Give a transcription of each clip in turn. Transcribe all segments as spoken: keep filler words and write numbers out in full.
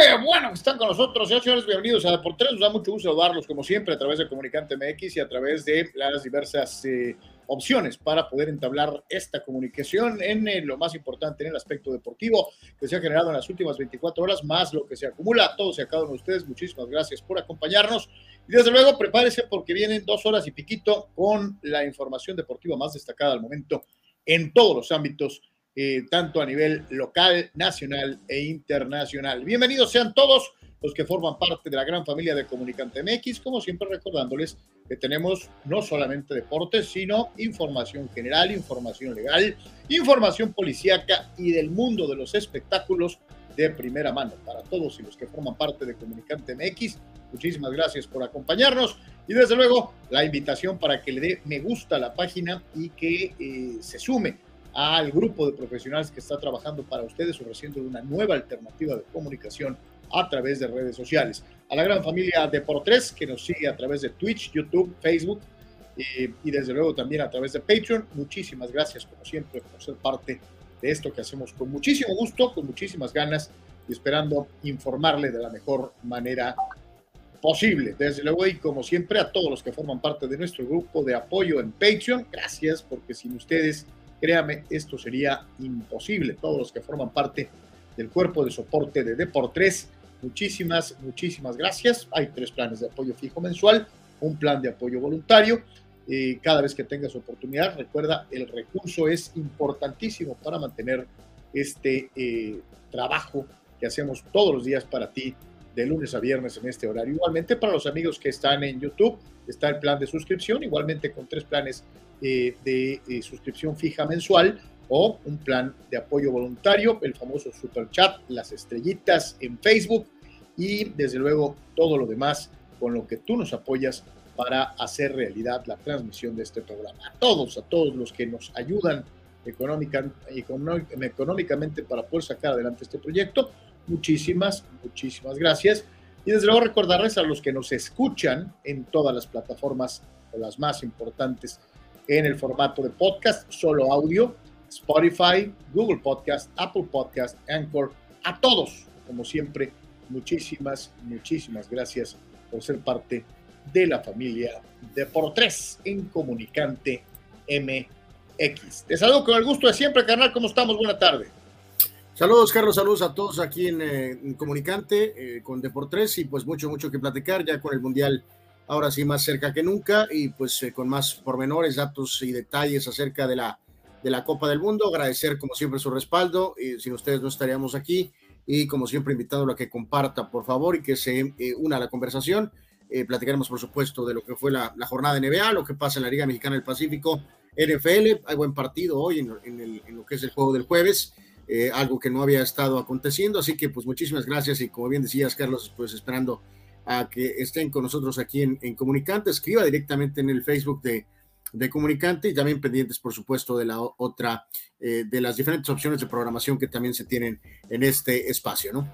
bueno que están con nosotros, señores, señores, bienvenidos a Deportes. Nos da mucho gusto saludarlos, como siempre, a través de Comunicante M X y a través de las diversas eh, opciones para poder entablar esta comunicación en eh, lo más importante, en el aspecto deportivo que se ha generado en las últimas veinticuatro horas, más lo que se acumula a todos y a cada uno de ustedes. Muchísimas gracias por acompañarnos. Y desde luego, prepárese porque vienen dos horas y piquito con la información deportiva más destacada al momento en todos los ámbitos, Eh, tanto a nivel local, nacional e internacional. Bienvenidos sean todos los que forman parte de la gran familia de Comunicante M X, como siempre recordándoles que tenemos no solamente deportes, sino información general, información legal, información policíaca y del mundo de los espectáculos de primera mano. Para todos y los que forman parte de Comunicante M X, muchísimas gracias por acompañarnos y desde luego la invitación para que le dé me gusta a la página y que eh, se sume al grupo de profesionales que está trabajando para ustedes, ofreciendo una nueva alternativa de comunicación a través de redes sociales. A la gran familia de Por Tres, que nos sigue a través de Twitch, YouTube, Facebook eh, y desde luego también a través de Patreon. Muchísimas gracias, como siempre, por ser parte de esto que hacemos con muchísimo gusto, con muchísimas ganas y esperando informarle de la mejor manera posible. Desde luego, y como siempre, a todos los que forman parte de nuestro grupo de apoyo en Patreon, gracias, porque sin ustedes, créame, esto sería imposible. Todos los que forman parte del cuerpo de soporte de Deportes, muchísimas, muchísimas gracias. Hay tres planes de apoyo fijo mensual, un plan de apoyo voluntario. Eh, cada vez que tengas oportunidad, recuerda, el recurso es importantísimo para mantener este eh, trabajo que hacemos todos los días para ti, de lunes a viernes en este horario. Igualmente para los amigos que están en YouTube, está el plan de suscripción, igualmente con tres planes eh, de eh, suscripción fija mensual o un plan de apoyo voluntario, el famoso super chat, las estrellitas en Facebook y desde luego todo lo demás con lo que tú nos apoyas para hacer realidad la transmisión de este programa. A todos, a todos los que nos ayudan económica, económic, económicamente para poder sacar adelante este proyecto, muchísimas, muchísimas gracias. Y desde luego recordarles a los que nos escuchan en todas las plataformas, o las más importantes, en el formato de podcast, solo audio, Spotify, Google Podcast, Apple Podcast, Anchor, a todos, como siempre, muchísimas, muchísimas gracias por ser parte de la familia de Por Tres en Comunicante M X. Te saludo con el gusto de siempre, carnal, ¿cómo estamos? Buena tarde. Saludos, Carlos, saludos a todos aquí en, eh, en Comunicante, eh, con Deportes, y pues mucho, mucho que platicar, ya con el Mundial ahora sí más cerca que nunca, y pues eh, con más pormenores, datos y detalles acerca de la, de la Copa del Mundo. Agradecer como siempre su respaldo, y sin ustedes no estaríamos aquí, y como siempre invitándolo a que comparta, por favor, y que se eh, una a la conversación. Eh, platicaremos, por supuesto, de lo que fue la, la jornada de N B A, lo que pasa en la Liga Mexicana del Pacífico, N F L. Hay buen partido hoy en, en, el, en lo que es el juego del jueves. Eh, algo que no había estado aconteciendo, así que pues muchísimas gracias, y como bien decías, Carlos, pues esperando a que estén con nosotros aquí en, en Comunicante. Escriba directamente en el Facebook de, de Comunicante, y también pendientes, por supuesto, de la otra, eh, de las diferentes opciones de programación que también se tienen en este espacio, ¿no?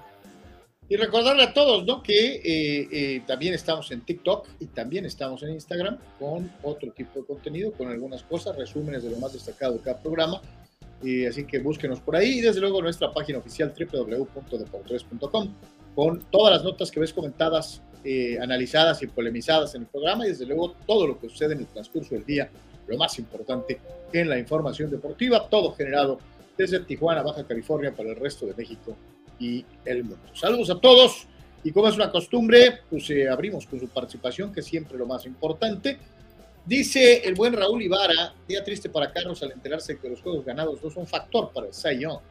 Y recordarle a todos, ¿no?, que eh, eh, también estamos en TikTok y también estamos en Instagram con otro tipo de contenido, con algunas cosas, resúmenes de lo más destacado de cada programa. Y así que búsquenos por ahí, y desde luego nuestra página oficial doble u doble u doble u punto deportes punto com con todas las notas que ves comentadas, eh, analizadas y polemizadas en el programa, y desde luego todo lo que sucede en el transcurso del día, lo más importante en la información deportiva, todo generado desde Tijuana, Baja California, para el resto de México y el mundo. Saludos a todos, y como es una costumbre, pues eh, abrimos con su participación, que es siempre lo más importante. Dice el buen Raúl Ibarra: día triste para Carlos al enterarse que los juegos ganados no son factor para el Cy Young.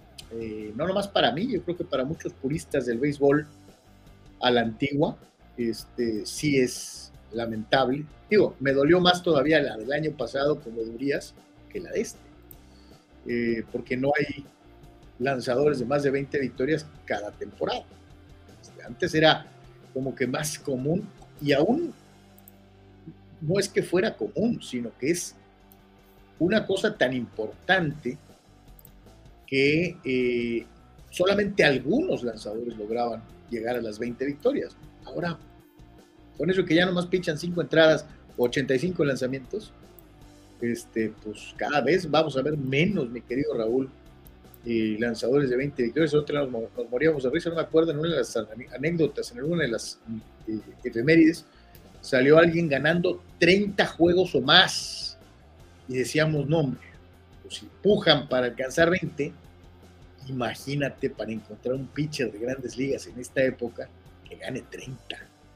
Eh, no nomás para mí, yo creo que para muchos puristas del béisbol a la antigua, este, sí es lamentable. Digo, me dolió más todavía la del año pasado con lo de Urias que la de este, eh, porque no hay lanzadores de más de veinte victorias cada temporada. Este, antes era como que más común, y aún no es que fuera común, sino que es una cosa tan importante que eh, solamente algunos lanzadores lograban llegar a las veinte victorias. Ahora, con eso que ya nomás pichan cinco entradas, ochenta y cinco lanzamientos, este, pues cada vez vamos a ver menos, mi querido Raúl, y lanzadores de veinte victorias. Nosotros nos, nos moríamos de risa, no me acuerdo, en una de las anécdotas, en una de las eh, efemérides, salió alguien ganando treinta juegos o más, y decíamos, no, hombre, pues si pujan para alcanzar veinte, imagínate para encontrar un pitcher de grandes ligas en esta época que gane treinta.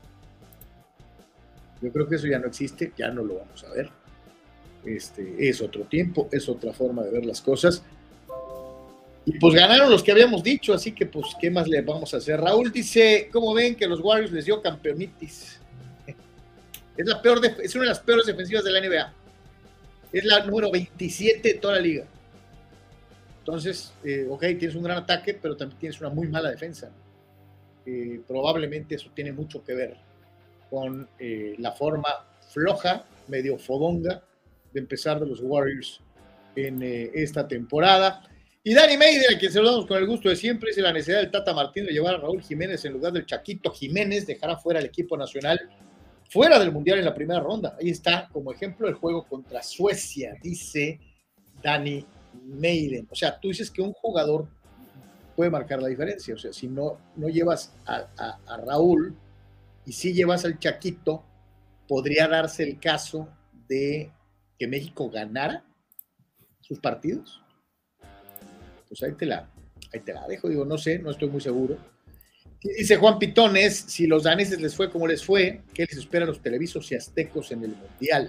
Yo creo que eso ya no existe, ya no lo vamos a ver. Este, es otro tiempo, es otra forma de ver las cosas. Y pues ganaron los que habíamos dicho, así que pues, ¿qué más le vamos a hacer? Raúl dice, ¿cómo ven que los Warriors les dio campeonitis? Es, la peor es una de las peores defensivas de la N B A. Es la número veintisiete de toda la liga. Entonces, eh, ok, tienes un gran ataque, pero también tienes una muy mala defensa. Eh, probablemente eso tiene mucho que ver con eh, la forma floja, medio fodonga, de empezar de los Warriors en eh, esta temporada. Y Danny Meider, a quien saludamos con el gusto de siempre, dice la necesidad del Tata Martino de llevar a Raúl Jiménez en lugar del Chaquito Jiménez, dejará fuera al equipo nacional, fuera del Mundial en la primera ronda. Ahí está, como ejemplo, el juego contra Suecia, dice Danny Meider. O sea, tú dices que un jugador puede marcar la diferencia. O sea, si no, no llevas a, a, a Raúl y si llevas al Chaquito, podría darse el caso de que México ganara sus partidos. Pues ahí te la, ahí te la dejo, digo, no sé, no estoy muy seguro. Dice Juan Pitones, si los daneses les fue como les fue, ¿qué les espera a los televisos y aztecos en el Mundial?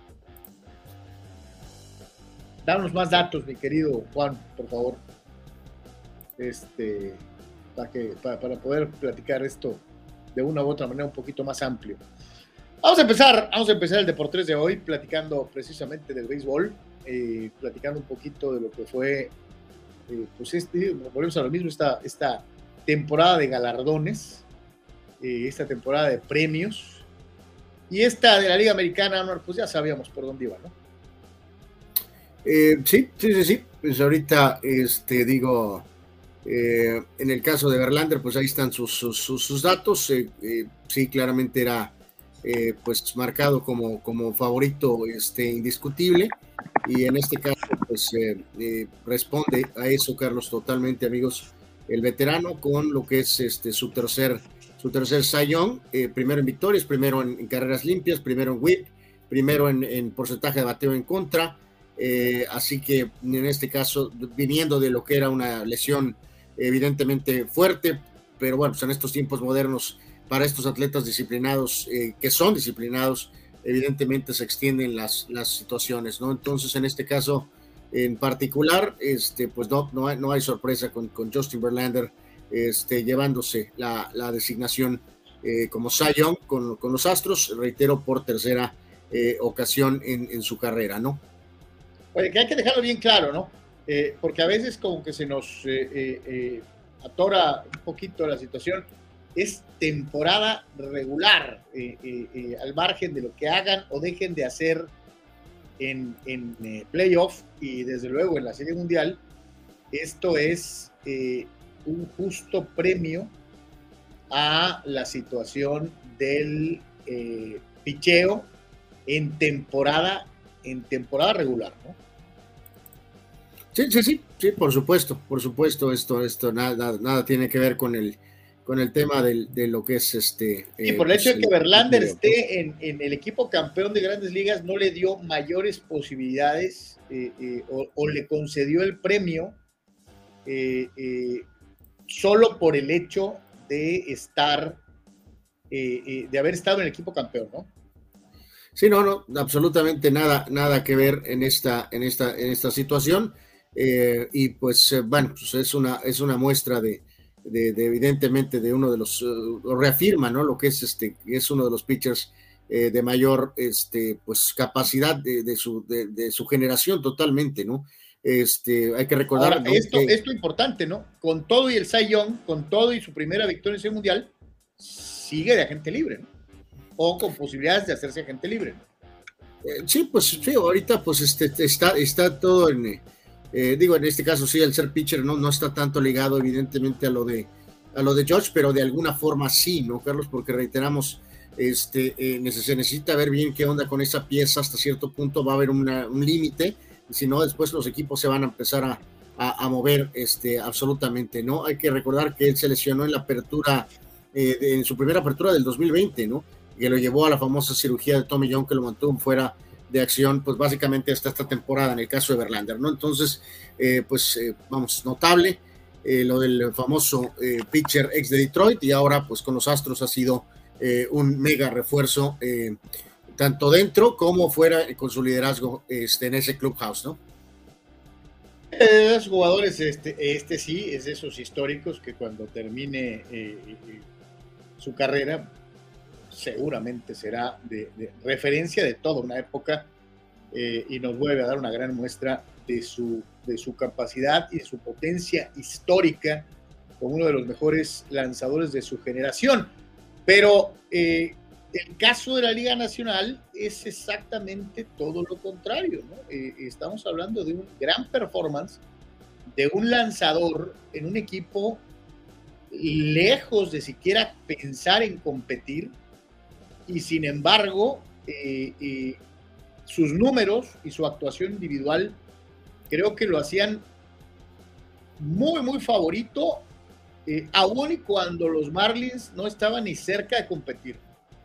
Danos más datos, mi querido Juan, por favor. Este, para, que, para, para poder platicar esto de una u otra manera un poquito más amplio. Vamos a empezar, vamos a empezar el Deportes de hoy, platicando precisamente del béisbol, eh, platicando un poquito de lo que fue, eh, pues este, volvemos a lo mismo, esta, esta temporada de galardones, eh, esta temporada de premios, y esta de la Liga Americana, pues ya sabíamos por dónde iba, ¿no? Eh, sí, sí, sí, sí, pues ahorita, este, digo, eh, en el caso de Verlander, pues ahí están sus, sus, sus, sus datos, eh, eh, sí, claramente era, eh, pues, marcado como, como favorito, este, indiscutible, y en este caso, pues, eh, eh, responde a eso, Carlos, totalmente, amigos, el veterano, con lo que es, este, su tercer, su tercer Cy Young, eh, primero en victorias, primero en, en carreras limpias, primero en whip, primero en, en porcentaje de bateo en contra. Eh, así que en este caso, viniendo de lo que era una lesión evidentemente fuerte, pero bueno, pues en estos tiempos modernos, para estos atletas disciplinados, eh, que son disciplinados, evidentemente se extienden las, las situaciones, ¿no? Entonces, en este caso en particular, este, pues no, no, hay, no hay sorpresa con, con Justin Verlander este, llevándose la, la designación eh, como Cy Young con, con los Astros, reitero, por tercera eh, ocasión en, en su carrera, ¿no? Oye, que hay que dejarlo bien claro, ¿no? Eh, porque a veces como que se nos eh, eh, eh, atora un poquito la situación. Es temporada regular, eh, eh, eh, al margen de lo que hagan o dejen de hacer en, en eh, playoff y desde luego en la Serie Mundial. Esto es eh, un justo premio a la situación del eh, picheo en temporada, en temporada regular, ¿no? Sí, sí, sí, sí, por supuesto, por supuesto, esto, esto nada, nada tiene que ver con el, con el tema del, de lo que es este. Y eh, por el pues hecho de que Verlander el, esté en, en el equipo campeón de Grandes Ligas, no le dio mayores posibilidades eh, eh, o, o le concedió el premio eh, eh, solo por el hecho de estar, eh, eh, de haber estado en el equipo campeón, ¿no? Sí, no, no, absolutamente nada, nada que ver en esta, en esta, en esta situación. Eh, y pues eh, bueno, pues es una, es una muestra de, de, de evidentemente de uno de los, uh, lo reafirma, ¿no? Lo que es este, es uno de los pitchers eh, de mayor este, pues capacidad de, de, su, de, de su generación totalmente, ¿no? Este, hay que recordar. Ahora, ¿no? esto, que... esto importante, ¿no? Con todo y el Cy Young, con todo y su primera victoria en el Mundial, sigue de agente libre, ¿no? O con posibilidades de hacerse agente libre, ¿no? Eh, sí, pues sí, ahorita pues este, está, está todo en... Eh, digo, en este caso sí, el ser pitcher no, no está tanto ligado evidentemente a lo de a lo de George, pero de alguna forma sí, ¿no, Carlos? Porque reiteramos, este, eh, se necesita ver bien qué onda con esa pieza hasta cierto punto, va a haber una, un límite, si no después los equipos se van a empezar a, a, a mover este, absolutamente, ¿no? Hay que recordar que él se lesionó en la apertura, eh, de, en su primera apertura del dos mil veinte, ¿no? Que lo llevó a la famosa cirugía de Tommy John, que lo mantuvo fuera de acción, pues básicamente hasta esta temporada, en el caso de Verlander, ¿no? Entonces, eh, pues eh, vamos, notable eh, lo del famoso eh, pitcher ex de Detroit, y ahora pues con los Astros ha sido eh, un mega refuerzo, eh, tanto dentro como fuera, eh, con su liderazgo este, en ese clubhouse, ¿no? Eh, los jugadores, este, este sí, es de esos históricos que cuando termine eh, eh, su carrera, seguramente será de, de referencia de toda una época, eh, y nos vuelve a dar una gran muestra de su, de su capacidad y de su potencia histórica como uno de los mejores lanzadores de su generación. Pero eh, el caso de la Liga Nacional es exactamente todo lo contrario, ¿no? Eh, estamos hablando de un gran performance de un lanzador en un equipo lejos de siquiera pensar en competir, y sin embargo eh, eh, sus números y su actuación individual creo que lo hacían muy muy favorito, eh, aún y cuando los Marlins no estaban ni cerca de competir.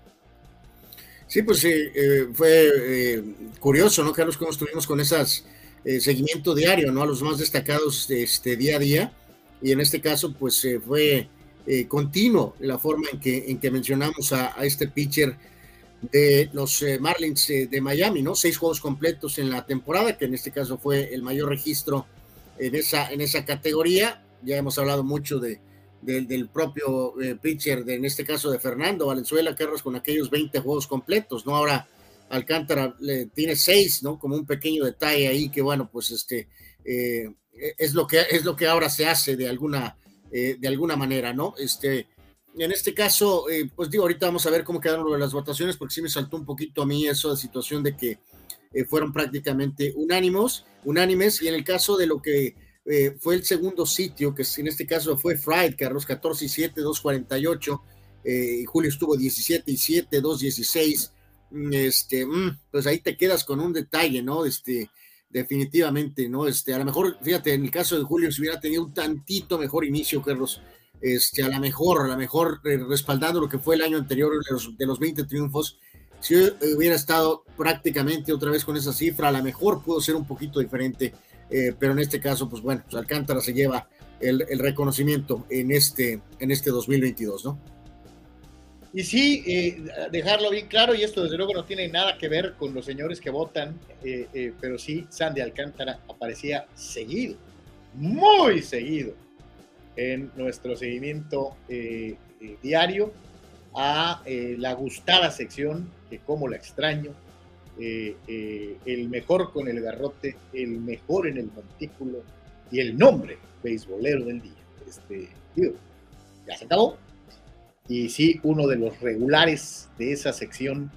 Sí, pues eh, eh, fue eh, curioso, ¿no, Carlos? Cómo estuvimos con ese eh, seguimiento diario, ¿no? A los más destacados este, día a día, y en este caso, pues eh, fue eh, continuo la forma en que, en que mencionamos a, a este pitcher de los eh, Marlins eh, de Miami, ¿no? Seis juegos completos en la temporada, que en este caso fue el mayor registro en esa, en esa categoría. Ya hemos hablado mucho de del, del propio eh, pitcher, de, en este caso de Fernando Valenzuela, Carlos, con aquellos veinte juegos completos, ¿no? Ahora Alcántara le, tiene seis, ¿no? Como un pequeño detalle ahí que, bueno, pues este eh, es, lo que, es lo que ahora se hace de alguna, eh, de alguna manera, ¿no? Este, en este caso, eh, pues digo, ahorita vamos a ver cómo quedaron lo de las votaciones, porque sí me saltó un poquito a mí eso de situación de que eh, fueron prácticamente unánimos, unánimes, y en el caso de lo que Eh, fue el segundo sitio, que en este caso fue Fried, Carlos, catorce y siete, dos cuarenta y ocho, eh, Julio estuvo diecisiete y siete, dos dieciséis, este, mm, pues ahí te quedas con un detalle, ¿no? Este, definitivamente, ¿no? Este, a lo mejor, fíjate, en el caso de Julio, si hubiera tenido un tantito mejor inicio, Carlos, este, a lo mejor, a lo mejor eh, respaldando lo que fue el año anterior de los, de los veinte triunfos, si hubiera estado prácticamente otra vez con esa cifra, a lo mejor pudo ser un poquito diferente. Eh, pero en este caso, pues bueno, pues Alcántara se lleva el, el reconocimiento en este, en este dos mil veintidós, ¿no? Y sí, eh, dejarlo bien claro, y esto desde luego no tiene nada que ver con los señores que votan, eh, eh, pero sí, Sandy Alcántara aparecía seguido, muy seguido, en nuestro seguimiento eh, eh, diario a eh, la gustada sección, que como la extraño, Eh, eh, el mejor con el garrote, el mejor en el montículo y el nombre beisbolero del día. Este, digo, ya se acabó. Y sí, uno de los regulares de esa sección,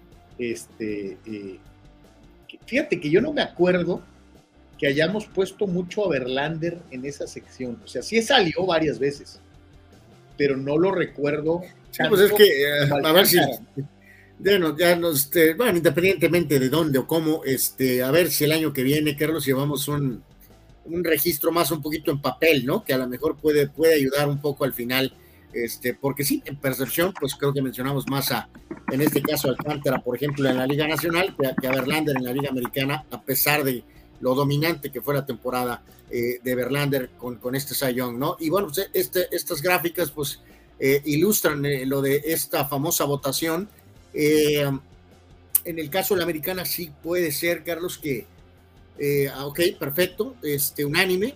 este, eh, fíjate que yo no me acuerdo que hayamos puesto mucho a Verlander en esa sección. O sea, sí salió varias veces, pero no lo recuerdo. Sí, pues es que, eh, a ver si... Bueno, ya nos, este, bueno, independientemente de dónde o cómo, este, a ver si el año que viene, Carlos, llevamos un, un registro más un poquito en papel, ¿no? Que a lo mejor puede, puede ayudar un poco al final, este, porque sí, en percepción, pues creo que mencionamos más a, en este caso, Alcántara, por ejemplo, en la Liga Nacional, que a, que a Verlander en la Liga Americana, a pesar de lo dominante que fue la temporada eh, de Verlander con, con este Cy Young, ¿no? Y bueno, pues, este, estas gráficas, pues, eh, ilustran eh, lo de esta famosa votación. Eh, en el caso de la americana sí puede ser, Carlos, que eh, ok, perfecto, este, unánime,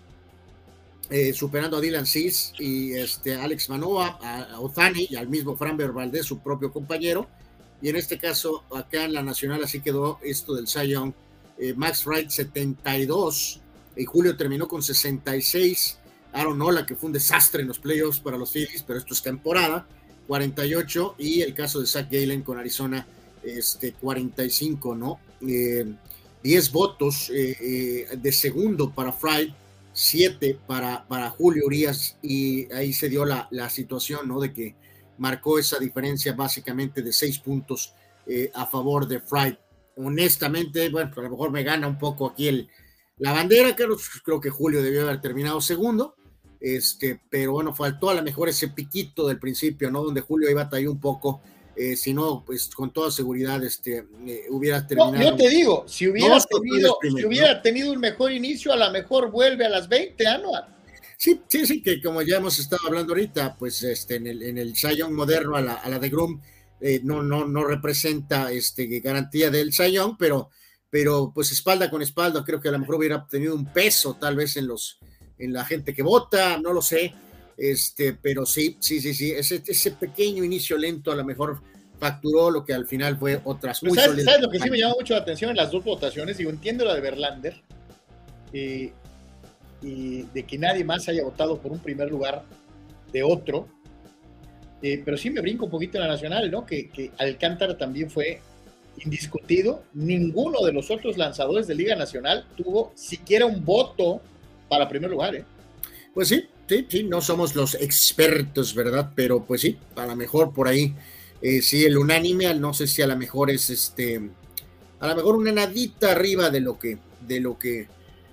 eh, superando a Dylan Cease y este, Alex Manoah, a, a Ohtani y al mismo Framber Valdez, su propio compañero, y en este caso acá en la nacional así quedó esto del Cy Young, eh, Max Fried setenta y dos, y Julio terminó con sesenta y seis, Aaron Nola, que fue un desastre en los playoffs para los Phillies, pero esto es temporada, cuarenta y ocho, y el caso de Zach Gallen con Arizona, este, cuarenta y cinco, ¿no? Eh, diez votos eh, eh, de segundo para Fried, siete para, para Julio Urias, y ahí se dio la, la situación, ¿no? De que marcó esa diferencia básicamente de seis puntos eh, a favor de Fried. Honestamente, bueno, a lo mejor me gana un poco aquí el, La bandera, Carlos, creo que Julio debió haber terminado segundo, este, pero bueno, faltó a lo mejor ese piquito del principio, ¿no? Donde Julio iba a tallar un poco, eh, si no, pues con toda seguridad este, eh, hubiera terminado. No, yo te digo, si hubiera, tenido, primero, si hubiera ¿no? tenido un mejor inicio, a lo mejor vuelve a las veinte, Anuar. Sí, sí, sí, que como ya hemos estado hablando ahorita, pues este, en el, en el Cy Young moderno, a la, a la de Grum, eh, no, no, no representa este, garantía del Cy Young, pero, pero pues espalda con espalda, creo que a lo mejor hubiera tenido un peso tal vez en los en la gente que vota, no lo sé, este, pero sí, sí, sí, sí, ese, ese pequeño inicio lento a lo mejor facturó lo que al final fue otras muy ¿sabes, ¿sabes lo que sí me llamó mucho la atención en las dos votaciones? Digo, entiendo la de Verlander, eh, y de que nadie más haya votado por un primer lugar de otro, eh, pero sí me brinco un poquito en la nacional, ¿no? Que, que Alcántara también fue indiscutido, ninguno de los otros lanzadores de Liga Nacional tuvo siquiera un voto para primer lugar, ¿eh? Pues sí, sí, sí, no somos los expertos, ¿verdad? Pero pues sí, a lo mejor por ahí, eh, sí, el unánime, no sé si a lo mejor es este, a lo mejor una nadita arriba de lo que, de lo que,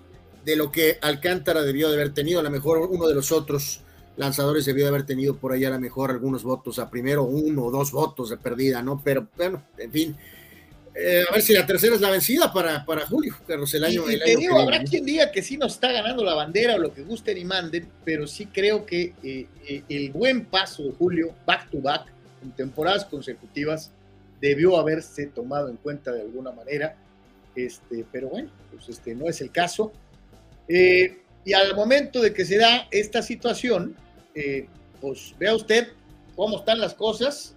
de lo que Alcántara debió de haber tenido, a lo mejor uno de los otros lanzadores debió de haber tenido por ahí a lo mejor algunos votos a primero, uno o dos votos de perdida, ¿no? Pero bueno, en fin. Eh, a ver si la tercera es la vencida para, para Julio, Carlos, el año. Y, y el te año digo, que habrá viene. quien diga que sí nos está ganando la bandera o lo que gusten y manden, pero sí creo que eh, eh, el buen paso de Julio, back to back, en temporadas consecutivas, debió haberse tomado en cuenta de alguna manera, este, pero bueno, pues este, no es el caso. Eh, y al momento de que se da esta situación, eh, pues vea usted cómo están las cosas,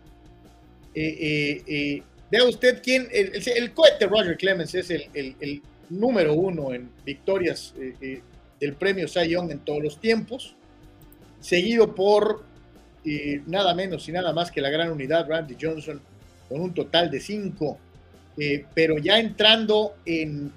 eh, eh, eh, vea usted quién, el, el, el cohete Roger Clemens es el, el, el número uno en victorias eh, eh, del premio Cy Young en todos los tiempos, seguido por eh, nada menos y nada más que la gran unidad Randy Johnson con un total de cinco, eh, pero ya entrando en,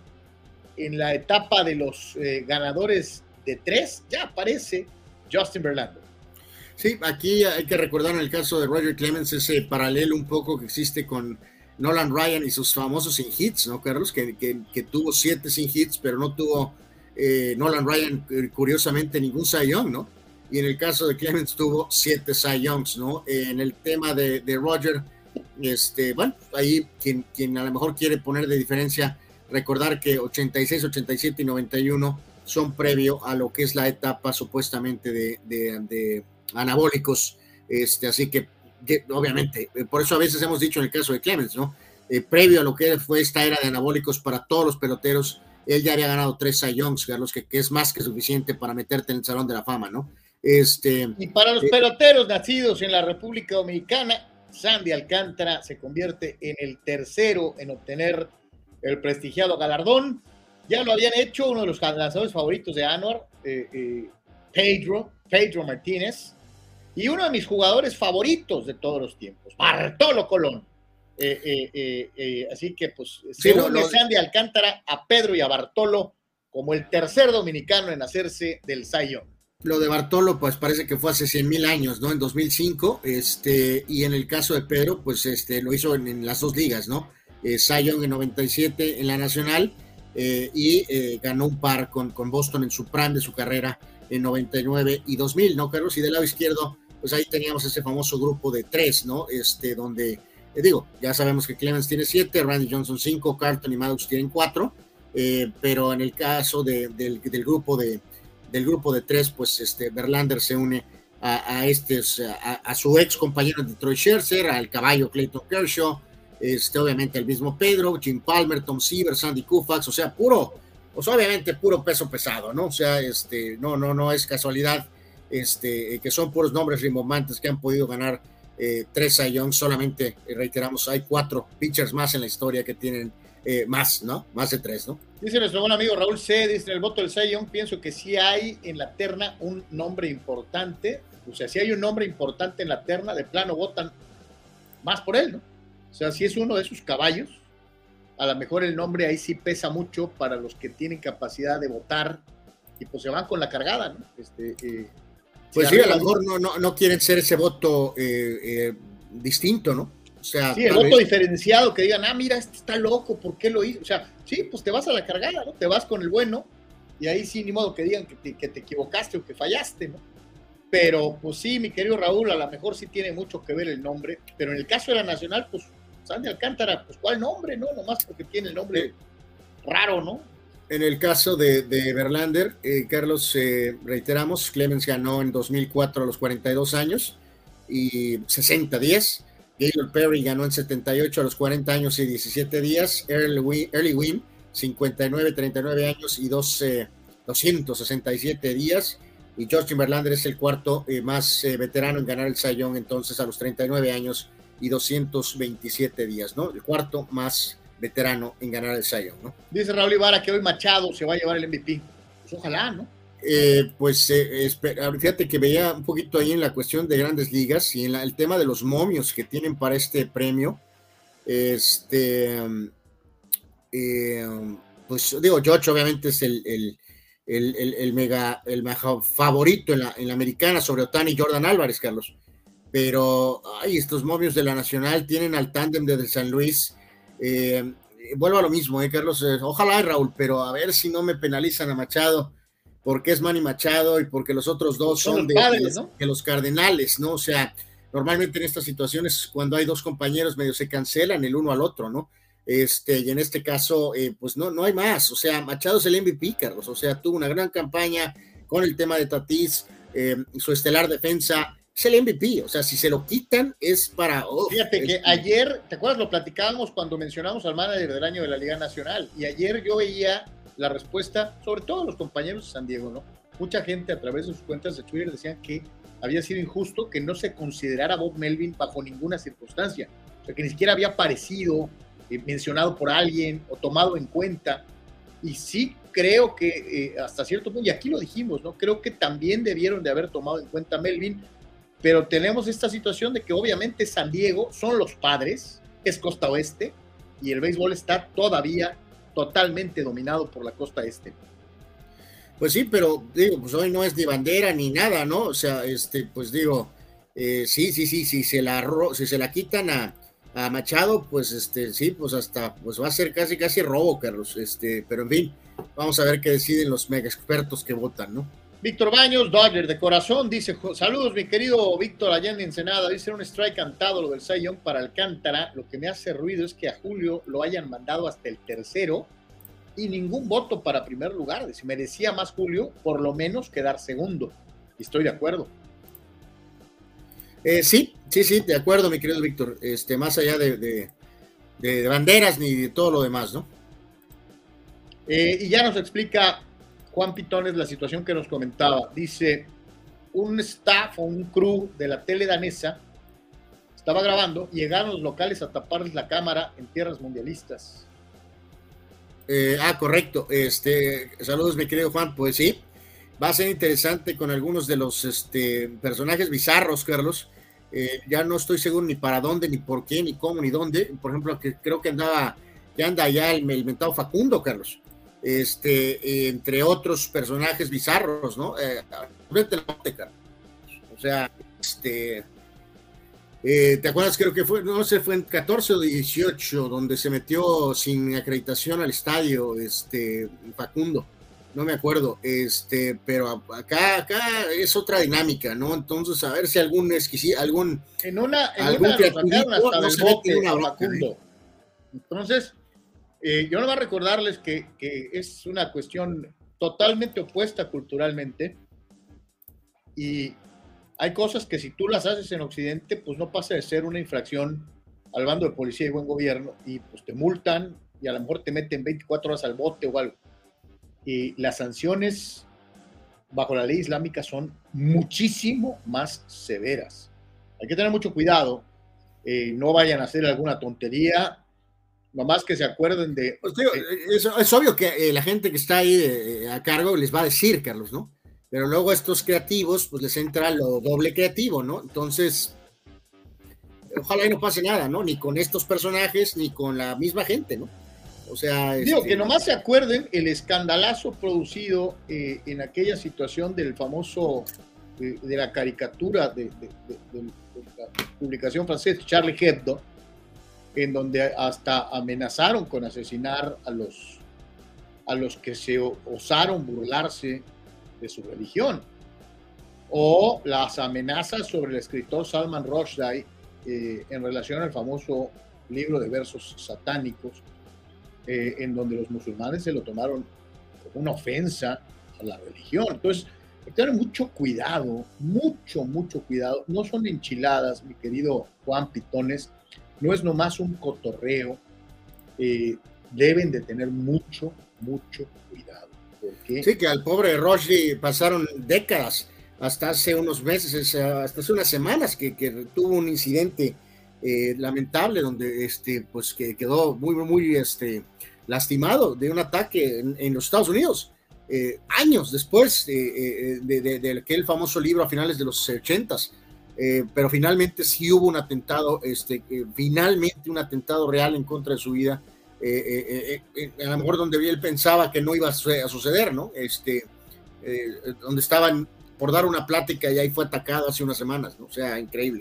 en la etapa de los eh, ganadores de tres, ya aparece Justin Verlander. Sí, aquí hay que recordar en el caso de Roger Clemens ese paralelo un poco que existe con Nolan Ryan y sus famosos sin hits, ¿no, Carlos? Que, que, que tuvo siete sin hits, pero no tuvo eh, Nolan Ryan, curiosamente, ningún Cy Young, ¿no? Y en el caso de Clemens tuvo siete Cy Youngs, ¿no? Eh, en el tema de, de Roger, este, bueno, ahí quien, quien a lo mejor quiere poner de diferencia, recordar que ochenta y seis, ochenta y siete y noventa y uno son previo a lo que es la etapa supuestamente de, de, de anabólicos, este, así que obviamente, por eso a veces hemos dicho en el caso de Clemens, ¿no? Eh, previo a lo que fue esta era de anabólicos para todos los peloteros, él ya había ganado tres Cy Youngs, Carlos, que, que es más que suficiente para meterte en el Salón de la Fama, ¿no? Este, y para los eh, peloteros nacidos en la República Dominicana, Sandy Alcántara se convierte en el tercero en obtener el prestigiado galardón. Ya lo habían hecho uno de los lanzadores favoritos de Anuar, eh, eh, Pedro, Pedro Martínez, y uno de mis jugadores favoritos de todos los tiempos, Bartolo Colón. Eh, eh, eh, eh, así que pues se sí, une Sandy Alcántara a Pedro y a Bartolo como el tercer dominicano en hacerse del Cy Young. Lo de Bartolo pues parece que fue hace cien mil años, ¿no? En dos mil cinco, este, y en el caso de Pedro pues este, lo hizo en, en las dos ligas, ¿no? Eh, Cy Young en noventa y siete en la nacional eh, y eh, ganó un par con, con Boston en su prime de su carrera en noventa y nueve y dos mil, ¿no, Carlos? Y del lado izquierdo pues ahí teníamos ese famoso grupo de tres, ¿no? Este, donde, eh, digo, ya sabemos que Clemens tiene siete, Randy Johnson cinco, Carlton y Maddox tienen cuatro, eh, pero en el caso de, del, del grupo de del grupo de tres, pues este, Verlander se une a, a, este, a, a su ex compañero de Troy Scherzer, al caballo Clayton Kershaw, este, obviamente el mismo Pedro, Jim Palmer, Tom Seaver, Sandy Koufax, o sea, puro, pues obviamente puro peso pesado, ¿no? O sea, este, no, no, no es casualidad Este, que son puros nombres rimbombantes que han podido ganar eh, tres Cy Young, solamente eh, reiteramos, hay cuatro pitchers más en la historia que tienen eh, más, ¿no? Más de tres, ¿no? Dice nuestro buen amigo Raúl C, dice en el voto del Cy Young, pienso que sí hay en la terna un nombre importante, o sea, si hay un nombre importante en la terna, de plano votan más por él, ¿no? O sea, si es uno de sus caballos, a lo mejor el nombre ahí sí pesa mucho para los que tienen capacidad de votar y pues se van con la cargada, ¿no? Este, eh, Pues sí, a lo mejor no, no, no quieren ser ese voto eh, eh, distinto, ¿no? O sea, sí, el voto vez... diferenciado, que digan, ah, mira, este está loco, ¿por qué lo hizo? O sea, sí, pues te vas a la cargada, ¿no? Te vas con el bueno, y ahí sí, ni modo que digan que te, que te equivocaste o que fallaste, ¿no? Pero, pues sí, mi querido Raúl, a lo mejor sí tiene mucho que ver el nombre, pero en el caso de la Nacional, pues, Sandy Alcántara, pues, ¿cuál nombre, no? Nomás porque tiene el nombre raro, ¿no? En el caso de, de Verlander, eh, Carlos, eh, reiteramos, Clemens ganó en dos mil cuatro a los cuarenta y dos años y sesenta días. Gaylord Perry ganó en setenta y ocho a los cuarenta años y diecisiete días. Early Wynn, Early Wynn cincuenta y nueve, treinta y nueve años y dos, eh, doscientos sesenta y siete días. Y Justin Verlander es el cuarto eh, más eh, veterano en ganar el Cy Young, entonces a los treinta y nueve años y doscientos veintisiete días, ¿no? El cuarto más veterano en ganar el Cy Young, ¿no? Dice Raúl Ibarra que hoy Machado se va a llevar el M V P. Pues ojalá, ¿no? Eh, pues eh, espera, fíjate que veía un poquito ahí en la cuestión de Grandes Ligas y en la, el tema de los momios que tienen para este premio. Este, eh, pues digo, George obviamente es el, el El, el, el, mega, el mega favorito en la, en la americana sobre Ohtani y Jordan Álvarez, Carlos. Pero ay, estos momios de la Nacional tienen al tándem de San Luis. Eh, vuelvo a lo mismo, eh, Carlos. Eh, ojalá, Raúl, pero a ver si no me penalizan a Machado, porque es Manny Machado y porque los otros dos son, son de, padres, ¿no? de los Cardenales, ¿no? O sea, normalmente en estas situaciones, cuando hay dos compañeros, medio se cancelan el uno al otro, ¿no? Este, y en este caso, eh, pues no, no hay más, o sea, Machado es el M V P, Carlos, o sea, tuvo una gran campaña con el tema de Tatis, eh, su estelar defensa, es el M V P, o sea, si se lo quitan es para... Oh, Fíjate que es... ayer, ¿te acuerdas? Lo platicábamos cuando mencionamos al manager del año de la Liga Nacional, y ayer yo veía la respuesta, sobre todo los compañeros de San Diego, ¿no? Mucha gente a través de sus cuentas de Twitter decían que había sido injusto que no se considerara a Bob Melvin bajo ninguna circunstancia, o sea, que ni siquiera había aparecido Eh, mencionado por alguien o tomado en cuenta, y sí creo que eh, hasta cierto punto, y aquí lo dijimos, ¿no? Creo que también debieron de haber tomado en cuenta a Melvin, pero tenemos esta situación de que obviamente San Diego son los padres, es costa oeste, y el béisbol está todavía totalmente dominado por la costa este. Pues sí, pero digo, pues hoy no es ni bandera ni nada, ¿no? O sea, este, pues digo, eh, sí, sí, sí, sí, se la, si se la quitan a a Machado, pues este, sí, pues hasta, pues va a ser casi, casi robo, Carlos, este, pero en fin, vamos a ver qué deciden los mega expertos que votan, ¿no? Víctor Baños, Dodger de corazón, dice, saludos mi querido Víctor allá en Ensenada, dice un strike cantado lo del Cy Young para Alcántara, lo que me hace ruido es que a Julio lo hayan mandado hasta el tercero y ningún voto para primer lugar, dice, merecía más Julio, por lo menos quedar segundo, y estoy de acuerdo. Eh, sí, sí, sí, de acuerdo, mi querido Víctor, este, más allá de, de, de banderas ni de todo lo demás, ¿no? Eh, y ya nos explica Juan Pitones la situación que nos comentaba. Dice, un staff o un crew de la tele danesa estaba grabando y llegaron los locales a taparles la cámara en tierras mundialistas. Eh, ah, correcto. Este, saludos, mi querido Juan, pues sí. Va a ser interesante con algunos de los este, personajes bizarros, Carlos. Eh, ya no estoy seguro ni para dónde, ni por qué, ni cómo, ni dónde. Por ejemplo, que creo que andaba, ya anda allá el, el mentado Facundo, Carlos. Este, eh, entre otros personajes bizarros, ¿no? Eh, o sea, este, eh, ¿te acuerdas? Creo que fue, no sé, fue en catorce o dieciocho, donde se metió sin acreditación al estadio, este, Facundo. No me acuerdo, este, pero acá, acá es otra dinámica, ¿no? Entonces, a ver si algún exquisito, algún, en una, en algún una creativo hasta no del se bote mete una a bronca, Facundo. ¿eh? Entonces, eh, yo no voy a recordarles que, que es una cuestión totalmente opuesta culturalmente, y hay cosas que si tú las haces en Occidente, pues no pasa de ser una infracción al bando de policía y buen gobierno, y pues te multan, y a lo mejor te meten veinticuatro horas al bote o algo. Y las sanciones bajo la ley islámica son muchísimo más severas. Hay que tener mucho cuidado, eh, no vayan a hacer alguna tontería, nomás que se acuerden de... Pues digo, es, es obvio que eh, la gente que está ahí eh, a cargo les va a decir, Carlos, ¿no? Pero luego a estos creativos, pues les entra lo doble creativo, ¿no? Entonces, ojalá y no pase nada, ¿no? Ni con estos personajes, ni con la misma gente, ¿no? O sea, digo, este... que nomás se acuerden el escandalazo producido eh, en aquella situación del famoso, eh, de la caricatura de, de, de, de, de la publicación francesa Charlie Hebdo, en donde hasta amenazaron con asesinar a los, a los que se osaron burlarse de su religión, o las amenazas sobre el escritor Salman Rushdie eh, en relación al famoso libro de versos satánicos, eh, en donde los musulmanes se lo tomaron como una ofensa a la religión. Entonces, hay que tener mucho cuidado, mucho, mucho cuidado. No son enchiladas, mi querido Juan Pitones, no es nomás un cotorreo. Eh, deben de tener mucho, mucho cuidado. Porque... Sí, que al pobre Rushdie pasaron décadas, hasta hace unos meses, hasta hace unas semanas, que, que tuvo un incidente eh, lamentable donde este, pues, que quedó muy, muy este, lastimado de un ataque en, en los Estados Unidos. Eh, años después eh, eh, de, de, de aquel famoso libro a finales de los ochentas, eh, pero finalmente sí hubo un atentado, este, eh, finalmente un atentado real en contra de su vida, eh, eh, eh, a lo mejor donde él pensaba que no iba a suceder, ¿no? Este, eh, donde estaban por dar una plática y ahí fue atacado hace unas semanas, ¿no? O sea, increíble.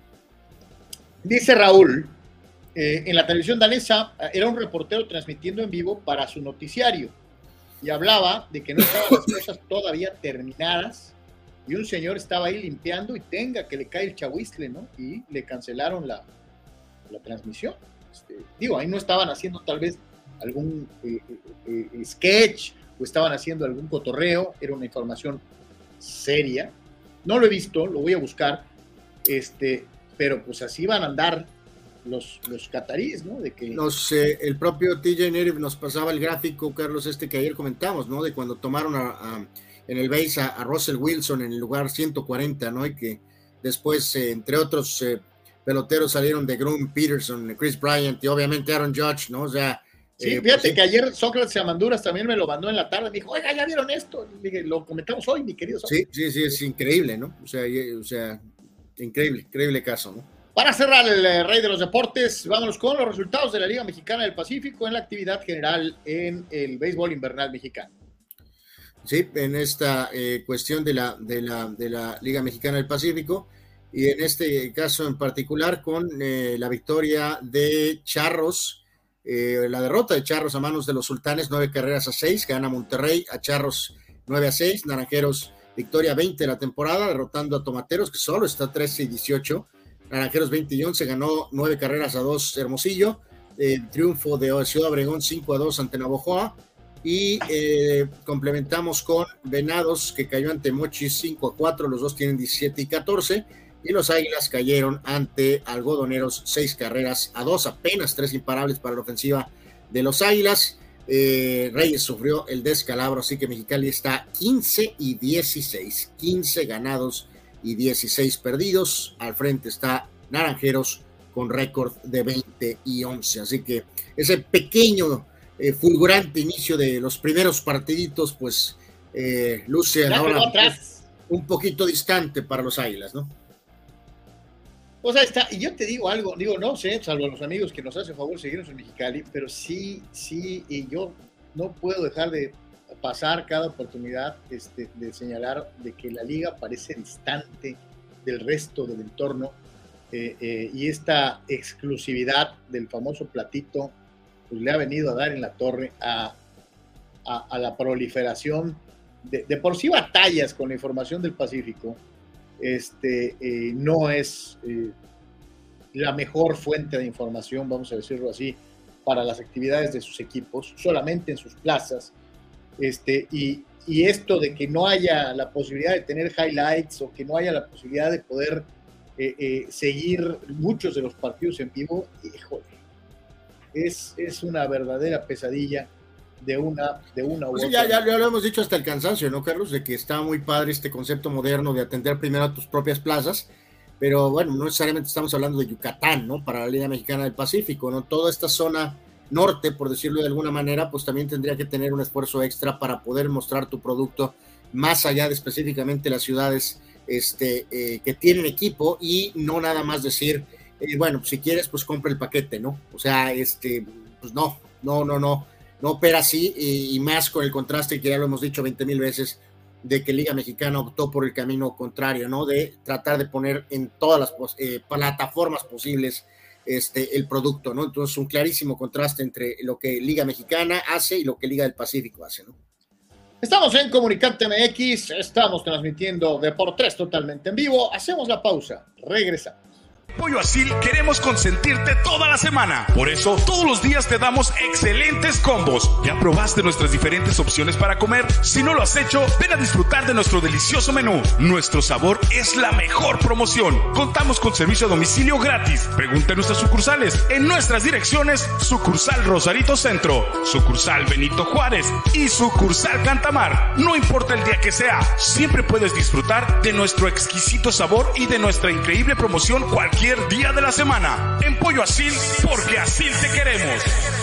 Dice Raúl, eh, en la televisión danesa era un reportero transmitiendo en vivo para su noticiario, y hablaba de que no estaban las cosas todavía terminadas y un señor estaba ahí limpiando y tenga que le cae el chahuizcle, ¿no? Y le cancelaron la, la transmisión. Este, digo, ahí no estaban haciendo tal vez algún eh, eh, eh, sketch o estaban haciendo algún cotorreo, era una información seria. No lo he visto, lo voy a buscar, este, pero pues así van a andar los, los cataríes, ¿no? De que... Nos, eh, el propio T J Native nos pasaba el gráfico, Carlos, este que ayer comentamos, ¿no? De cuando tomaron a, a, en el base a, a Russell Wilson en el lugar ciento cuarenta, ¿no? Y que después, eh, entre otros eh, peloteros, salieron de Groom, Peterson, Chris Bryant y obviamente Aaron Judge, ¿no? O sea... Sí, eh, fíjate pues, que ayer Sócrates Amanduras también me lo mandó en la tarde, me dijo, oiga, ¿ya vieron esto? Dije, lo comentamos hoy, mi querido Sócrates. Sí, sí, sí, es increíble, ¿no? O sea, o sea increíble, increíble caso, ¿no? Para cerrar el eh, rey de los deportes, vámonos con los resultados de la Liga Mexicana del Pacífico en la actividad general en el béisbol invernal mexicano. Sí, en esta eh, cuestión de la, de, la, de la Liga Mexicana del Pacífico, y en este caso en particular con eh, la victoria de Charros, eh, la derrota de Charros a manos de los Sultanes, nueve carreras a seis, gana Monterrey, a Charros nueve a seis, Naranjeros victoria veinte de la temporada, derrotando a Tomateros, que solo está trece y dieciocho, Naranjeros veinte y once, ganó nueve carreras a dos Hermosillo, eh, triunfo de Ciudad Obregón cinco a dos ante Navojoa, y eh, complementamos con Venados, que cayó ante Mochis cinco a cuatro, los dos tienen diecisiete y catorce, y los Águilas cayeron ante Algodoneros seis carreras a dos, apenas tres imparables para la ofensiva de los Águilas. eh, Reyes sufrió el descalabro, así que Mexicali está quince y dieciséis, quince ganados y dieciséis perdidos. Al frente está Naranjeros con récord de veinte y once, así que ese pequeño eh, fulgurante inicio de los primeros partiditos pues eh, luce ya ahora atrás. Un poquito distante para los Águilas, ¿no? Pues ahí está, y yo te digo algo, digo, no sé, salvo a los amigos que nos hacen favor seguirnos en Mexicali, pero sí, sí, y yo no puedo dejar de pasar cada oportunidad este, de señalar de que la liga parece distante del resto del entorno, eh, eh, y esta exclusividad del famoso platito pues le ha venido a dar en la torre a, a, a la proliferación de, de por sí batallas con la información del Pacífico. Este, eh, no es eh, la mejor fuente de información, vamos a decirlo así, para las actividades de sus equipos, solamente en sus plazas. Este, y, y esto de que no haya la posibilidad de tener highlights o que no haya la posibilidad de poder eh, eh, seguir muchos de los partidos en vivo, híjole, es, es una verdadera pesadilla de una, de una u pues otra. Sí, ya, ya, ya lo hemos dicho hasta el cansancio, ¿no, Carlos? De que está muy padre este concepto moderno de atender primero a tus propias plazas, pero bueno, no necesariamente estamos hablando de Yucatán, ¿no? Para la Liga Mexicana del Pacífico, ¿no? Toda esta zona norte, por decirlo de alguna manera, pues también tendría que tener un esfuerzo extra para poder mostrar tu producto más allá de específicamente las ciudades este, eh, que tienen equipo, y no nada más decir, eh, bueno, pues si quieres, pues compra el paquete, ¿no? O sea, este, pues no, no, no, no. No opera así, y, y más con el contraste que ya lo hemos dicho veinte mil veces, de que Liga Mexicana optó por el camino contrario, ¿no? De tratar de poner en todas las eh, plataformas posibles este, el producto, ¿no? Entonces, un clarísimo contraste entre lo que Liga Mexicana hace y lo que Liga del Pacífico hace, ¿no? Estamos en Comunicante M X, estamos transmitiendo Deportes totalmente en vivo. Hacemos la pausa, regresamos. Pollo Asil queremos consentirte toda la semana. Por eso, todos los días te damos excelentes combos. ¿Ya probaste nuestras diferentes opciones para comer? Si no lo has hecho, ven a disfrutar de nuestro delicioso menú. Nuestro sabor es la mejor promoción. Contamos con servicio a domicilio gratis. Pregunta en nuestras sucursales. En nuestras direcciones, sucursal Rosarito Centro, sucursal Benito Juárez y sucursal Cantamar. No importa el día que sea, siempre puedes disfrutar de nuestro exquisito sabor y de nuestra increíble promoción cualquier día de la semana. En Pollo Asil, porque así te queremos.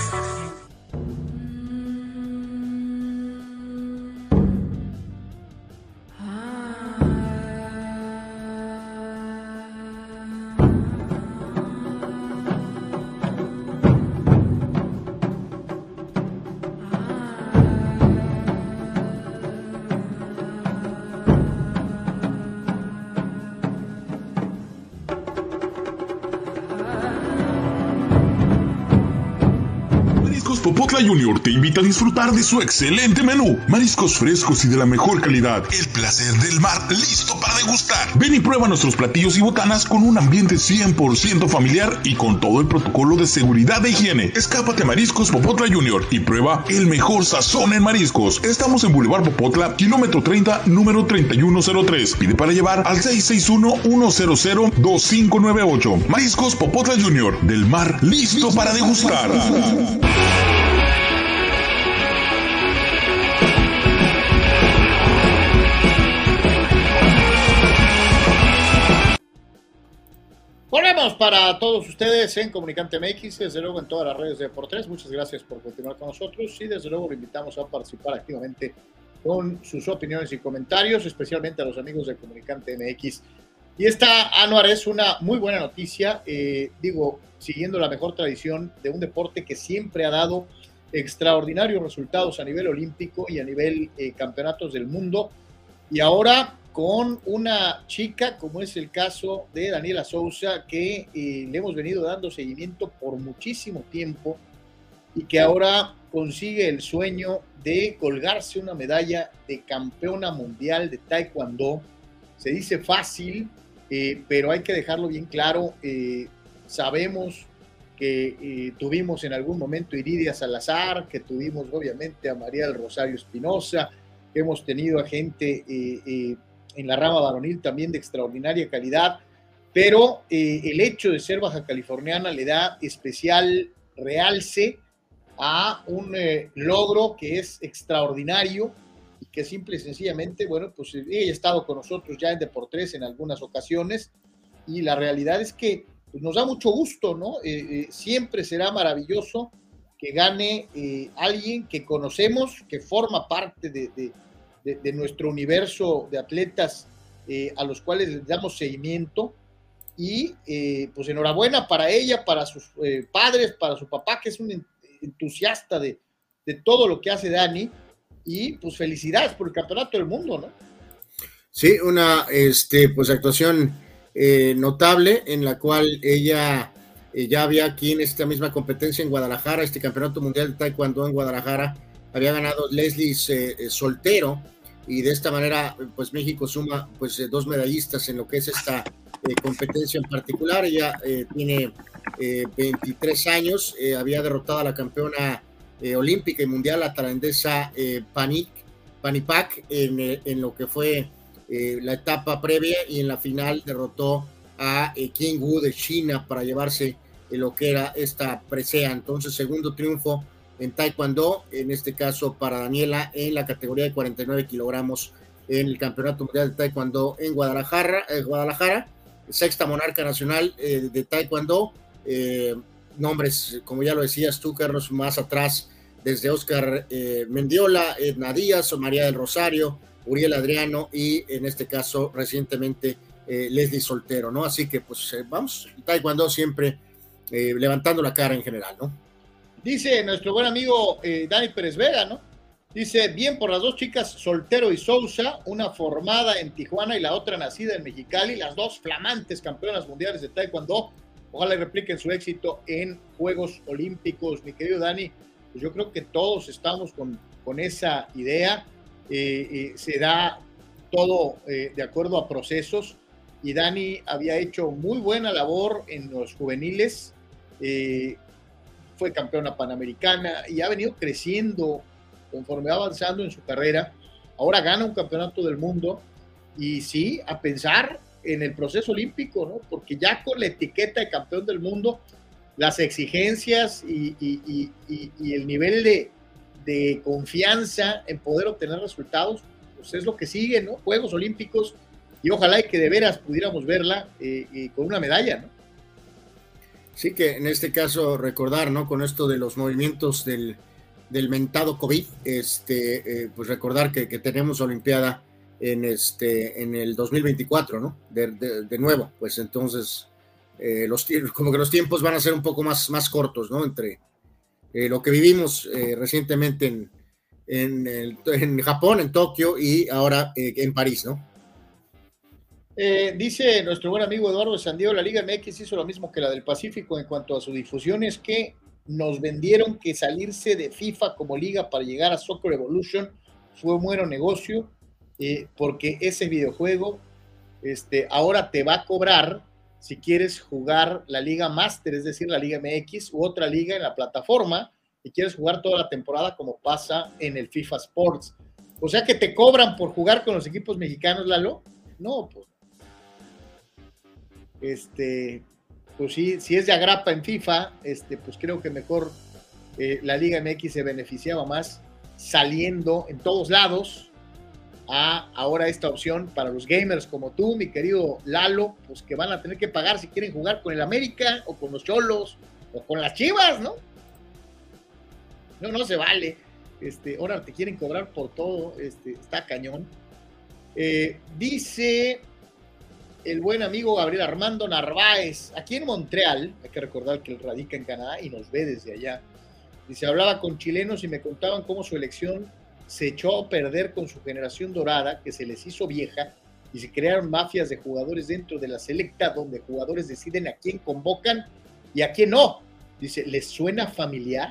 Popotla Junior te invita a disfrutar de su excelente menú. Mariscos frescos y de la mejor calidad. El placer del mar listo para degustar. Ven y prueba nuestros platillos y botanas con un ambiente cien por ciento familiar y con todo el protocolo de seguridad de higiene. Escápate a Mariscos Popotla Junior y prueba el mejor sazón en mariscos. Estamos en Boulevard Popotla, kilómetro treinta, número treinta y uno cero tres. Pide para llevar al seis seis uno, uno cero cero, dos cinco nueve ocho. Mariscos Popotla Junior, del mar listo para degustar. Volvemos para todos ustedes en Comunicante M X, desde luego en todas las redes de Deportes. Muchas gracias por continuar con nosotros y desde luego lo invitamos a participar activamente con sus opiniones y comentarios, especialmente a los amigos de Comunicante M X. Y esta, Anuar, es una muy buena noticia, eh, digo, siguiendo la mejor tradición de un deporte que siempre ha dado extraordinarios resultados a nivel olímpico y a nivel eh, campeonatos del mundo, y ahora con una chica como es el caso de Daniela Sousa, que eh, le hemos venido dando seguimiento por muchísimo tiempo y que ahora consigue el sueño de colgarse una medalla de campeona mundial de taekwondo. Se dice fácil, eh, pero hay que dejarlo bien claro. Eh, sabemos que eh, tuvimos en algún momento Iridia Salazar, que tuvimos obviamente a María del Rosario Espinosa, que hemos tenido a gente eh, eh, en la rama varonil también de extraordinaria calidad, pero eh, el hecho de ser baja californiana le da especial realce a un eh, logro que es extraordinario y que simple y sencillamente, bueno, pues ella ha estado con nosotros ya en Deportes en algunas ocasiones y la realidad es que pues, nos da mucho gusto, ¿no? Eh, eh, siempre será maravilloso que gane eh, alguien que conocemos, que forma parte de, de De, de nuestro universo de atletas eh, a los cuales les damos seguimiento y eh, pues enhorabuena para ella, para sus eh, padres, para su papá que es un entusiasta de, de todo lo que hace Dani y pues felicidades por el campeonato del mundo, ¿no? Sí, una este, pues actuación eh, notable en la cual ella eh, ya había aquí en esta misma competencia en Guadalajara, este campeonato mundial de taekwondo en Guadalajara, había ganado Leslie eh, Soltero, y de esta manera pues México suma pues eh, dos medallistas en lo que es esta eh, competencia en particular. Ella eh, tiene eh, veintitrés años, eh, había derrotado a la campeona eh, olímpica y mundial, la tailandesa eh, Panik, Panipak en, eh, en lo que fue eh, la etapa previa, y en la final derrotó a eh, King Wu de China para llevarse eh, lo que era esta presea. Entonces, segundo triunfo en taekwondo, en este caso para Daniela, en la categoría de cuarenta y nueve kilogramos en el Campeonato Mundial de Taekwondo en Guadalajara, eh, Guadalajara, sexta monarca nacional eh, de taekwondo, eh, nombres, como ya lo decías tú, Carlos, más atrás, desde Oscar eh, Mendiola, Edna Díaz, María del Rosario, Uriel Adriano y en este caso recientemente eh, Leslie Soltero, ¿no? Así que pues eh, vamos, taekwondo siempre eh, levantando la cara en general, ¿no? Dice nuestro buen amigo eh, Dani Pérez Vega, ¿no? Dice, bien por las dos chicas, Soltero y Sousa, una formada en Tijuana y la otra nacida en Mexicali, las dos flamantes campeonas mundiales de taekwondo. ojalá repliquen su éxito en Juegos Olímpicos. Mi querido Dani, pues yo creo que todos estamos con, con esa idea, eh, eh, se da todo eh, de acuerdo a procesos, y Dani había hecho muy buena labor en los juveniles, eh, fue campeona panamericana y ha venido creciendo conforme va avanzando en su carrera. Ahora gana un campeonato del mundo y sí, a pensar en el proceso olímpico, ¿no? Porque ya con la etiqueta de campeón del mundo, las exigencias y, y, y, y, y el nivel de, de confianza en poder obtener resultados, pues es lo que sigue, ¿no? Juegos Olímpicos, y ojalá y que de veras pudiéramos verla eh, eh, con una medalla, ¿no? Sí, que en este caso recordar, ¿no? Con esto de los movimientos del, del mentado COVID, este, eh, pues recordar que, que tenemos Olimpiada en, este, en el dos mil veinticuatro, ¿no? De, de, de nuevo, pues entonces eh, los, como que los tiempos van a ser un poco más, más cortos, ¿no? Entre eh, lo que vivimos eh, recientemente en, en, el, en Japón, en Tokio, y ahora eh, en París, ¿no? Eh, dice nuestro buen amigo Eduardo de San Diego, la Liga M X hizo lo mismo que la del Pacífico en cuanto a su difusión, es que nos vendieron que salirse de FIFA como liga para llegar a Soccer Evolution fue un buen negocio, eh, porque ese videojuego este, ahora te va a cobrar si quieres jugar la Liga Master, es decir, la Liga M X u otra liga en la plataforma, y quieres jugar toda la temporada como pasa en el FIFA Sports. O sea que te cobran por jugar con los equipos mexicanos, Lalo. No, pues Este, pues sí, si es de agrapa en FIFA, este, pues creo que mejor eh, la Liga M X se beneficiaba más saliendo en todos lados a ahora esta opción para los gamers como tú, mi querido Lalo, pues que van a tener que pagar si quieren jugar con el América o con los Cholos o con las Chivas, ¿no? No, no se vale. Este, ahora te quieren cobrar por todo, este, está cañón. Eh, dice el buen amigo Gabriel Armando Narváez, aquí en Montreal, hay que recordar que él radica en Canadá y nos ve desde allá. Dice, hablaba con chilenos y me contaban cómo su elección se echó a perder con su generación dorada, que se les hizo vieja, y se crearon mafias de jugadores dentro de la selecta, donde jugadores deciden a quién convocan y a quién no. Dice, ¿les suena familiar?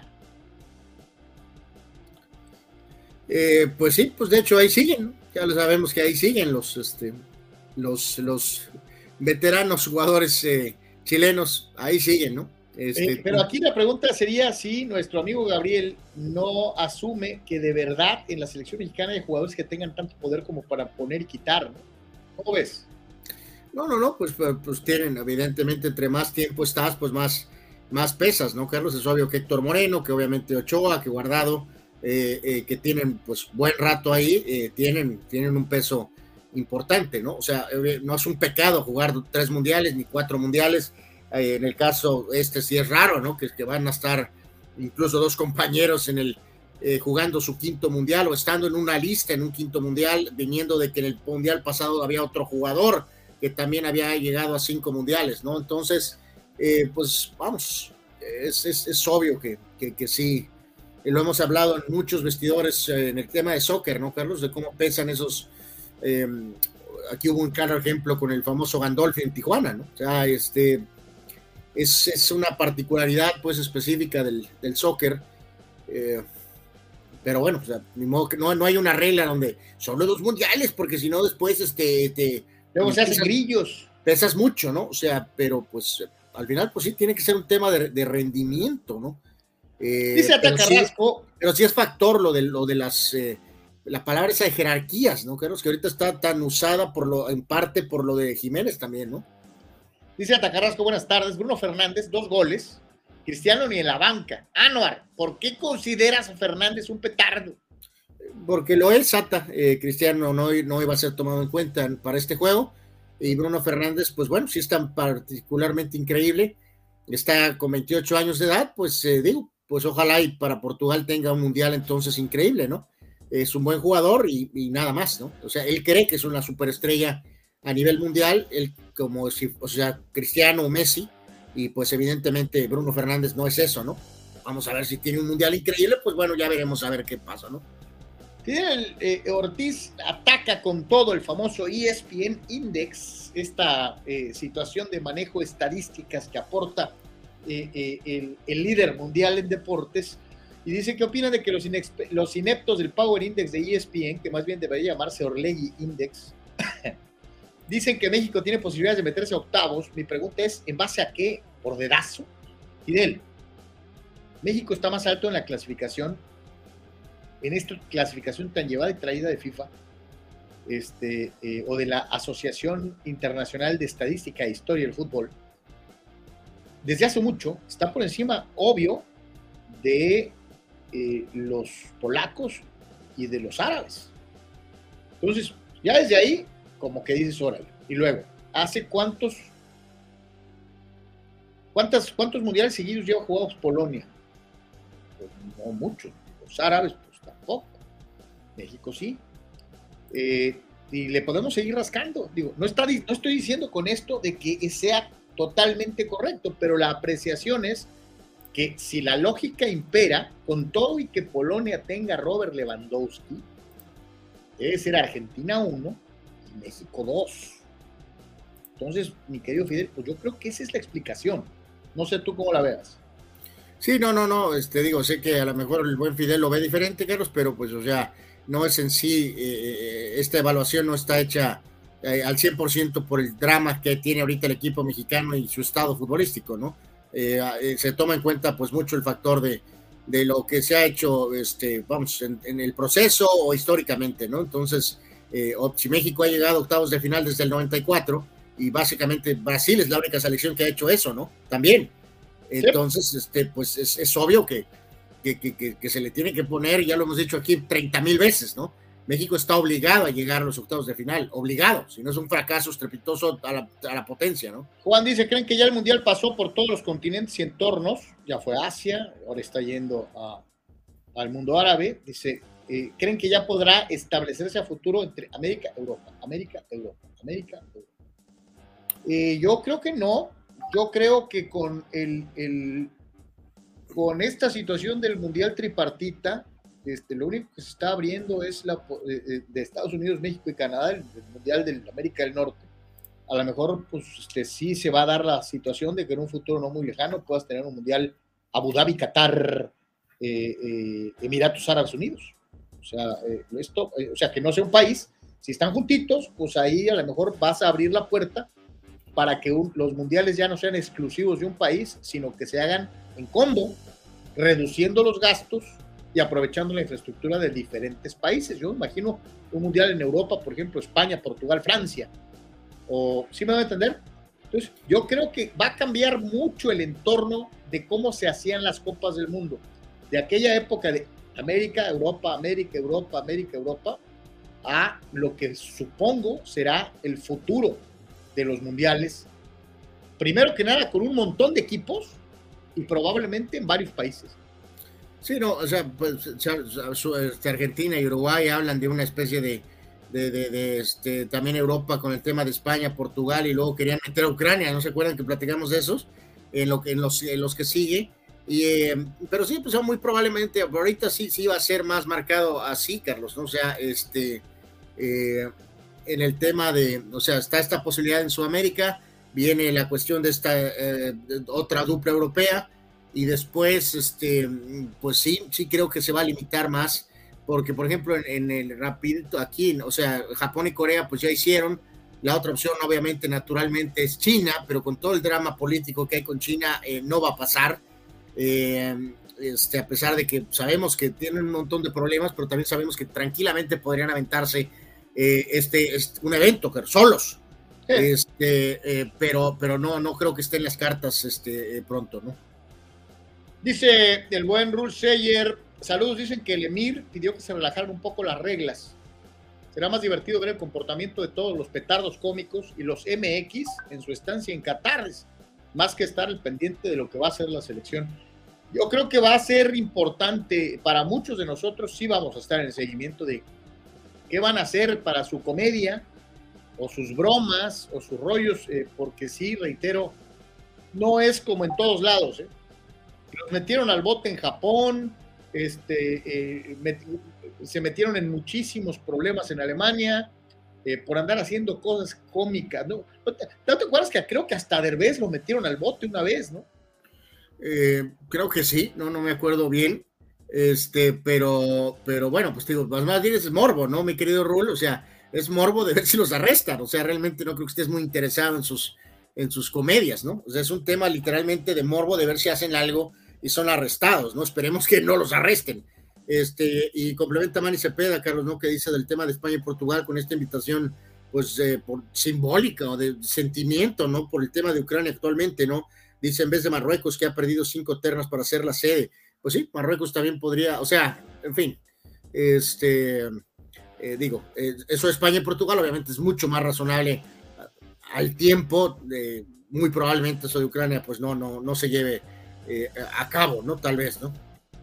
Eh, pues sí, pues de hecho ahí siguen, ¿no? Ya lo sabemos que ahí siguen los... este Los, los veteranos jugadores eh, chilenos, ahí siguen, ¿no? Este, eh, pero aquí la pregunta sería si nuestro amigo Gabriel no asume que de verdad en la selección mexicana hay jugadores que tengan tanto poder como para poner y quitar, ¿no? ¿Cómo ves? No, no, no, pues, pues tienen, evidentemente, entre más tiempo estás, pues más, más pesas, ¿no, Carlos? Es obvio que Héctor Moreno, que obviamente Ochoa, que Guardado, eh, eh, que tienen pues buen rato ahí, eh, tienen, tienen un peso importante, ¿no? O sea, no es un pecado jugar tres mundiales ni cuatro mundiales, eh, en el caso este sí es raro, ¿no? Que, que van a estar incluso dos compañeros en el eh, jugando su quinto mundial o estando en una lista en un quinto mundial, viniendo de que en el mundial pasado había otro jugador que también había llegado a cinco mundiales, ¿no? Entonces, eh, pues vamos, es, es, es obvio que, que, que sí, lo hemos hablado en muchos vestidores eh, en el tema de soccer, ¿no, Carlos? De cómo pesan esos. Eh, aquí hubo un claro ejemplo con el famoso Gandolfi en Tijuana, ¿no? O sea, este es, es una particularidad pues específica del, del soccer, eh, pero bueno, o sea, ni modo que no, no hay una regla donde solo dos mundiales, porque si no después este te luego se hacen grillos, pesas mucho, ¿no? O sea, pero pues al final pues sí tiene que ser un tema de, de rendimiento, ¿no? Eh, Dice Ata Carrasco, sí, pero sí es factor lo de, lo de las eh, la palabra esa de jerarquías, ¿no? Carlos, que ahorita está tan usada por lo, en parte por lo de Jiménez también, ¿no? Dice Atacarrasco, buenas tardes. Bruno Fernández, dos goles. Cristiano ni en la banca. Anuar, ¿por qué consideras a Fernández un petardo? Porque lo es, Ata. Eh, Cristiano no, no iba a ser tomado en cuenta para este juego. Y Bruno Fernández, pues bueno, sí está particularmente increíble. Está con veintiocho años de edad, pues eh, digo, pues ojalá y para Portugal tenga un mundial entonces increíble, ¿no? Es un buen jugador y, y nada más, ¿no? O sea, él cree que es una superestrella a nivel mundial, él como si, o sea, Cristiano o Messi, y pues evidentemente Bruno Fernández no es eso, ¿no? Vamos a ver si tiene un mundial increíble, pues bueno, ya veremos a ver qué pasa, ¿no? Fidel eh, Ortiz ataca con todo el famoso E S P N Index, esta eh, situación de manejo de estadísticas que aporta eh, eh, el, el líder mundial en deportes, y dice que opina de que los, los ineptos del Power Index de E S P N, que más bien debería llamarse Orlegui Index, dicen que México tiene posibilidades de meterse a octavos. Mi pregunta es, ¿en base a qué? ¿Por dedazo? Fidel, México está más alto en la clasificación, en esta clasificación tan llevada y traída de FIFA, este, eh, o de la Asociación Internacional de Estadística e Historia del Fútbol, desde hace mucho, está por encima, obvio, de eh, los polacos y de los árabes. Entonces, ya desde ahí, como que dices, órale. Y luego, ¿hace cuántos, cuántas, cuántos mundiales seguidos lleva jugados Polonia? Pues no muchos. Los árabes, pues tampoco. México sí. Eh, y le podemos seguir rascando. Digo, no, está, no estoy diciendo con esto de que sea totalmente correcto, pero la apreciación es que si la lógica impera, con todo y que Polonia tenga a Robert Lewandowski, debe ser Argentina uno y México dos. Entonces, mi querido Fidel, pues yo creo que esa es la explicación. No sé tú cómo la veas. Sí, no, no, no, este, digo, sé que a lo mejor el buen Fidel lo ve diferente, Carlos, pero pues, o sea, no es en sí, eh, esta evaluación no está hecha eh, al cien por ciento por el drama que tiene ahorita el equipo mexicano y su estado futbolístico, ¿no? Eh, eh, se toma en cuenta pues mucho el factor de, de lo que se ha hecho, este, vamos, en, en el proceso o históricamente, ¿no? Entonces, eh, si México ha llegado a octavos de final desde el noventa y cuatro, y básicamente Brasil es la única selección que ha hecho eso, ¿no? También. Entonces, sí. este, pues es, es obvio que, que, que, que se le tiene que poner, ya lo hemos dicho aquí treinta mil veces, ¿no? México está obligado a llegar a los octavos de final, obligado, si no es un fracaso estrepitoso a la, a la potencia, ¿no? Juan dice, ¿creen que ya el Mundial pasó por todos los continentes y entornos? Ya fue Asia, ahora está yendo a, al mundo árabe. Dice, eh, ¿creen que ya podrá establecerse a futuro entre América, Europa, América, Europa, América, Europa? Eh, yo creo que no. Yo creo que con, el, el, con esta situación del Mundial tripartita, Este, lo único que se está abriendo es la eh, de Estados Unidos, México y Canadá, el, el Mundial de América del Norte. A lo mejor, pues, este, sí se va a dar la situación de que en un futuro no muy lejano puedas tener un Mundial Abu Dhabi, Qatar, eh, eh, Emiratos Árabes Unidos. O sea, eh, esto, eh, o sea, que no sea un país. Si están juntitos, pues ahí a lo mejor vas a abrir la puerta para que un, los mundiales ya no sean exclusivos de un país, sino que se hagan en combo, reduciendo los gastos y aprovechando la infraestructura de diferentes países. Yo imagino un mundial en Europa, por ejemplo, España, Portugal, Francia. O, ¿sí me van a entender? Entonces, yo creo que va a cambiar mucho el entorno de cómo se hacían las Copas del Mundo. De aquella época de América, Europa, América, Europa, América, Europa, a lo que supongo será el futuro de los mundiales. Primero que nada, con un montón de equipos y probablemente en varios países. Sí, no, o sea, pues este, Argentina y Uruguay hablan de una especie de, de, de, de este, también Europa con el tema de España, Portugal, y luego querían meter a Ucrania, ¿no se acuerdan que platicamos de esos? En, lo que, en, los, en los que sigue, y, eh, pero sí, pues muy probablemente, ahorita sí, sí va a ser más marcado así, Carlos, ¿no? O sea, este, eh, en el tema de, o sea, está esta posibilidad en Sudamérica, viene la cuestión de esta eh, otra dupla europea, y después, este, pues sí, sí creo que se va a limitar más, porque por ejemplo en, en el rapidito aquí, o sea, Japón y Corea pues ya hicieron, la otra opción obviamente naturalmente es China, pero con todo el drama político que hay con China eh, no va a pasar, eh, este, a pesar de que sabemos que tienen un montón de problemas, pero también sabemos que tranquilamente podrían aventarse eh, este, este, un evento, pero solos, sí. este, eh, pero, pero no, no creo que esté en las cartas este, eh, pronto, ¿no? Dice el buen Rule Sayer, saludos, dicen que el Emir pidió que se relajaran un poco las reglas. Será más divertido ver el comportamiento de todos los petardos cómicos y los M X en su estancia en Qatar, más que estar al pendiente de lo que va a hacer la selección. Yo creo que va a ser importante para muchos de nosotros, sí vamos a estar en el seguimiento de qué van a hacer para su comedia, o sus bromas, o sus rollos, eh, porque sí, reitero, no es como en todos lados, ¿eh? Los metieron al bote en Japón, este, eh, met, se metieron en muchísimos problemas en Alemania eh, por andar haciendo cosas cómicas, ¿no? ¿No te, ¿no te acuerdas que creo que hasta Derbez lo metieron al bote una vez, ¿no? Eh, creo que sí, no, no me acuerdo bien, este, pero, pero bueno, pues digo, más bien es morbo, ¿no, mi querido Rul? O sea, es morbo de ver si los arrestan, o sea, realmente no creo que estés muy interesado en sus, en sus comedias, ¿no? O sea, es un tema literalmente de morbo de ver si hacen algo y son arrestados, ¿no? Esperemos que no los arresten. Este, y complementa Manny Cepeda, Carlos, ¿no? Que dice del tema de España y Portugal con esta invitación, pues, eh, por, simbólica o de sentimiento, ¿no? Por el tema de Ucrania actualmente, ¿no? Dice, en vez de Marruecos, que ha perdido cinco ternas para ser la sede. Pues sí, Marruecos también podría, o sea, en fin, este, eh, digo, eh, eso de España y Portugal obviamente es mucho más razonable al tiempo, eh, muy probablemente eso de Ucrania, pues no, no, no se lleve eh, a cabo, ¿no? Tal vez, ¿no?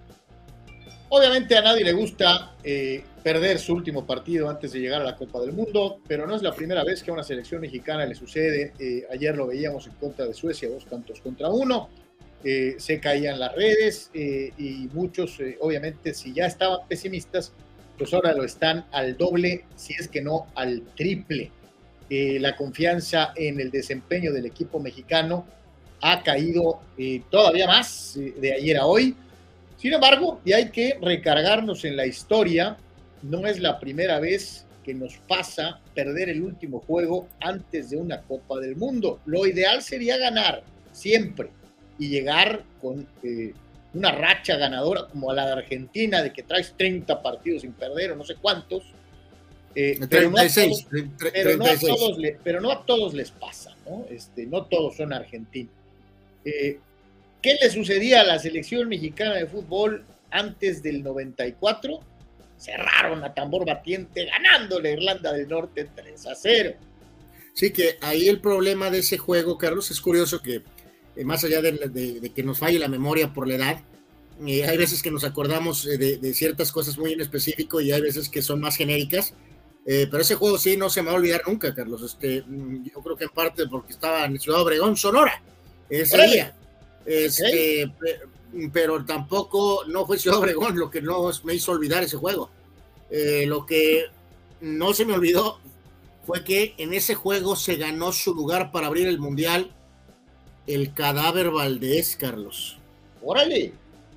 Obviamente a nadie le gusta eh, perder su último partido antes de llegar a la Copa del Mundo, pero no es la primera vez que a una selección mexicana le sucede. Eh, ayer lo veíamos en contra de Suecia, dos tantos contra uno. Eh, se caían las redes eh, y muchos, eh, obviamente, si ya estaban pesimistas, pues ahora lo están al doble, si es que no al triple. Eh, la confianza en el desempeño del equipo mexicano ha caído eh, todavía más eh, de ayer a hoy. Sin embargo, y hay que recargarnos en la historia, no es la primera vez que nos pasa perder el último juego antes de una Copa del Mundo. Lo ideal sería ganar siempre y llegar con eh, una racha ganadora como a la de Argentina, de que traes treinta partidos sin perder o no sé cuántos. Eh, treinta y seis, pero, no todos, pero, no a todos le, pero no a todos les pasa, ¿no? Este, no todos son argentinos. Eh, ¿Qué le sucedía a la selección mexicana de fútbol antes del noventa y cuatro? Cerraron a tambor batiente ganándole a Irlanda del Norte tres a cero. Sí, que ahí el problema de ese juego, Carlos, es curioso que eh, más allá de, de, de que nos falle la memoria por la edad, eh, hay veces que nos acordamos de, de ciertas cosas muy en específico y hay veces que son más genéricas, eh, pero ese juego sí no se me va a olvidar nunca, Carlos. Este, yo creo que en parte porque estaba en Ciudad Obregón, Sonora, ese ¡Órale! Día. Este, okay. Pero tampoco no fue Ciudad Obregón lo que no me hizo olvidar ese juego. Eh, lo que no se me olvidó fue que en ese juego se ganó su lugar para abrir el Mundial el Cadáver Valdés, Carlos. ¡Órale!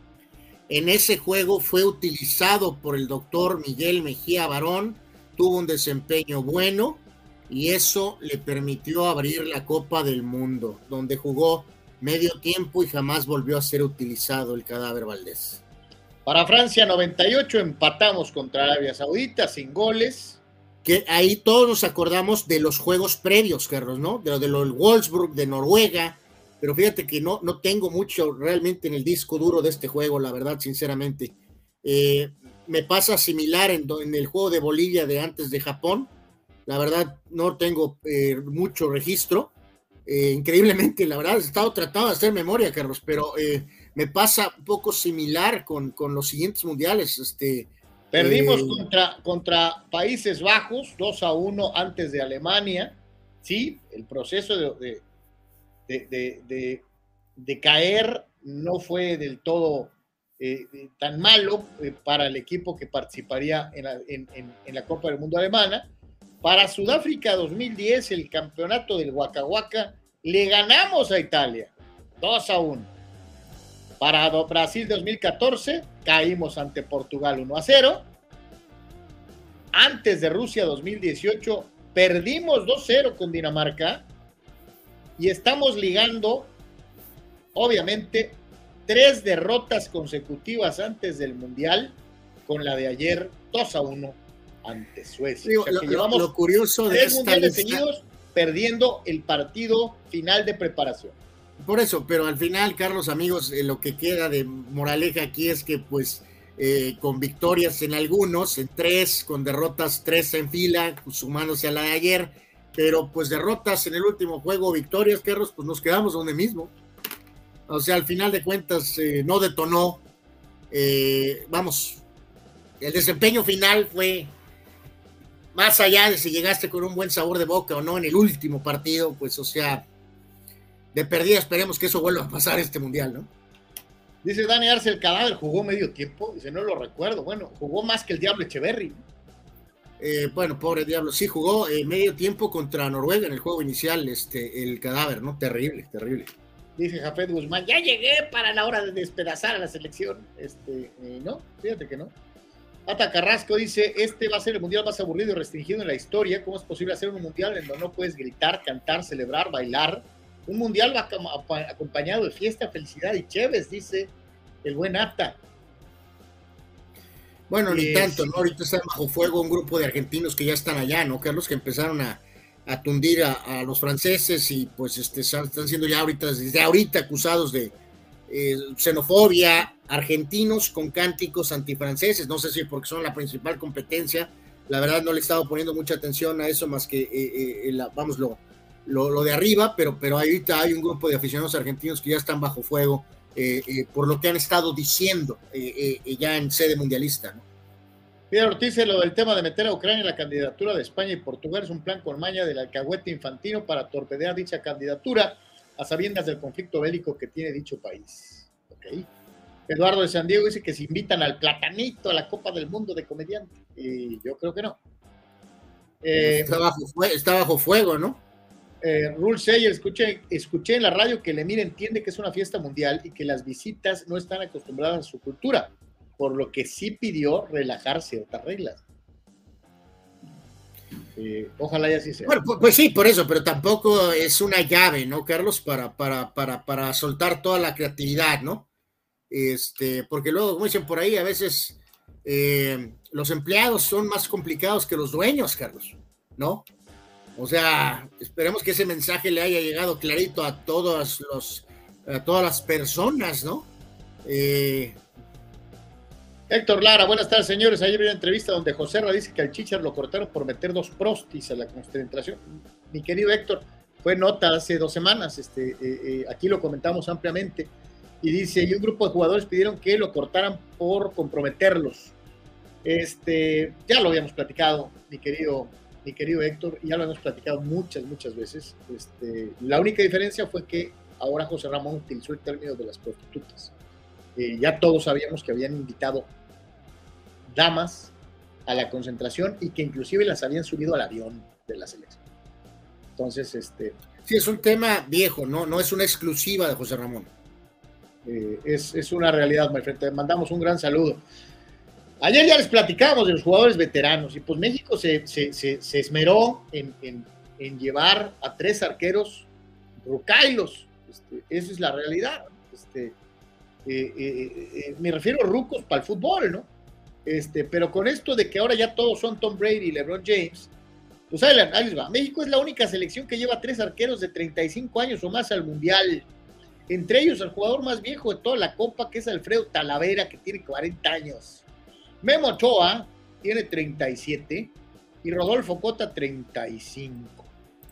En ese juego fue utilizado por el doctor Miguel Mejía Barón, tuvo un desempeño bueno y eso le permitió abrir la Copa del Mundo, donde jugó medio tiempo y jamás volvió a ser utilizado el Cadáver Valdés. Para Francia noventa y ocho empatamos contra Arabia Saudita sin goles. Que ahí todos nos acordamos de los juegos previos, Carlos, ¿no? De lo de lo del Wolfsburg, de Noruega, pero fíjate que no, no tengo mucho realmente en el disco duro de este juego, la verdad, sinceramente. Eh, me pasa similar en, en el juego de Bolivia de antes de Japón, la verdad no tengo eh, mucho registro. Eh, increíblemente, la verdad, he estado tratando de hacer memoria, Carlos, pero eh, me pasa un poco similar con, con los siguientes mundiales. Este, Perdimos eh, contra, contra Países Bajos, dos a uno antes de Alemania. Sí, el proceso de, de, de, de, de caer no fue del todo eh, tan malo eh, para el equipo que participaría en la, en, en, en la Copa del Mundo alemana. Para Sudáfrica dos mil diez, el campeonato del Waka Waka, le ganamos a Italia, dos a uno. Para Brasil dos mil catorce, caímos ante Portugal uno a cero. Antes de Rusia dos mil dieciocho, perdimos dos a cero con Dinamarca. Y estamos ligando, obviamente, tres derrotas consecutivas antes del Mundial, con la de ayer, dos a uno. Ante Suecia. Digo, o sea, que lo, llevamos lo curioso de tres esta mundiales lista, seguidos perdiendo el partido final de preparación. Por eso, pero al final, Carlos, amigos, eh, lo que queda de moraleja aquí es que pues eh, con victorias en algunos, en tres, con derrotas tres en fila, pues, sumándose a la de ayer, pero pues derrotas en el último juego, victorias, Carlos, pues nos quedamos donde mismo. O sea, al final de cuentas eh, no detonó, eh, vamos, el desempeño final fue más allá de si llegaste con un buen sabor de boca o no en el último partido, pues, o sea, de perdida esperemos que eso vuelva a pasar este mundial, ¿no? Dice Dani Arce, el cadáver jugó medio tiempo. Dice, no lo recuerdo. Bueno, jugó más que el Diablo Echeverry. Eh, bueno, pobre Diablo, sí jugó eh, medio tiempo contra Noruega en el juego inicial, este, el cadáver, ¿no? Terrible, terrible. Dice Jafet Guzmán, ya llegué para la hora de despedazar a la selección. Este, eh, no, fíjate que no. Ata Carrasco dice, este va a ser el mundial más aburrido y restringido en la historia. ¿Cómo es posible hacer un mundial en donde no puedes gritar, cantar, celebrar, bailar? Un mundial va acompañado de fiesta, felicidad y chéves, dice el buen Ata. Bueno, ni tanto, ¿no? Ahorita están bajo fuego un grupo de argentinos que ya están allá, ¿no, Carlos? Que empezaron a, a tundir a, a los franceses y pues este, están siendo ya ahorita, desde ahorita acusados de eh, xenofobia, argentinos con cánticos antifranceses. No sé si porque son la principal competencia. La verdad no le he estado poniendo mucha atención a eso más que, eh, eh, la, vamos, lo, lo, lo de arriba, pero, pero ahorita hay un grupo de aficionados argentinos que ya están bajo fuego eh, eh, por lo que han estado diciendo eh, eh, ya en sede mundialista, ¿no? Pedro Ortiz, lo del tema de meter a Ucrania en la candidatura de España y Portugal es un plan con maña del alcahuete infantino para torpedear dicha candidatura a sabiendas del conflicto bélico que tiene dicho país. Okay. Eduardo de San Diego dice que se invitan al Platanito a la Copa del Mundo de comediante. Y yo creo que no. Eh, está, bajo fuego, está bajo fuego, ¿no? Eh, Rule Sayer, escuché, escuché en la radio que el Emir entiende que es una fiesta mundial y que las visitas no están acostumbradas a su cultura, por lo que sí pidió relajar ciertas reglas. Eh, ojalá y así sea. Bueno, pues, pues sí, por eso, pero tampoco es una llave, ¿no, Carlos? Para, para, para, para soltar toda la creatividad, ¿no? Este, porque luego, como dicen por ahí, a veces eh, los empleados son más complicados que los dueños, Carlos, ¿no? O sea, esperemos que ese mensaje le haya llegado clarito a todos los, a todas las personas, ¿no? Eh, Héctor Lara, buenas tardes, señores. Ayer vi una entrevista donde José Ra dice que al Chichar lo cortaron por meter dos prostis a la concentración. Mi querido Héctor, fue nota hace dos semanas, este, eh, eh, aquí lo comentamos ampliamente, y dice, y un grupo de jugadores pidieron que lo cortaran por comprometerlos. Este, ya lo habíamos platicado, mi querido, mi querido Héctor, y ya lo hemos platicado muchas, muchas veces. Este, la única diferencia fue que ahora José Ramón utilizó el término de las prostitutas. Eh, ya todos sabíamos que habían invitado damas a la concentración y que inclusive las habían subido al avión de la selección. Entonces, este... sí, es un tema viejo, no, no es una exclusiva de José Ramón. Eh, es, es una realidad, my friend. Te mandamos un gran saludo. Ayer ya les platicamos de los jugadores veteranos y pues México se, se, se, se esmeró en, en, en llevar a tres arqueros rucailos. Este, esa es la realidad. Este, eh, eh, eh, me refiero a rucos para el fútbol, ¿no? Este, pero con esto de que ahora ya todos son Tom Brady y LeBron James, pues ahí, ahí les va. México es la única selección que lleva tres arqueros de treinta y cinco años o más al Mundial. Entre ellos el jugador más viejo de toda la Copa, que es Alfredo Talavera, que tiene cuarenta años. Memo Ochoa tiene treinta y siete y Rodolfo Cota treinta y cinco.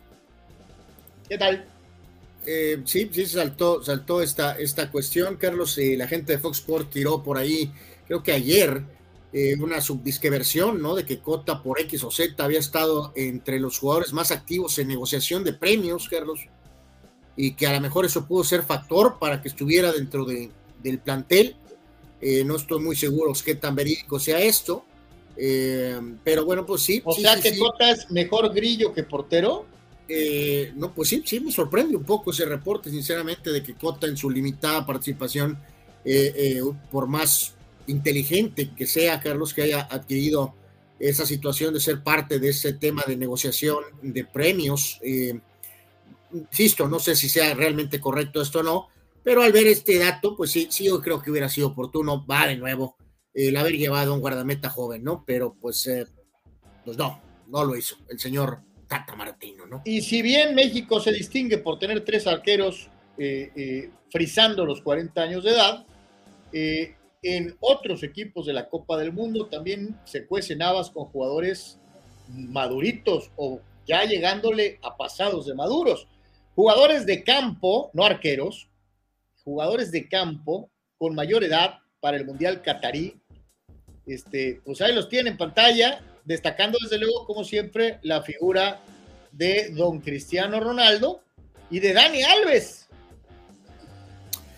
¿Qué tal? Eh, sí, sí, saltó, saltó esta, esta cuestión, Carlos. Eh, la gente de Fox Sports tiró por ahí, creo que ayer, eh, una subdisqueversión, ¿no? De que Cota por X o Z había estado entre los jugadores más activos en negociación de premios, Carlos, y que a lo mejor eso pudo ser factor para que estuviera dentro de, del plantel. Eh, no estoy muy seguro qué tan verídico sea esto, eh, pero bueno, pues sí. O sí, sea sí, que sí. Cota es mejor grillo que portero. Eh, no, pues sí, sí me sorprende un poco ese reporte, sinceramente, de que Cota en su limitada participación, eh, eh, por más inteligente que sea, Carlos, que haya adquirido esa situación de ser parte de ese tema de negociación de premios, eh, insisto, no sé si sea realmente correcto esto o no, pero al ver este dato, pues sí, sí yo creo que hubiera sido oportuno, va de nuevo, eh, el haber llevado a un guardameta joven, ¿no? Pero pues, eh, pues no, no lo hizo el señor Tata Martino, ¿no? Y si bien México se distingue por tener tres arqueros eh, eh, frisando los cuarenta años de edad, eh, en otros equipos de la Copa del Mundo también se cuecen habas con jugadores maduritos o ya llegándole a pasados de maduros. Jugadores de campo, no arqueros, jugadores de campo con mayor edad para el Mundial Catarí. Este, pues ahí los tiene en pantalla, destacando desde luego, como siempre, la figura de don Cristiano Ronaldo y de Dani Alves.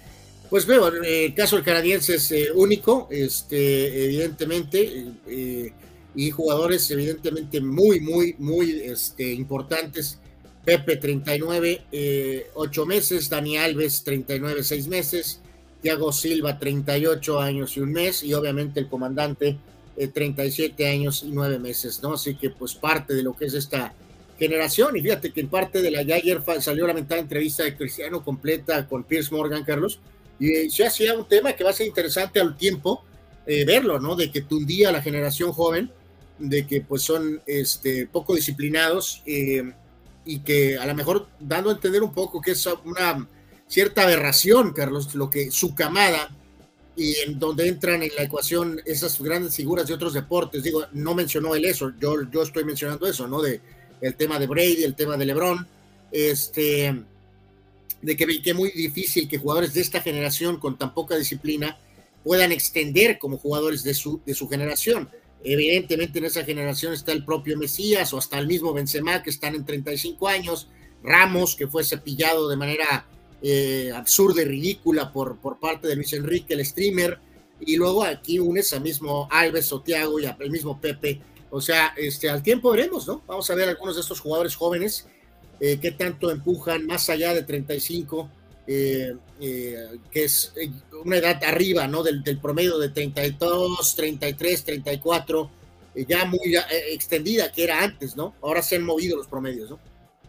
Pues veo, el caso del canadiense es eh, único, este, evidentemente, eh, y jugadores evidentemente muy, muy, muy este, importantes. Pepe, treinta y nueve, eh, ocho meses, Dani Alves, treinta y nueve, seis meses, Thiago Silva, treinta y ocho años y un mes, y obviamente el comandante, eh, treinta y siete años y nueve meses, ¿no? Así que pues parte de lo que es esta generación, y fíjate que en parte de la, ya ayer salió la mentada entrevista de Cristiano completa con Piers Morgan, Carlos, y se hacía un tema que va a ser interesante al tiempo eh, verlo, ¿no? De que tundía a la generación joven, de que pues son este, poco disciplinados eh, y que a lo mejor dando a entender un poco que es una cierta aberración, Carlos, lo que su camada y en donde entran en la ecuación esas grandes figuras de otros deportes. Digo, no mencionó él eso, yo, yo estoy mencionando eso, ¿no? De el tema de Brady, el tema de LeBron, este... de que es muy difícil que jugadores de esta generación con tan poca disciplina puedan extender como jugadores de su, de su generación. Evidentemente en esa generación está el propio Mesías o hasta el mismo Benzema, que están en treinta y cinco años, Ramos, que fue cepillado de manera eh, absurda y ridícula por, por parte de Luis Enrique, el streamer, y luego aquí unes a mismo Alves o Thiago y al mismo Pepe. O sea, este, al tiempo veremos, ¿no? Vamos a ver algunos de estos jugadores jóvenes Eh, qué tanto empujan más allá de treinta y cinco, eh, eh, que es una edad arriba, ¿no? Del, del promedio de treinta y dos, treinta y tres, treinta y cuatro, eh, ya muy eh, extendida que era antes, ¿no? Ahora se han movido los promedios, ¿no?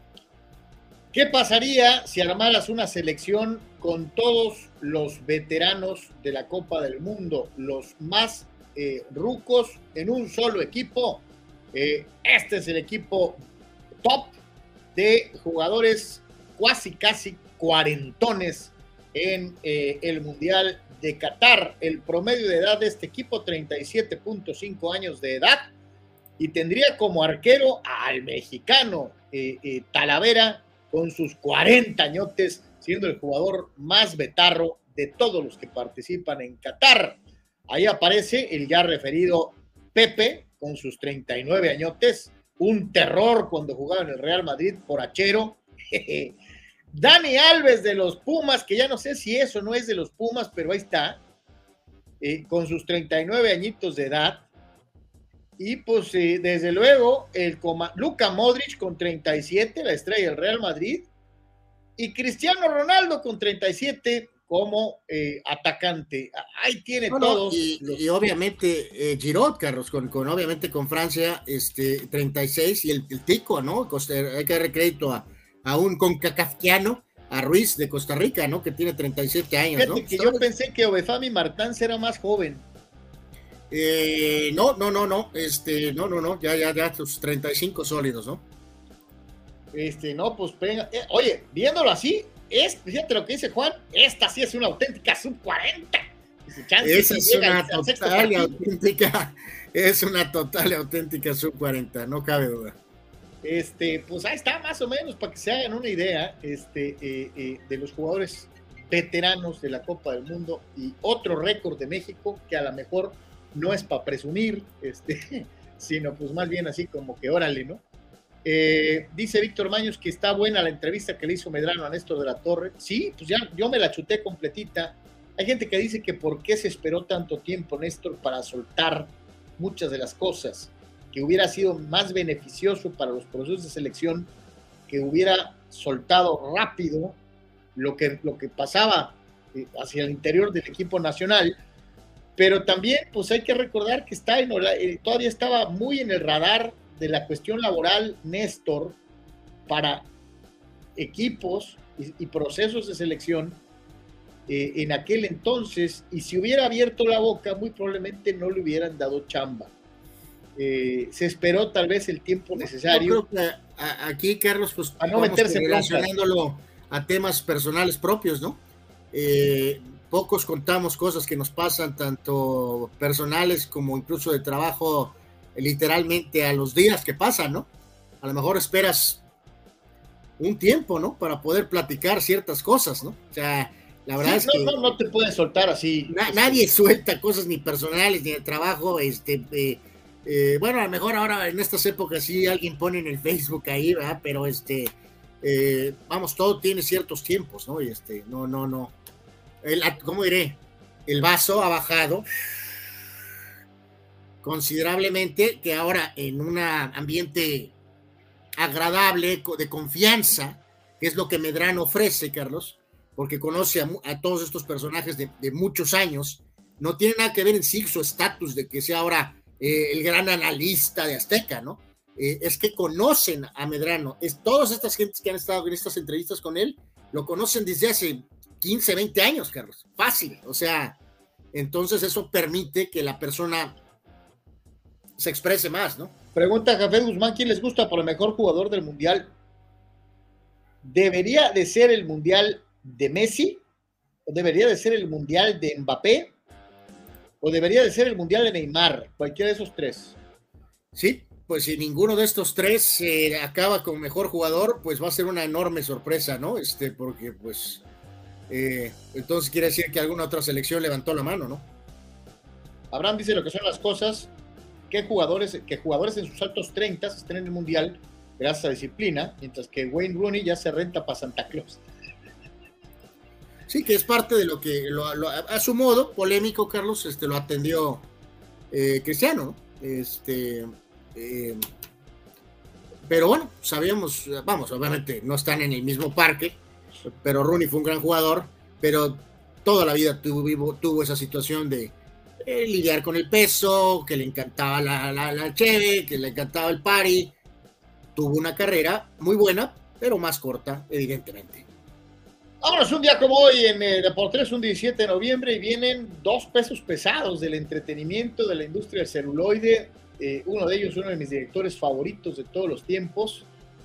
¿Qué pasaría si armaras una selección con todos los veteranos de la Copa del Mundo, los más eh, rucos en un solo equipo? Eh, este es el equipo top de jugadores casi casi cuarentones en eh, el Mundial de Qatar. El promedio de edad de este equipo, treinta y siete punto cinco años de edad, y tendría como arquero al mexicano eh, eh, Talavera, con sus cuarenta añotes, siendo el jugador más betarro de todos los que participan en Qatar. Ahí aparece el ya referido Pepe, con sus treinta y nueve añotes, un terror cuando jugaba en el Real Madrid por Achero. Dani Alves de los Pumas, que ya no sé si eso no es de los Pumas, pero ahí está, eh, con sus treinta y nueve añitos de edad. Y pues eh, desde luego el coma, Luka Modric con treinta y siete, la estrella del Real Madrid, y Cristiano Ronaldo con treinta y siete como eh, atacante. Ahí tiene no, todos. No, y, los... y obviamente eh, Giroud, Carlos, con, con obviamente con Francia, este, treinta y seis, y el, el tico, ¿no? Costa, hay que darle crédito a, a un concacafquiano, a Ruiz de Costa Rica, ¿no? Que tiene treinta y siete años, Fíjate ¿no? que yo pensé que Obafemi Martins era más joven. Eh, no, no, no, no, este, no, no, no, ya, ya, ya, sus treinta y cinco sólidos, ¿no? Este, no, pues pega. Eh, oye, viéndolo así, es, fíjate lo que dice Juan, esta sí es una auténtica sub cuarenta. Esa es una total y auténtica, es una total y auténtica sub cuarenta, no cabe duda. Este, pues ahí está más o menos para que se hagan una idea este, eh, eh, de los jugadores veteranos de la Copa del Mundo, y otro récord de México que a lo mejor no es para presumir, este, sino pues más bien así como que órale, ¿no? Eh, dice Víctor Maños que está buena la entrevista que le hizo Medrano a Néstor de la Torre. Sí, pues ya yo me la chuté completita. Hay gente que dice que por qué se esperó tanto tiempo, Néstor, para soltar muchas de las cosas, que hubiera sido más beneficioso para los procesos de selección, que hubiera soltado rápido lo que, lo que pasaba eh, hacia el interior del equipo nacional. Pero también pues hay que recordar que está en, eh, todavía estaba muy en el radar de la cuestión laboral Néstor para equipos y, y procesos de selección eh, en aquel entonces, y si hubiera abierto la boca muy probablemente no le hubieran dado chamba. Eh, se esperó tal vez el tiempo necesario. Yo creo que a, aquí, Carlos, pues a no meterse relacionándolo a temas personales propios, ¿no? Eh, pocos contamos cosas que nos pasan, tanto personales como incluso de trabajo, literalmente a los días que pasan, ¿no? A lo mejor esperas un tiempo, ¿no? Para poder platicar ciertas cosas, ¿no? O sea, la verdad sí, es no, que... No, no te puedes soltar así. Na, este, nadie suelta cosas ni personales, ni de trabajo, este... Eh, eh, bueno, a lo mejor ahora en estas épocas sí alguien pone en el Facebook ahí, ¿verdad? Pero este... Eh, vamos, todo tiene ciertos tiempos, ¿no? Y este, no, no, no. el, ¿cómo diré? El vaso ha bajado considerablemente, que ahora en un ambiente agradable, de confianza, que es lo que Medrano ofrece, Carlos, porque conoce a, a todos estos personajes de, de muchos años, no tiene nada que ver en sí su estatus de que sea ahora eh, el gran analista de Azteca, ¿no? Eh, es que conocen a Medrano, es, todas estas gentes que han estado en estas entrevistas con él, lo conocen desde hace quince, veinte años, Carlos, fácil, o sea, entonces eso permite que la persona se exprese más, ¿no? Pregunta Jafet Guzmán, ¿quién les gusta por el mejor jugador del Mundial? ¿Debería de ser el Mundial de Messi? ¿O debería de ser el Mundial de Mbappé? ¿O debería de ser el Mundial de Neymar? Cualquiera de esos tres. Sí, pues si ninguno de estos tres eh, acaba como mejor jugador, pues va a ser una enorme sorpresa, ¿no? Este, porque pues eh, entonces quiere decir que alguna otra selección levantó la mano, ¿no? Abraham dice lo que son las cosas, que jugadores, que jugadores en sus altos treinta estén en el Mundial gracias a disciplina, mientras que Wayne Rooney ya se renta para Santa Claus. Sí, que es parte de lo que lo, lo, a su modo polémico, Carlos, este lo atendió eh, Cristiano, ¿no? Este eh, pero bueno, sabíamos, vamos, obviamente no están en el mismo parque, pero Rooney fue un gran jugador, pero toda la vida tuvo, tuvo esa situación de eh, lidiar con el peso, que le encantaba la, la, la cheve, que le encantaba el party. Tuvo una carrera muy buena, pero más corta, evidentemente. Vámonos un día como hoy en eh, Deportes, un diecisiete de noviembre, y vienen dos pesos pesados del entretenimiento de la industria del celuloide. Eh, uno de ellos, uno de mis directores favoritos de todos los tiempos.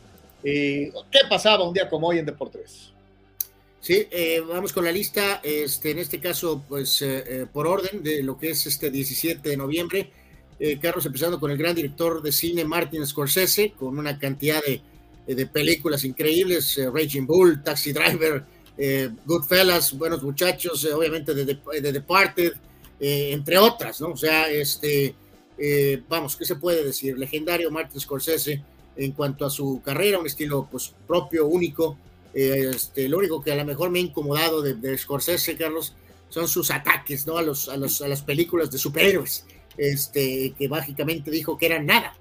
Eh, ¿Qué pasaba un día como hoy en Deportes? Sí, eh, vamos con la lista, este, en este caso, pues eh, eh, por orden de lo que es este diecisiete de noviembre, eh, Carlos, empezando con el gran director de cine Martin Scorsese, con una cantidad de, de películas increíbles, eh, Raging Bull, Taxi Driver, eh, Goodfellas, Buenos Muchachos, eh, obviamente de, de, de Departed, eh, entre otras, ¿no? O sea, este, eh, vamos, ¿qué se puede decir? Legendario Martin Scorsese en cuanto a su carrera, un estilo pues propio, único. Eh, este, lo único que a lo mejor me ha incomodado de, de Scorsese, Carlos, son sus ataques, ¿no? A, los, a, los, a las películas de superhéroes, este, que mágicamente dijo que eran nada,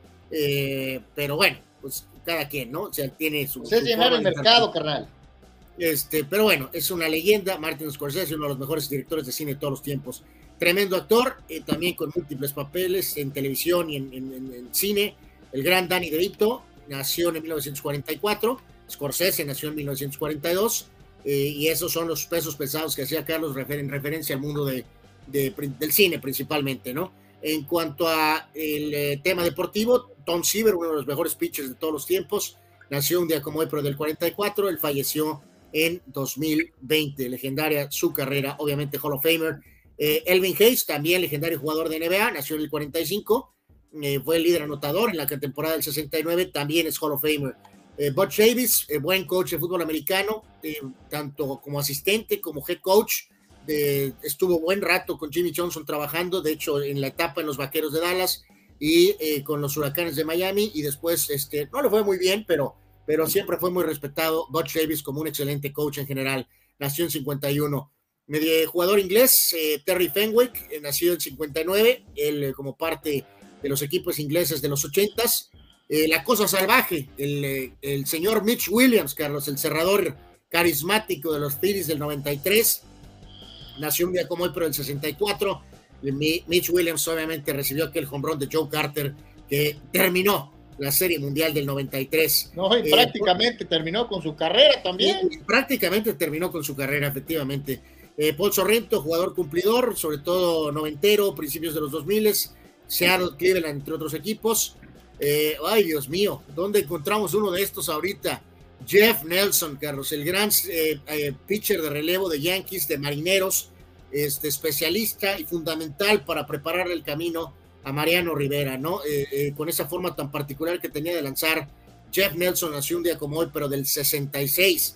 eh, pero bueno, pues cada quien, ¿no? O sea, tiene su... Pues es llenar el mercado, carnal. Este, pero bueno, es una leyenda, Martin Scorsese, uno de los mejores directores de cine de todos los tiempos, tremendo actor, eh, también con múltiples papeles en televisión y en, en, en, en cine. El gran Danny DeVito nació en mil novecientos cuarenta y cuatro, Scorsese nació en mil novecientos cuarenta y dos, eh, y esos son los pesos pesados que hacía Carlos refer en referencia al mundo de, de, del cine principalmente, ¿no? En cuanto a el eh, tema deportivo, Tom Seaver, uno de los mejores pitchers de todos los tiempos, nació un día como hoy, pero del cuarenta y cuatro, él falleció en dos mil veinte, legendaria su carrera, obviamente Hall of Famer. eh, Elvin Hayes, también legendario jugador de N B A, nació en el cuarenta y cinco, eh, fue el líder anotador en la temporada del sesenta y nueve, también es Hall of Famer. Eh, Butch Davis, eh, buen coach de fútbol americano, eh, tanto como asistente como head coach, de, estuvo buen rato con Jimmy Johnson trabajando, de hecho en la etapa en los Vaqueros de Dallas y eh, con los Huracanes de Miami, y después este, no le fue muy bien, pero, pero siempre fue muy respetado Butch Davis como un excelente coach en general. Nació en cincuenta y uno. Medio jugador inglés, eh, Terry Fenwick, eh, nació en cincuenta y nueve, él eh, como parte de los equipos ingleses de los ochentas. Eh, la cosa salvaje, el, el señor Mitch Williams, Carlos, el cerrador carismático de los Phillies del noventa y tres, nació un día como hoy, pero el sesenta y cuatro. Mitch Williams obviamente recibió aquel home run de Joe Carter que terminó la Serie Mundial del noventa y tres. No, y eh, prácticamente por... terminó con su carrera también. Y, y prácticamente terminó con su carrera, efectivamente. Eh, Paul Sorrento, jugador cumplidor, sobre todo noventero, principios de los dos mil, Seattle, Cleveland, entre otros equipos. Eh, ay, Dios mío, ¿dónde encontramos uno de estos ahorita? Jeff Nelson, Carlos, el gran eh, eh, pitcher de relevo de Yankees, de Marineros, este, especialista y fundamental para preparar el camino a Mariano Rivera, ¿no? Eh, eh, con esa forma tan particular que tenía de lanzar. Jeff Nelson nació un día como hoy, pero del sesenta y seis.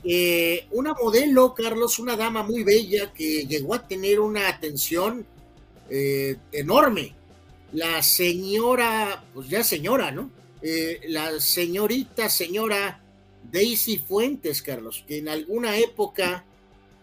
Eh, una modelo, Carlos, una dama muy bella que llegó a tener una atención eh, enorme. La señora, pues ya señora, ¿no? Eh, la señorita, señora Daisy Fuentes, Carlos, que en alguna época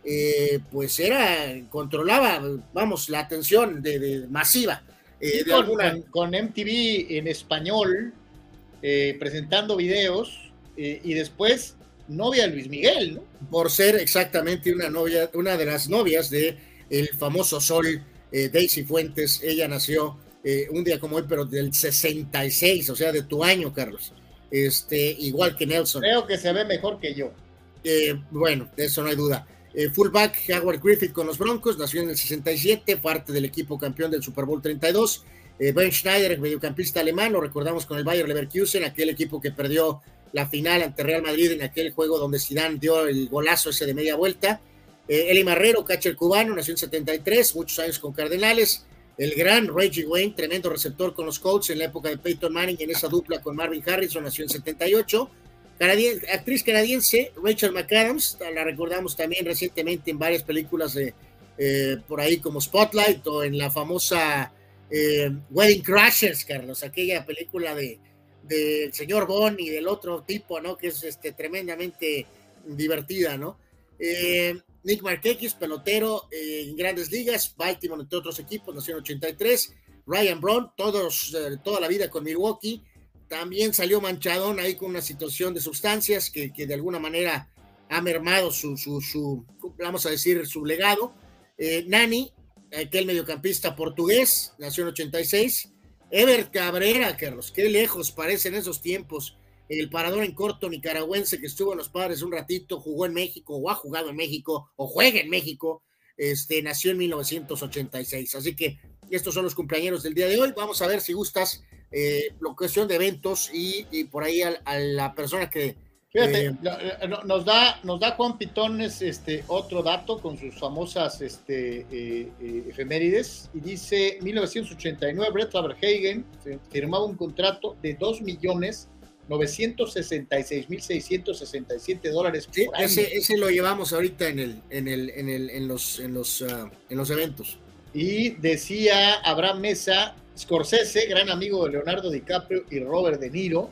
eh, pues era, controlaba, vamos, la atención de, de masiva. Eh, sí, de con, alguna... con, con M T V en español, eh, presentando videos, eh, y después novia de Luis Miguel, ¿no? Por ser exactamente una novia, una de las novias de el famoso Sol, eh, Daisy Fuentes. Ella nació eh, un día como hoy, pero del sesenta y seis, o sea, de tu año, Carlos. Este, igual que Nelson. Creo que se ve mejor que yo. Eh, bueno, de eso no hay duda. Eh, fullback Howard Griffith con los Broncos, nació en el sesenta y siete, parte del equipo campeón del Super Bowl treinta y dos. Eh, Ben Schneider, mediocampista alemán, lo recordamos con el Bayer Leverkusen, aquel equipo que perdió la final ante Real Madrid en aquel juego donde Zidane dio el golazo ese de media vuelta. Eh, Eli Marrero, catcher cubano, nació en setenta y tres, muchos años con Cardenales. El gran Reggie Wayne, tremendo receptor con los Colts en la época de Peyton Manning, en esa dupla con Marvin Harrison, nació en setenta y ocho. Canadien, actriz canadiense Rachel McAdams, la recordamos también recientemente en varias películas de, eh, por ahí como Spotlight o en la famosa eh, Wedding Crashers, Carlos, aquella película de del señor Bond y del otro tipo, ¿no? Que es este, tremendamente divertida, ¿no? Eh, Nick Markakis, pelotero eh, en Grandes Ligas, Baltimore, entre otros equipos, nació en ochenta y tres. Ryan Braun, todos, eh, toda la vida con Milwaukee. También salió manchadón ahí con una situación de sustancias que, que de alguna manera ha mermado su, su, su vamos a decir, su legado. Eh, Nani, aquel mediocampista portugués, nació en ochenta y seis. Ever Cabrera, Carlos, qué lejos parecen esos tiempos. El parador en corto nicaragüense que estuvo en los Padres un ratito, jugó en México, o ha jugado en México, o juega en México, este, nació en mil novecientos ochenta y seis. Así que estos son los cumpleaños del día de hoy. Vamos a ver si gustas eh, la cuestión de eventos y, y por ahí a, a la persona que... Fíjate, eh, nos da, nos da Juan Pitones este, otro dato con sus famosas este, eh, eh, efemérides, y dice mil novecientos ochenta y nueve Brett Faberhagen firmaba un contrato de dos millones novecientos sesenta y seis mil seiscientos sesenta y siete dólares por sí, año. Ese, ese lo llevamos ahorita en, el, en, el, en, el, en, los, en, los, uh, en los eventos. Y decía Abraham Mesa, Scorsese, gran amigo de Leonardo DiCaprio y Robert De Niro,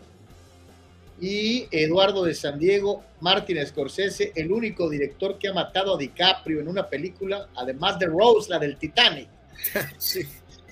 y Eduardo de San Diego, Martin Scorsese, el único director que ha matado a DiCaprio en una película, además de Rose, la del Titanic. Sí.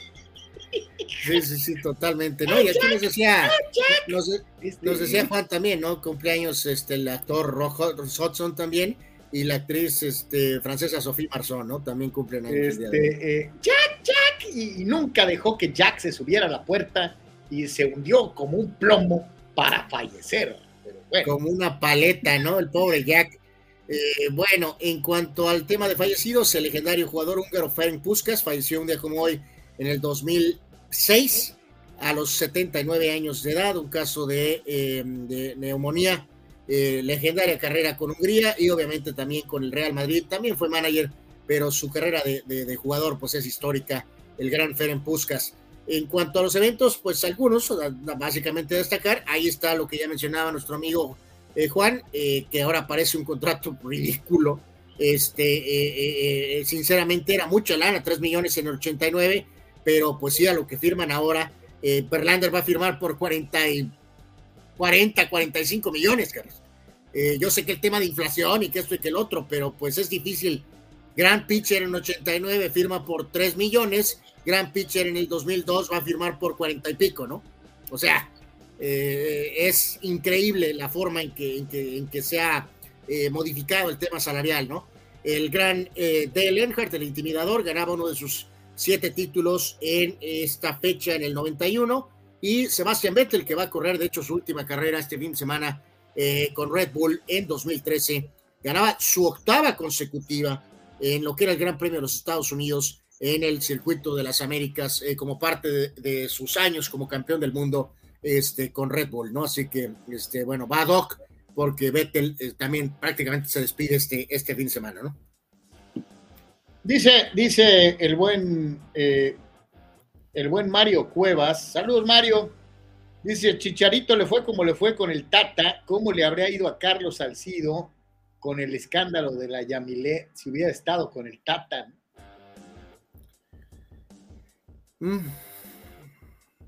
Sí, sí, sí, totalmente, ¿no? Y aquí nos decía, nos, nos decía Juan también, ¿no? Cumpleaños este, el actor Rock Hudson también, y la actriz este, francesa Sophie Marceau, ¿no? También cumplen años. Este, eh, Jack, Jack, y, y nunca dejó que Jack se subiera a la puerta y se hundió como un plomo para fallecer. Pero bueno. Como una paleta, ¿no? El pobre Jack. Eh, bueno, en cuanto al tema de fallecidos, el legendario jugador húngaro Ferenc Puskás falleció un día como hoy en el dos mil seis a los setenta y nueve años de edad, un caso de, eh, de neumonía, eh, legendaria carrera con Hungría y obviamente también con el Real Madrid, también fue manager, pero su carrera de, de, de jugador pues es histórica, el gran Ferenc Puskás. En cuanto a los eventos, pues algunos, básicamente destacar, ahí está lo que ya mencionaba nuestro amigo eh, Juan, eh, que ahora parece un contrato ridículo, este, eh, eh, sinceramente era mucha lana, tres millones en el ochenta y nueve, pero pues sí, a lo que firman ahora, eh, Verlander va a firmar por cuarenta, cuarenta, cuarenta y cinco millones, Carlos. Eh, yo sé que el tema de inflación y que esto y que el otro, pero pues es difícil. Gran pitcher en ochenta y nueve firma por tres millones, gran pitcher en el dos mil dos va a firmar por cuarenta y pico, ¿no? O sea, eh, es increíble la forma en que, en que, en que se ha eh, modificado el tema salarial, ¿no? El gran eh, Dale Earnhardt, el intimidador, ganaba uno de sus siete títulos en esta fecha en el noventa y uno, y Sebastian Vettel, que va a correr de hecho su última carrera este fin de semana eh, con Red Bull en dos mil trece, ganaba su octava consecutiva en lo que era el Gran Premio de los Estados Unidos en el circuito de las Américas, eh, como parte de, de sus años como campeón del mundo este, con Red Bull, ¿no? Así que, este, bueno, va Doc, porque Vettel eh, también prácticamente se despide este, este fin de semana, ¿no? Dice, dice el buen eh, el buen Mario Cuevas, saludos Mario, dice Chicharito le fue como le fue con el Tata, ¿cómo le habría ido a Carlos Salcido con el escándalo de la Yamilé si hubiera estado con el Tata? Mm.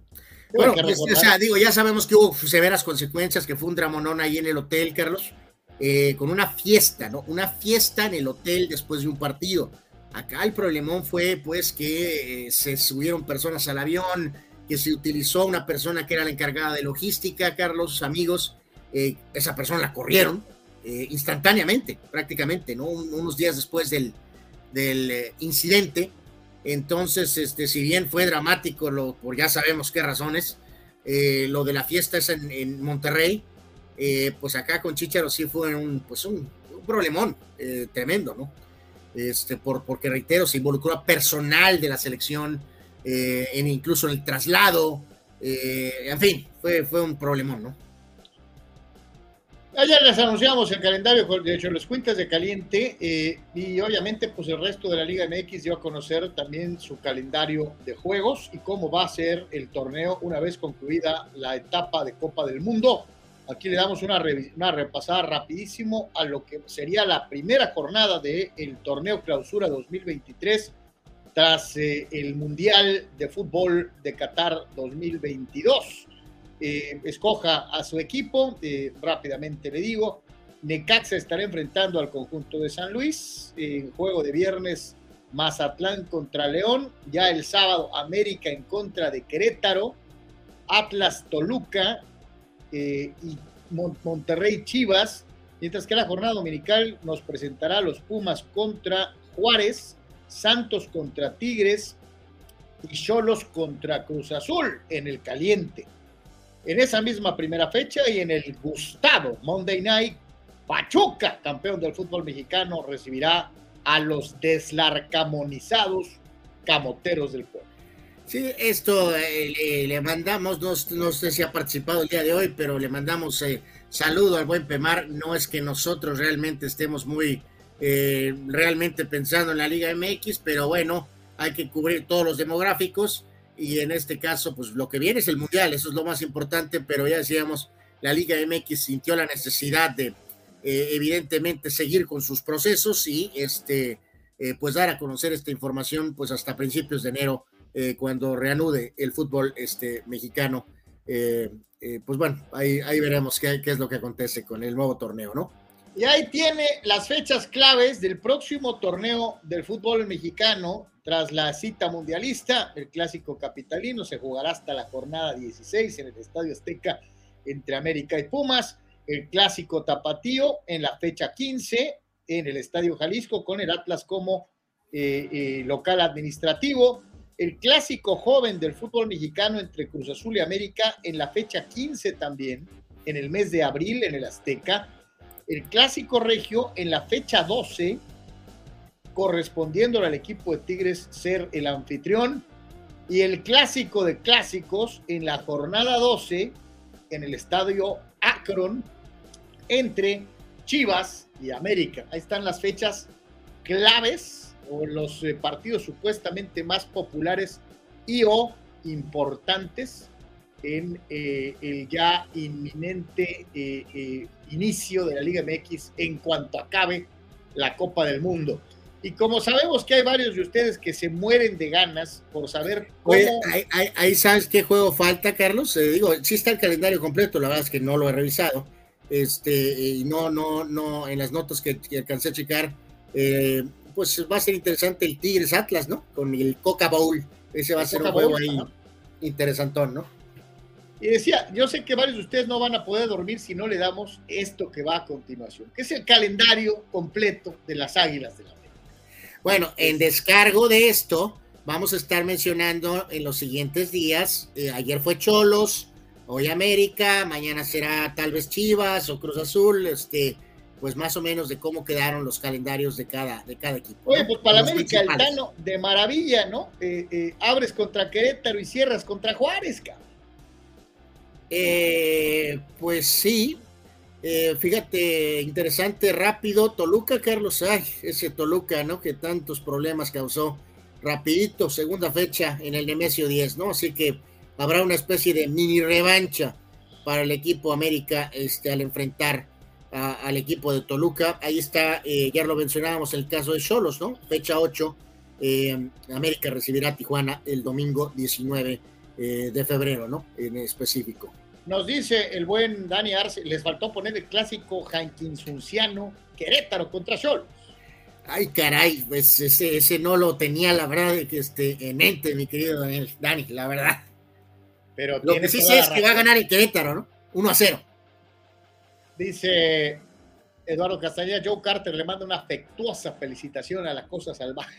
Bueno, pues, o sea, digo, ya sabemos que hubo severas consecuencias, que fue un dramonón ahí en el hotel, Carlos. eh, con una fiesta, ¿no? Una fiesta en el hotel después de un partido. Acá el problemón fue pues que eh, se subieron personas al avión, que se utilizó una persona que era la encargada de logística, Carlos, sus amigos, eh, esa persona la corrieron eh, instantáneamente, prácticamente, ¿no? Un, unos días después del, del eh, incidente. Entonces, este, si bien fue dramático, lo, por ya sabemos qué razones, eh, lo de la fiesta es en, en Monterrey, eh, pues acá con Chícharo sí fue un, pues un, un problemón eh, tremendo, ¿no? Este, por, porque reitero, se involucró a personal de la selección, eh, en, incluso en el traslado, eh, en fin, fue, fue un problemón, ¿no? Ayer les anunciamos el calendario de hecho los cuentas de caliente eh, y obviamente pues el resto de la Liga M X dio a conocer también su calendario de juegos y cómo va a ser el torneo una vez concluida la etapa de Copa del Mundo. Aquí le damos una, re, una repasada rapidísimo a lo que sería la primera jornada del torneo Clausura dos mil veintitrés tras eh, el Mundial de Fútbol de Qatar dos mil veintidós. Eh, escoja a su equipo, eh, rápidamente le digo, Necaxa estará enfrentando al conjunto de San Luis, en eh, juego de viernes Mazatlán contra León, ya el sábado América en contra de Querétaro, Atlas Toluca eh, y Mon- Monterrey Chivas, mientras que la jornada dominical nos presentará a los Pumas contra Juárez, Santos contra Tigres y Xolos contra Cruz Azul en el caliente. En esa misma primera fecha y en el gustado Monday Night, Pachuca, campeón del fútbol mexicano, recibirá a los deslarcamonizados Camoteros del Puebla. Sí, esto eh, le, le mandamos, no, no sé si ha participado el día de hoy, pero le mandamos eh, saludo al buen Pemar. No es que nosotros realmente estemos muy eh, realmente pensando en la Liga M X, pero bueno, hay que cubrir todos los demográficos. Y en este caso, pues lo que viene es el Mundial, eso es lo más importante, pero ya decíamos, la Liga M X sintió la necesidad de, eh, evidentemente, seguir con sus procesos y este, eh, pues dar a conocer esta información pues hasta principios de enero, eh, cuando reanude el fútbol este, mexicano. Eh, eh, pues bueno, ahí, ahí veremos qué, qué es lo que acontece con el nuevo torneo, ¿no? Y ahí tiene las fechas claves del próximo torneo del fútbol mexicano. Tras la cita mundialista, el clásico capitalino se jugará hasta la jornada dieciséis en el Estadio Azteca entre América y Pumas. El clásico tapatío en la fecha quince en el Estadio Jalisco con el Atlas como eh, eh, local administrativo. El clásico joven del fútbol mexicano entre Cruz Azul y América en la fecha quince también en el mes de abril en el Azteca. El clásico regio en la fecha doce, correspondiendo al equipo de Tigres ser el anfitrión, y el clásico de clásicos en la jornada doce en el estadio Akron entre Chivas y América. Ahí están las fechas claves o los eh, partidos supuestamente más populares y o importantes en eh, el ya inminente eh, eh, inicio de la Liga M X en cuanto acabe la Copa del Mundo. Y como sabemos que hay varios de ustedes que se mueren de ganas por saber cómo... Oye, ahí, ahí, ahí sabes qué juego falta, Carlos. Eh, digo, sí está el calendario completo, la verdad es que no lo he revisado. Este, y no, no, no, en las notas que, que alcancé a checar, eh, pues va a ser interesante el Tigres Atlas, ¿no? Con el Coca Bowl. Ese va el a ser Coca un juego Bowl, ahí ¿no? interesantón, ¿no? Y decía, yo sé que varios de ustedes no van a poder dormir si no le damos esto que va a continuación, que es el calendario completo de las Águilas de la América. Bueno, en descargo de esto, vamos a estar mencionando en los siguientes días, eh, ayer fue Xolos, hoy América, mañana será tal vez Chivas o Cruz Azul, este, pues más o menos de cómo quedaron los calendarios de cada, de cada equipo. Oye, ¿no? Pues para los América el Tano, de maravilla, ¿no? Eh, eh, abres contra Querétaro y cierras contra Juárez, cabrón. Eh, pues sí, eh, fíjate, interesante, rápido, Toluca, Carlos, ay, ese Toluca, ¿no? Que tantos problemas causó, rapidito, segunda fecha en el Nemesio diez, ¿no? Así que habrá una especie de mini revancha para el equipo América, este, al enfrentar a, al equipo de Toluca. Ahí está, eh, ya lo mencionábamos, el caso de Xolos, ¿no? Fecha ocho, eh, América recibirá a Tijuana el domingo diecinueve eh, de febrero, ¿no? En específico. Nos dice el buen Dani Arce, les faltó poner el clásico Hankinsunciano Querétaro contra Xolos. Ay, caray, pues ese, ese no lo tenía, la verdad, que este, en mente, mi querido Dani, la verdad. Pero lo que sí sé es que va a ganar el Querétaro, ¿no? uno a cero. Dice Eduardo Castañeda, Joe Carter le manda una afectuosa felicitación a la cosa salvaje.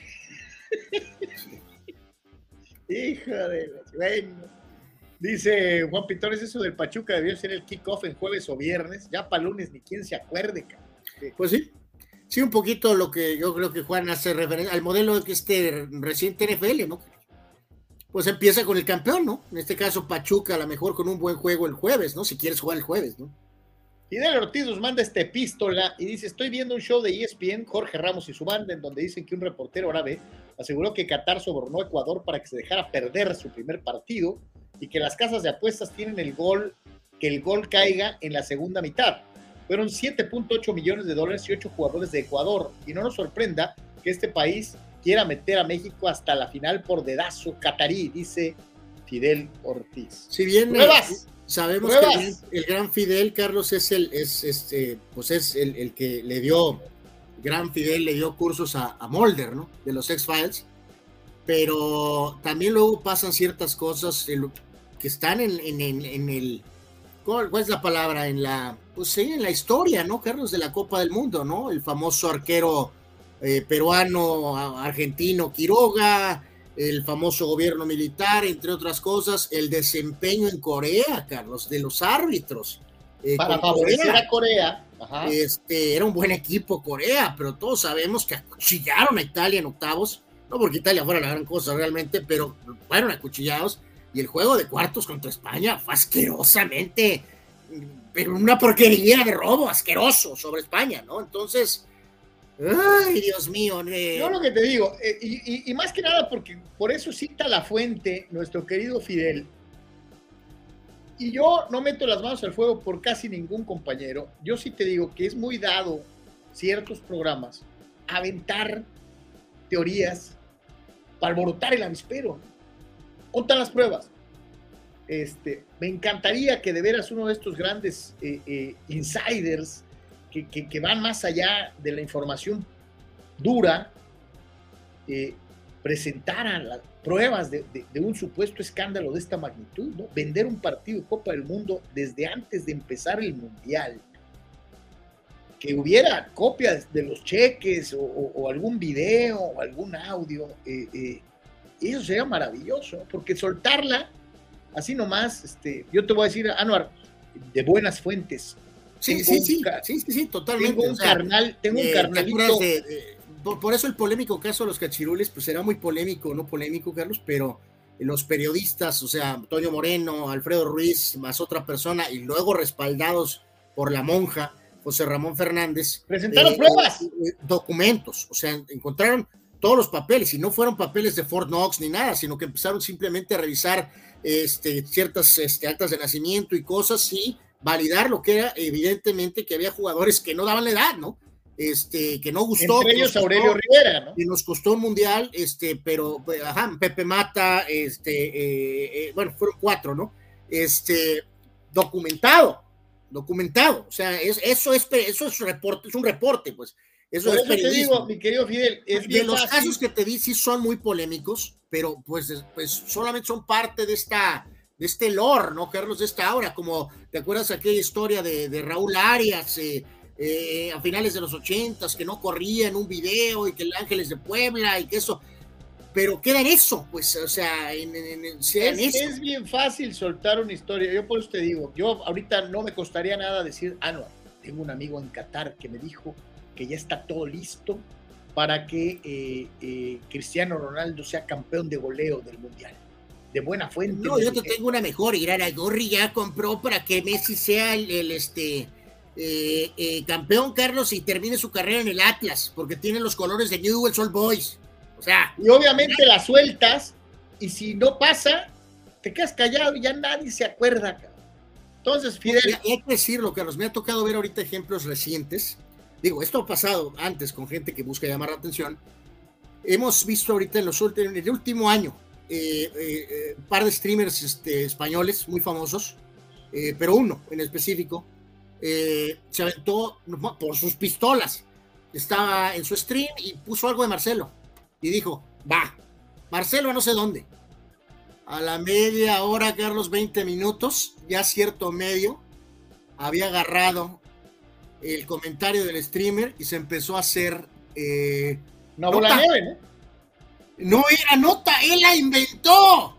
Hijo de los... Bueno. Dice Juan Pitones, eso del Pachuca debió ser el kickoff en jueves o viernes, ya para lunes ni quien se acuerde, cabrón. Pues sí, sí, un poquito lo que yo creo que Juan hace referencia al modelo de este reciente N F L, ¿no? Pues empieza con el campeón, ¿no? En este caso Pachuca, a lo mejor con un buen juego el jueves, ¿no? Si quieres jugar el jueves, ¿no? Fidel Ortiz nos manda esta epístola y dice, estoy viendo un show de E S P N, Jorge Ramos y su banda, en donde dicen que un reportero árabe aseguró que Qatar sobornó a Ecuador para que se dejara perder su primer partido y que las casas de apuestas tienen el gol, que el gol caiga en la segunda mitad. Fueron siete punto ocho millones de dólares y ocho jugadores de Ecuador. Y no nos sorprenda que este país quiera meter a México hasta la final por dedazo catarí, dice Fidel Ortiz. Si bien ¿Pruebas? sabemos ¿Pruebas? que el, el gran Fidel, Carlos, es el, es, este, pues es el, el que le dio, gran Fidel le dio cursos a, a Mulder, ¿no? De los X-Files. Pero también luego pasan ciertas cosas que están en, en, en, en el, ¿cuál es la palabra? En la, pues sí, en la historia, ¿no, Carlos? De la Copa del Mundo, ¿no? El famoso arquero eh, peruano, argentino, Quiroga, el famoso gobierno militar, entre otras cosas, el desempeño en Corea, Carlos, de los árbitros. Eh, Para favorecer Corea. a Corea. Ajá. Este, era un buen equipo Corea, pero todos sabemos que acuchillaron a Italia en octavos, no porque Italia fuera la gran cosa realmente, pero fueron acuchillados. Y el juego de cuartos contra España fue asquerosamente, pero una porquería de robo asqueroso sobre España, ¿no? Entonces, ay, Dios mío. Eh. Yo lo que te digo, eh, y, y, y más que nada porque por eso cita la fuente, nuestro querido Fidel, y yo no meto las manos al fuego por casi ningún compañero, yo sí te digo que es muy dado ciertos programas aventar teorías para alborotar el avispero. ¿Dónde están las pruebas? Este, me encantaría que de veras uno de estos grandes eh, eh, insiders que, que, que van más allá de la información dura eh, presentaran las pruebas de, de, de un supuesto escándalo de esta magnitud, ¿no? Vender un partido de Copa del Mundo desde antes de empezar el Mundial, que hubiera copias de los cheques o, o, o algún video o algún audio, eh, eh, eso sería maravilloso, porque soltarla así nomás, este, yo te voy a decir, Anuar, de buenas fuentes. Sí, sí, sí, sí, sí, sí, totalmente. Tengo un o sea, carnal, tengo eh, un carnalito. De, de, por, por eso el polémico caso de los cachirules, pues será muy polémico, no polémico, Carlos, pero los periodistas, o sea, Antonio Moreno, Alfredo Ruiz, más otra persona, y luego respaldados por la monja, José Ramón Fernández. Presentaron eh, pruebas. Eh, documentos, o sea, encontraron todos los papeles, y no fueron papeles de Fort Knox ni nada, sino que empezaron simplemente a revisar este, ciertas este, actas de nacimiento y cosas, y validar lo que era evidentemente que había jugadores que no daban la edad, ¿no? Este, que no gustó. Entre ellos costó, Aurelio Rivera, ¿no? Y nos costó un mundial, este, pero, ajá, Pepe Mata, este, eh, eh, bueno, fueron cuatro, ¿no? Este, documentado, documentado, o sea, es, eso es, eso es reporte, es un reporte, pues. Eso Por es eso te digo, mi querido Fidel, es de los fácil. Casos que te di sí son muy polémicos, pero pues, pues solamente son parte de esta, de este lore, ¿no, Carlos? De esta aura, como te acuerdas aquella historia de, de Raúl Arias eh, eh, a finales de los ochentas, que no corría en un video y que el Ángeles de Puebla y que eso, pero queda en eso, pues, o sea, en, en, en, es, en eso. Es bien fácil soltar una historia, yo por eso te digo, yo ahorita no me costaría nada decir, ah, no, tengo un amigo en Qatar que me dijo que ya está todo listo para que eh, eh, Cristiano Ronaldo sea campeón de goleo del Mundial. De buena fuente. No, yo te tengo una mejor. Iraragorri ya compró para que Messi sea el, el este, eh, eh, campeón, Carlos, y termine su carrera en el Atlas, porque tiene los colores de Newell's Old Boys. O sea, y obviamente la sueltas, y si no pasa, te quedas callado y ya nadie se acuerda. Entonces, Fidel. Y hay que decirlo, Carlos, me ha tocado ver ahorita ejemplos recientes. Digo, esto ha pasado antes con gente que busca llamar la atención. Hemos visto ahorita en, los últimos, en el último año eh, eh, un par de streamers este, españoles muy famosos eh, pero uno en específico, eh, se aventó por sus pistolas. Estaba en su stream y puso algo de Marcelo y dijo, va, Marcelo a no sé dónde. A la media hora, Carlos, veinte minutos, ya cierto medio había agarrado el comentario del streamer y se empezó a hacer eh, una bola de nieve, ¿no? No era nota, él la inventó.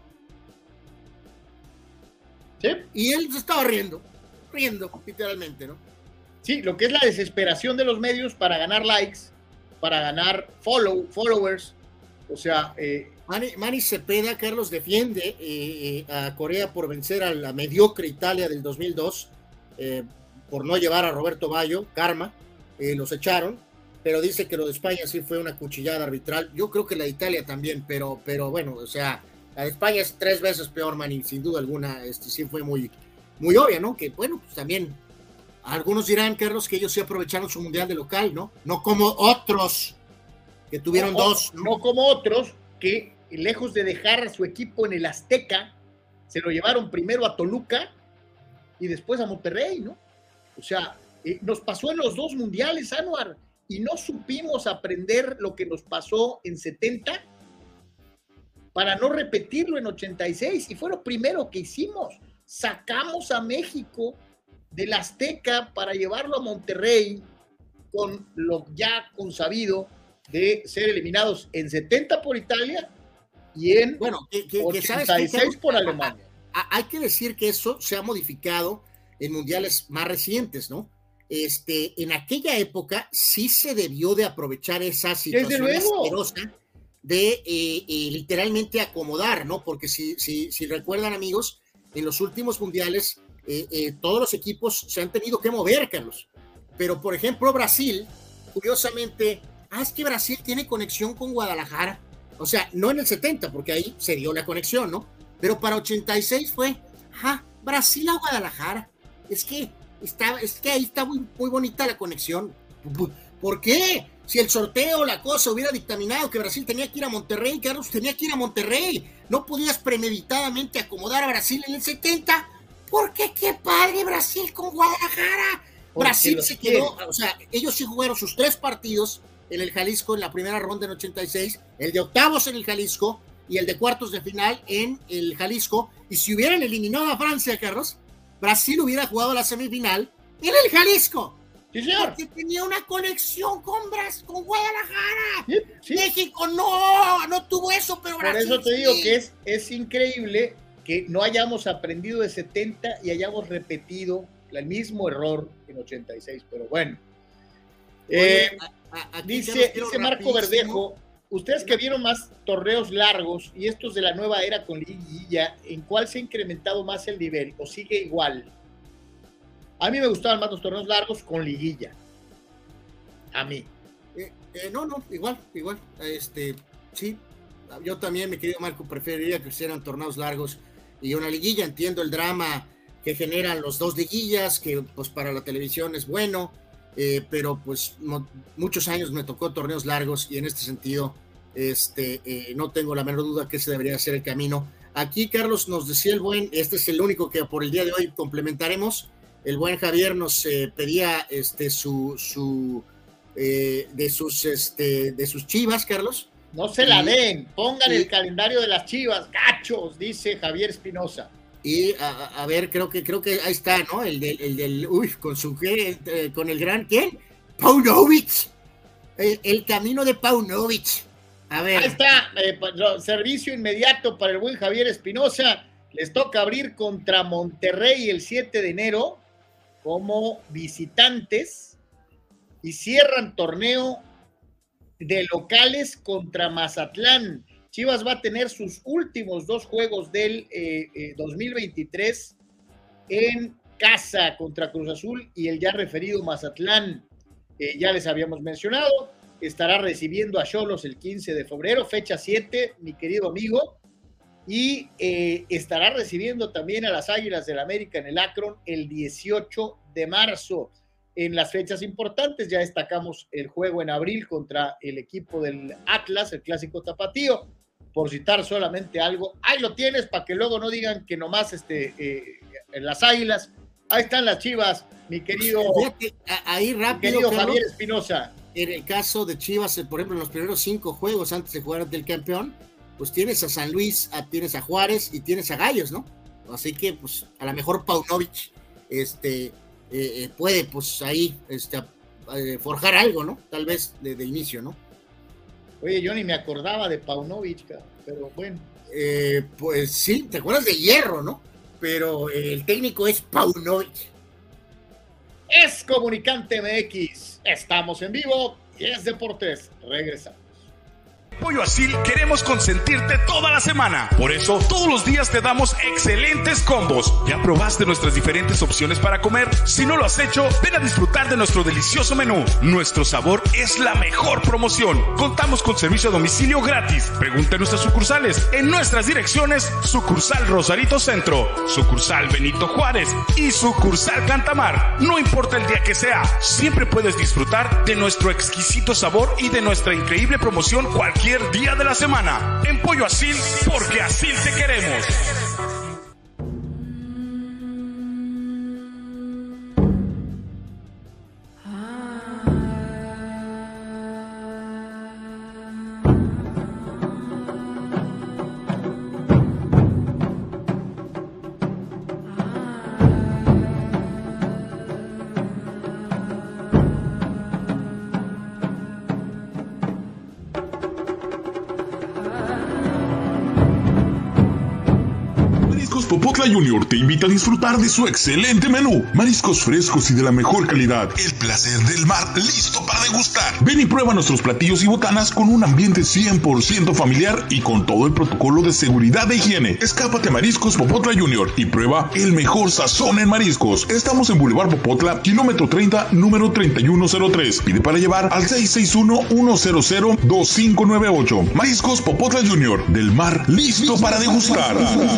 ¿Sí? Y él se estaba riendo, riendo, literalmente, ¿no? Sí, lo que es la desesperación de los medios para ganar likes, para ganar follow, followers. O sea, eh, Manny, Manny Cepeda, Carlos, defiende eh, a Corea por vencer a la mediocre Italia del dos mil dos, eh, por no llevar a Roberto Baggio, karma, eh, los echaron, pero dice que lo de España sí fue una cuchillada arbitral. Yo creo que la de Italia también, pero, pero bueno, o sea, la de España es tres veces peor, Manny, sin duda alguna. Este sí fue muy, muy obvia, ¿no? Que bueno, pues también algunos dirán, Carlos, que ellos sí aprovecharon su mundial de local, ¿no? No como otros que tuvieron no, dos. ¿no? no como otros que, lejos de dejar a su equipo en el Azteca, se lo llevaron primero a Toluca y después a Monterrey, ¿no? O sea, eh, nos pasó en los dos mundiales, Anuar, y no supimos aprender lo que nos pasó en setenta para no repetirlo en ochenta y seis, y fue lo primero que hicimos. Sacamos a México del Azteca para llevarlo a Monterrey con lo ya consabido de ser eliminados en setenta por Italia y en bueno, que, que, ochenta y seis que sabes, por Alemania. A, a, hay que decir que eso se ha modificado en mundiales más recientes, ¿no? Este, en aquella época sí se debió de aprovechar esa situación asquerosa de eh, eh, literalmente acomodar, ¿no? Porque si, si, si recuerdan, amigos, en los últimos mundiales eh, eh, todos los equipos se han tenido que mover, Carlos. Pero, por ejemplo, Brasil, curiosamente, ah, es que Brasil tiene conexión con Guadalajara. O sea, no en el setenta, porque ahí se dio la conexión, ¿no? Pero para ochenta y seis fue, ajá, Brasil a Guadalajara. Es que, está, es que ahí está muy, muy bonita la conexión. ¿Por qué? Si el sorteo, la cosa, hubiera dictaminado que Brasil tenía que ir a Monterrey, Carlos, tenía que ir a Monterrey. No podías premeditadamente acomodar a Brasil en el setenta, porque qué padre Brasil con Guadalajara. Porque Brasil se quedó, quiere. O sea, ellos sí jugaron sus tres partidos en el Jalisco en la primera ronda en ochenta y seis, el de octavos en el Jalisco y el de cuartos de final en el Jalisco. Y si hubieran eliminado a Francia, Carlos, Brasil hubiera jugado la semifinal en el Jalisco. Sí, señor. Porque tenía una conexión con, Bras con Guadalajara. Sí, sí. México no, no tuvo eso, pero Brasil. Por eso te sí. digo que es, es increíble que no hayamos aprendido de setenta y hayamos repetido el mismo error en ochenta y seis, pero bueno. Oye, eh, a, a, dice dice Marco Verdejo, ustedes que vieron más torneos largos y estos de la nueva era con liguilla, ¿en cuál se ha incrementado más el nivel o sigue igual? A mí me gustaban más los torneos largos con liguilla. A mí. Eh, eh, no, no, igual, igual. Este, sí, yo también, mi querido Marco, preferiría que sean torneos largos y una liguilla. Entiendo el drama que generan los dos liguillas, que pues para la televisión es bueno, eh, pero pues no, muchos años me tocó torneos largos y en este sentido este, eh, no tengo la menor duda que ese debería ser el camino. Aquí Carlos nos decía el buen, este es el único que por el día de hoy complementaremos, el buen Javier nos eh, pedía este, su, su eh, de, sus, este, de sus Chivas, Carlos. No se la den, pongan y, el calendario de las Chivas, gachos, dice Javier Espinosa. Y a, a ver, creo que creo que ahí está, ¿no? El del, el del uy, con su eh, con el gran ¿quién? Paunovic. El, el camino de Paunovic. A ver. Ahí está, eh, servicio inmediato para el buen Javier Espinosa. Les toca abrir contra Monterrey el siete de enero como visitantes y cierran torneo de locales contra Mazatlán. Chivas va a tener sus últimos dos juegos del eh, eh, dos mil veintitrés en casa contra Cruz Azul y el ya referido Mazatlán. Eh, ya les habíamos mencionado, estará recibiendo a Xolos el quince de febrero, fecha siete, mi querido amigo, y eh, estará recibiendo también a las Águilas del América en el Akron el dieciocho de marzo. En las fechas importantes ya destacamos el juego en abril contra el equipo del Atlas, el clásico tapatío. por citar solamente algo. Ahí lo tienes para que luego no digan que nomás este, eh, en las Águilas. Ahí están las Chivas, mi querido, Fíjate, ahí rápido, mi querido Carlos, Javier Espinosa. En el caso de Chivas, por ejemplo, en los primeros cinco juegos antes de jugar ante el campeón, pues tienes a San Luis, a, tienes a Juárez y tienes a Gallos, ¿no? Así que, pues, a lo mejor Paunovic este, eh, eh, puede, pues, ahí este, eh, forjar algo, ¿no? Tal vez de, de inicio, ¿no? Oye, yo ni me acordaba de Paunovic, pero bueno. Eh, pues sí, te acuerdas de Hierro, ¿no? Pero el técnico es Paunovic. Es Comunicante M X. Estamos en vivo y es Deportes. Regresamos. Pollo Asil queremos consentirte toda la semana. Por eso, todos los días te damos excelentes combos. ¿Ya probaste nuestras diferentes opciones para comer? Si no lo has hecho, ven a disfrutar de nuestro delicioso menú. Nuestro sabor es la mejor promoción. Contamos con servicio a domicilio gratis. Pregunta en nuestras sucursales. En nuestras direcciones, sucursal Rosarito Centro, sucursal Benito Juárez y sucursal Cantamar. No importa el día que sea, siempre puedes disfrutar de nuestro exquisito sabor y de nuestra increíble promoción cualquier día de la semana. En Pollo Asil, porque así te queremos. Popotla Junior te invita a disfrutar de su excelente menú. Mariscos frescos y de la mejor calidad. El placer del mar listo para degustar. Ven y prueba nuestros platillos y botanas con un ambiente cien por ciento familiar y con todo el protocolo de seguridad e higiene. Escápate a Mariscos Popotla Junior y prueba el mejor sazón en mariscos. Estamos en Boulevard Popotla, kilómetro treinta, número treinta y uno cero tres. Pide para llevar al seis seis uno, uno cero cero, dos cinco nueve ocho. Mariscos Popotla Junior, del mar listo para degustar.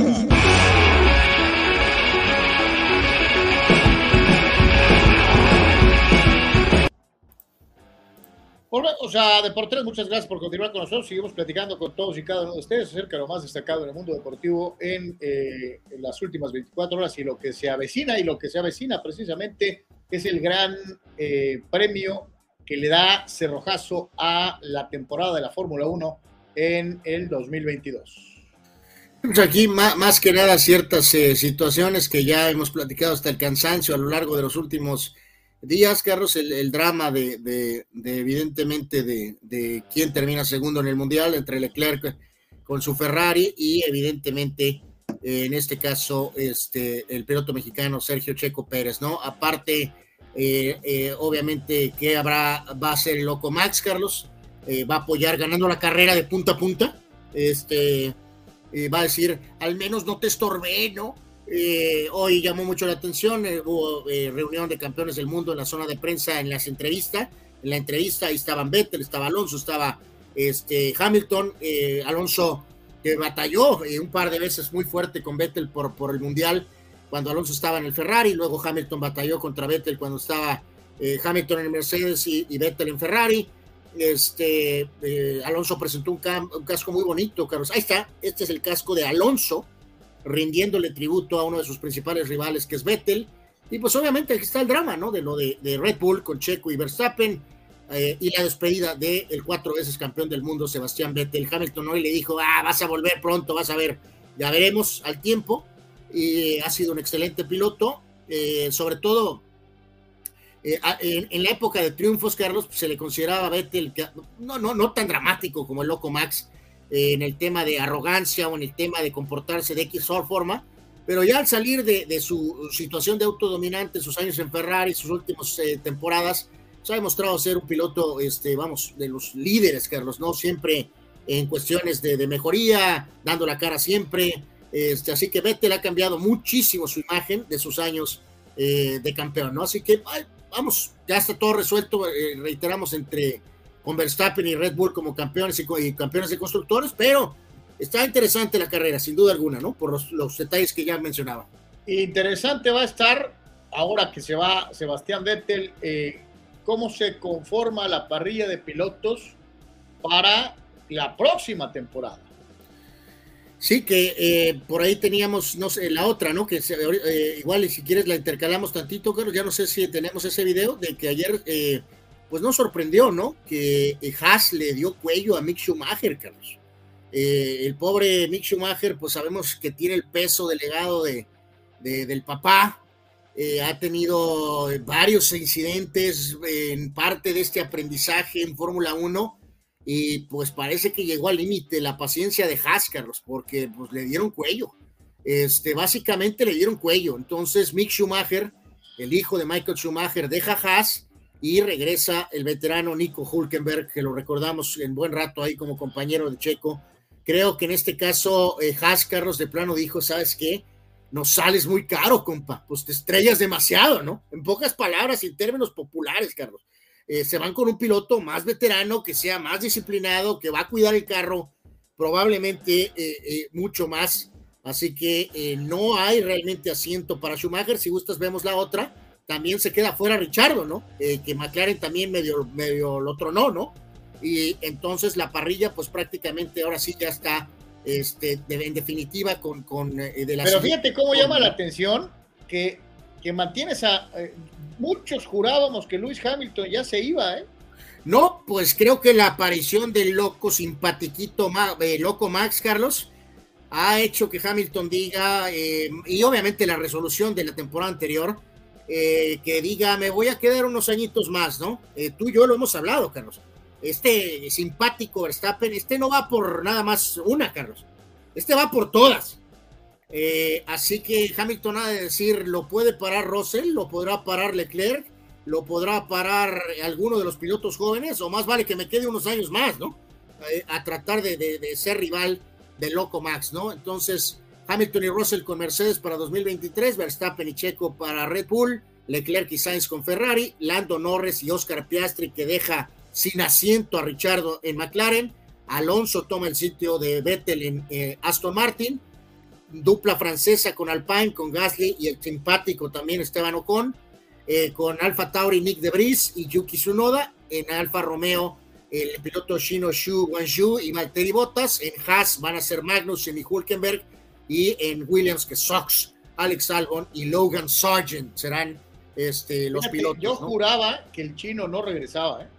O sea, Deportes, muchas gracias por continuar con nosotros. Seguimos platicando con todos y cada uno de ustedes acerca de lo más destacado en el mundo deportivo en, eh, en las últimas veinticuatro horas y lo que se avecina, y lo que se avecina precisamente es el gran eh, premio que le da cerrojazo a la temporada de la Fórmula uno en el dos mil veintidós. Pues aquí más, más que nada ciertas eh, situaciones que ya hemos platicado hasta el cansancio a lo largo de los últimos días, Carlos, el, el drama de, de, de evidentemente de, de quién termina segundo en el Mundial entre Leclerc con su Ferrari y evidentemente eh, en este caso este, el piloto mexicano Sergio Checo Pérez, ¿no? Aparte, eh, eh, obviamente, ¿qué habrá, va a ser el loco Max, Carlos? Eh, va a apoyar ganando la carrera de punta a punta, este, eh, va a decir, al menos no te estorbé, ¿no? Eh, hoy llamó mucho la atención, eh, hubo eh, reunión de campeones del mundo en la zona de prensa, en las entrevistas, en la entrevista ahí estaban Vettel, estaba Alonso, estaba este, Hamilton, eh, Alonso que batalló eh, un par de veces muy fuerte con Vettel por, por el Mundial, cuando Alonso estaba en el Ferrari, luego Hamilton batalló contra Vettel cuando estaba eh, Hamilton en el Mercedes y, y Vettel en Ferrari. Este, eh, Alonso presentó un, cam- un casco muy bonito, Carlos, ahí está, este es el casco de Alonso, rindiéndole tributo a uno de sus principales rivales, que es Vettel, y pues obviamente aquí está el drama, ¿no? De lo de, de Red Bull con Checo y Verstappen, eh, y la despedida del de cuatro veces campeón del mundo, Sebastián Vettel. Hamilton hoy le dijo, ah, vas a volver pronto, vas a ver, ya veremos al tiempo, y ha sido un excelente piloto, eh, sobre todo, eh, en, en la época de triunfos, Carlos, pues, se le consideraba a Vettel, que, no, no, no tan dramático como el loco Max, en el tema de arrogancia o en el tema de comportarse de X forma, pero ya al salir de, de su situación de autodominante, sus años en Ferrari, sus últimas eh, temporadas, se ha demostrado ser un piloto, este, vamos, de los líderes, Carlos, ¿no? Siempre en cuestiones de, de mejoría, dando la cara siempre, este, así que Vettel ha cambiado muchísimo su imagen de sus años eh, de campeón, ¿no? Así que, ay, vamos, ya está todo resuelto, eh, reiteramos, entre con Verstappen y Red Bull como campeones y, y campeones de constructores, pero está interesante la carrera, sin duda alguna, ¿no? Por los, los detalles que ya mencionaba. Interesante va a estar, ahora que se va Sebastián Vettel, eh, cómo se conforma la parrilla de pilotos para la próxima temporada. Sí, que eh, por ahí teníamos, no sé, la otra, ¿no? Que se, eh, igual y si quieres la intercalamos tantito, Carlos, ya no sé si tenemos ese video de que ayer, eh, pues nos sorprendió, ¿no? Que eh, Haas le dio cuello a Mick Schumacher, Carlos. Eh, el pobre Mick Schumacher, pues sabemos que tiene el peso del legado de, de, del papá, eh, ha tenido varios incidentes eh, en parte de este aprendizaje en Fórmula uno, y pues parece que llegó al límite la paciencia de Haas, Carlos, porque pues le dieron cuello, este, básicamente le dieron cuello. Entonces Mick Schumacher, el hijo de Michael Schumacher, deja Haas y regresa el veterano Nico Hülkenberg, que lo recordamos en buen rato ahí como compañero de Checo. Creo que en este caso eh, Haas, Carlos, de plano dijo, ¿sabes qué? Nos sales muy caro, compa, pues te estrellas demasiado, ¿no? En pocas palabras y en términos populares, Carlos. Eh, se van con un piloto más veterano, que sea más disciplinado, que va a cuidar el carro probablemente eh, eh, mucho más, así que eh, no hay realmente asiento para Schumacher. Si gustas vemos la otra, también se queda fuera Richardo, ¿no? Eh, que McLaren también medio, medio lo tronó, ¿no? Y entonces la parrilla pues prácticamente ahora sí ya está este, de, en definitiva con, con eh, de la pero fíjate cómo llama la atención que, que mantienes a... Eh, muchos jurábamos que Lewis Hamilton ya se iba, ¿eh? No, pues creo que la aparición del loco simpatiquito, eh, loco Max, Carlos, ha hecho que Hamilton diga, eh, y obviamente la resolución de la temporada anterior, eh, que diga, me voy a quedar unos añitos más, ¿no? Eh, tú y yo lo hemos hablado, Carlos. Este simpático Verstappen, este no va por nada más una, Carlos. Este va por todas. Eh, así que Hamilton ha de decir, lo puede parar Russell, lo podrá parar Leclerc, lo podrá parar alguno de los pilotos jóvenes, o más vale que me quede unos años más, ¿no? Eh, a tratar de, de, de ser rival del loco Max, ¿no? Entonces, Hamilton y Russell con Mercedes para dos mil veintitrés, Verstappen y Checo para Red Bull, Leclerc y Sainz con Ferrari, Lando Norris y Oscar Piastri, que deja sin asiento a Richardo en McLaren, Alonso toma el sitio de Vettel en eh, Aston Martin, dupla francesa con Alpine, con Gasly y el simpático también Esteban Ocon, eh, con Alfa Tauri Nick de Vries y Yuki Tsunoda, en Alfa Romeo el piloto Shino Shu Guanyu y Valtteri Bottas, en Haas van a ser Magnussen y Hülkenberg, y en Williams que Sox, Alex Albon y Logan Sargent serán este, los Fíjate, pilotos. Yo ¿no? juraba que el chino no regresaba, ¿eh?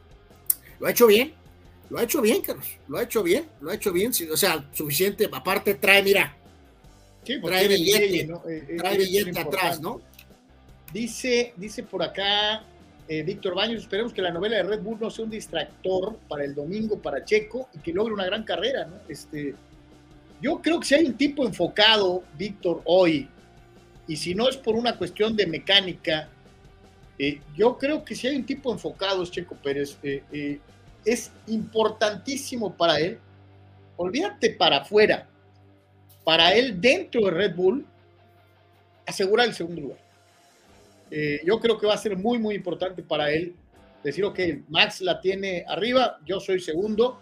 Lo ha hecho bien, lo ha hecho bien, Carlos, lo ha hecho bien, lo ha hecho bien, o sea, suficiente, aparte trae, mira, sí, trae billete, billete, ¿no? eh, trae eh, billete atrás, ¿no? Dice, dice por acá eh, Víctor Baños, esperemos que la novela de Red Bull no sea un distractor para el domingo para Checo y que logre una gran carrera, ¿no? Este, yo creo que si hay un tipo enfocado, Víctor, hoy, y si no es por una cuestión de mecánica, eh, yo creo que si hay un tipo enfocado es Checo Pérez. Eh, eh, es importantísimo para él, olvídate para afuera, para él dentro de Red Bull, asegurar el segundo lugar. Eh, yo creo que va a ser muy, muy importante para él decir, ok, Max la tiene arriba, yo soy segundo,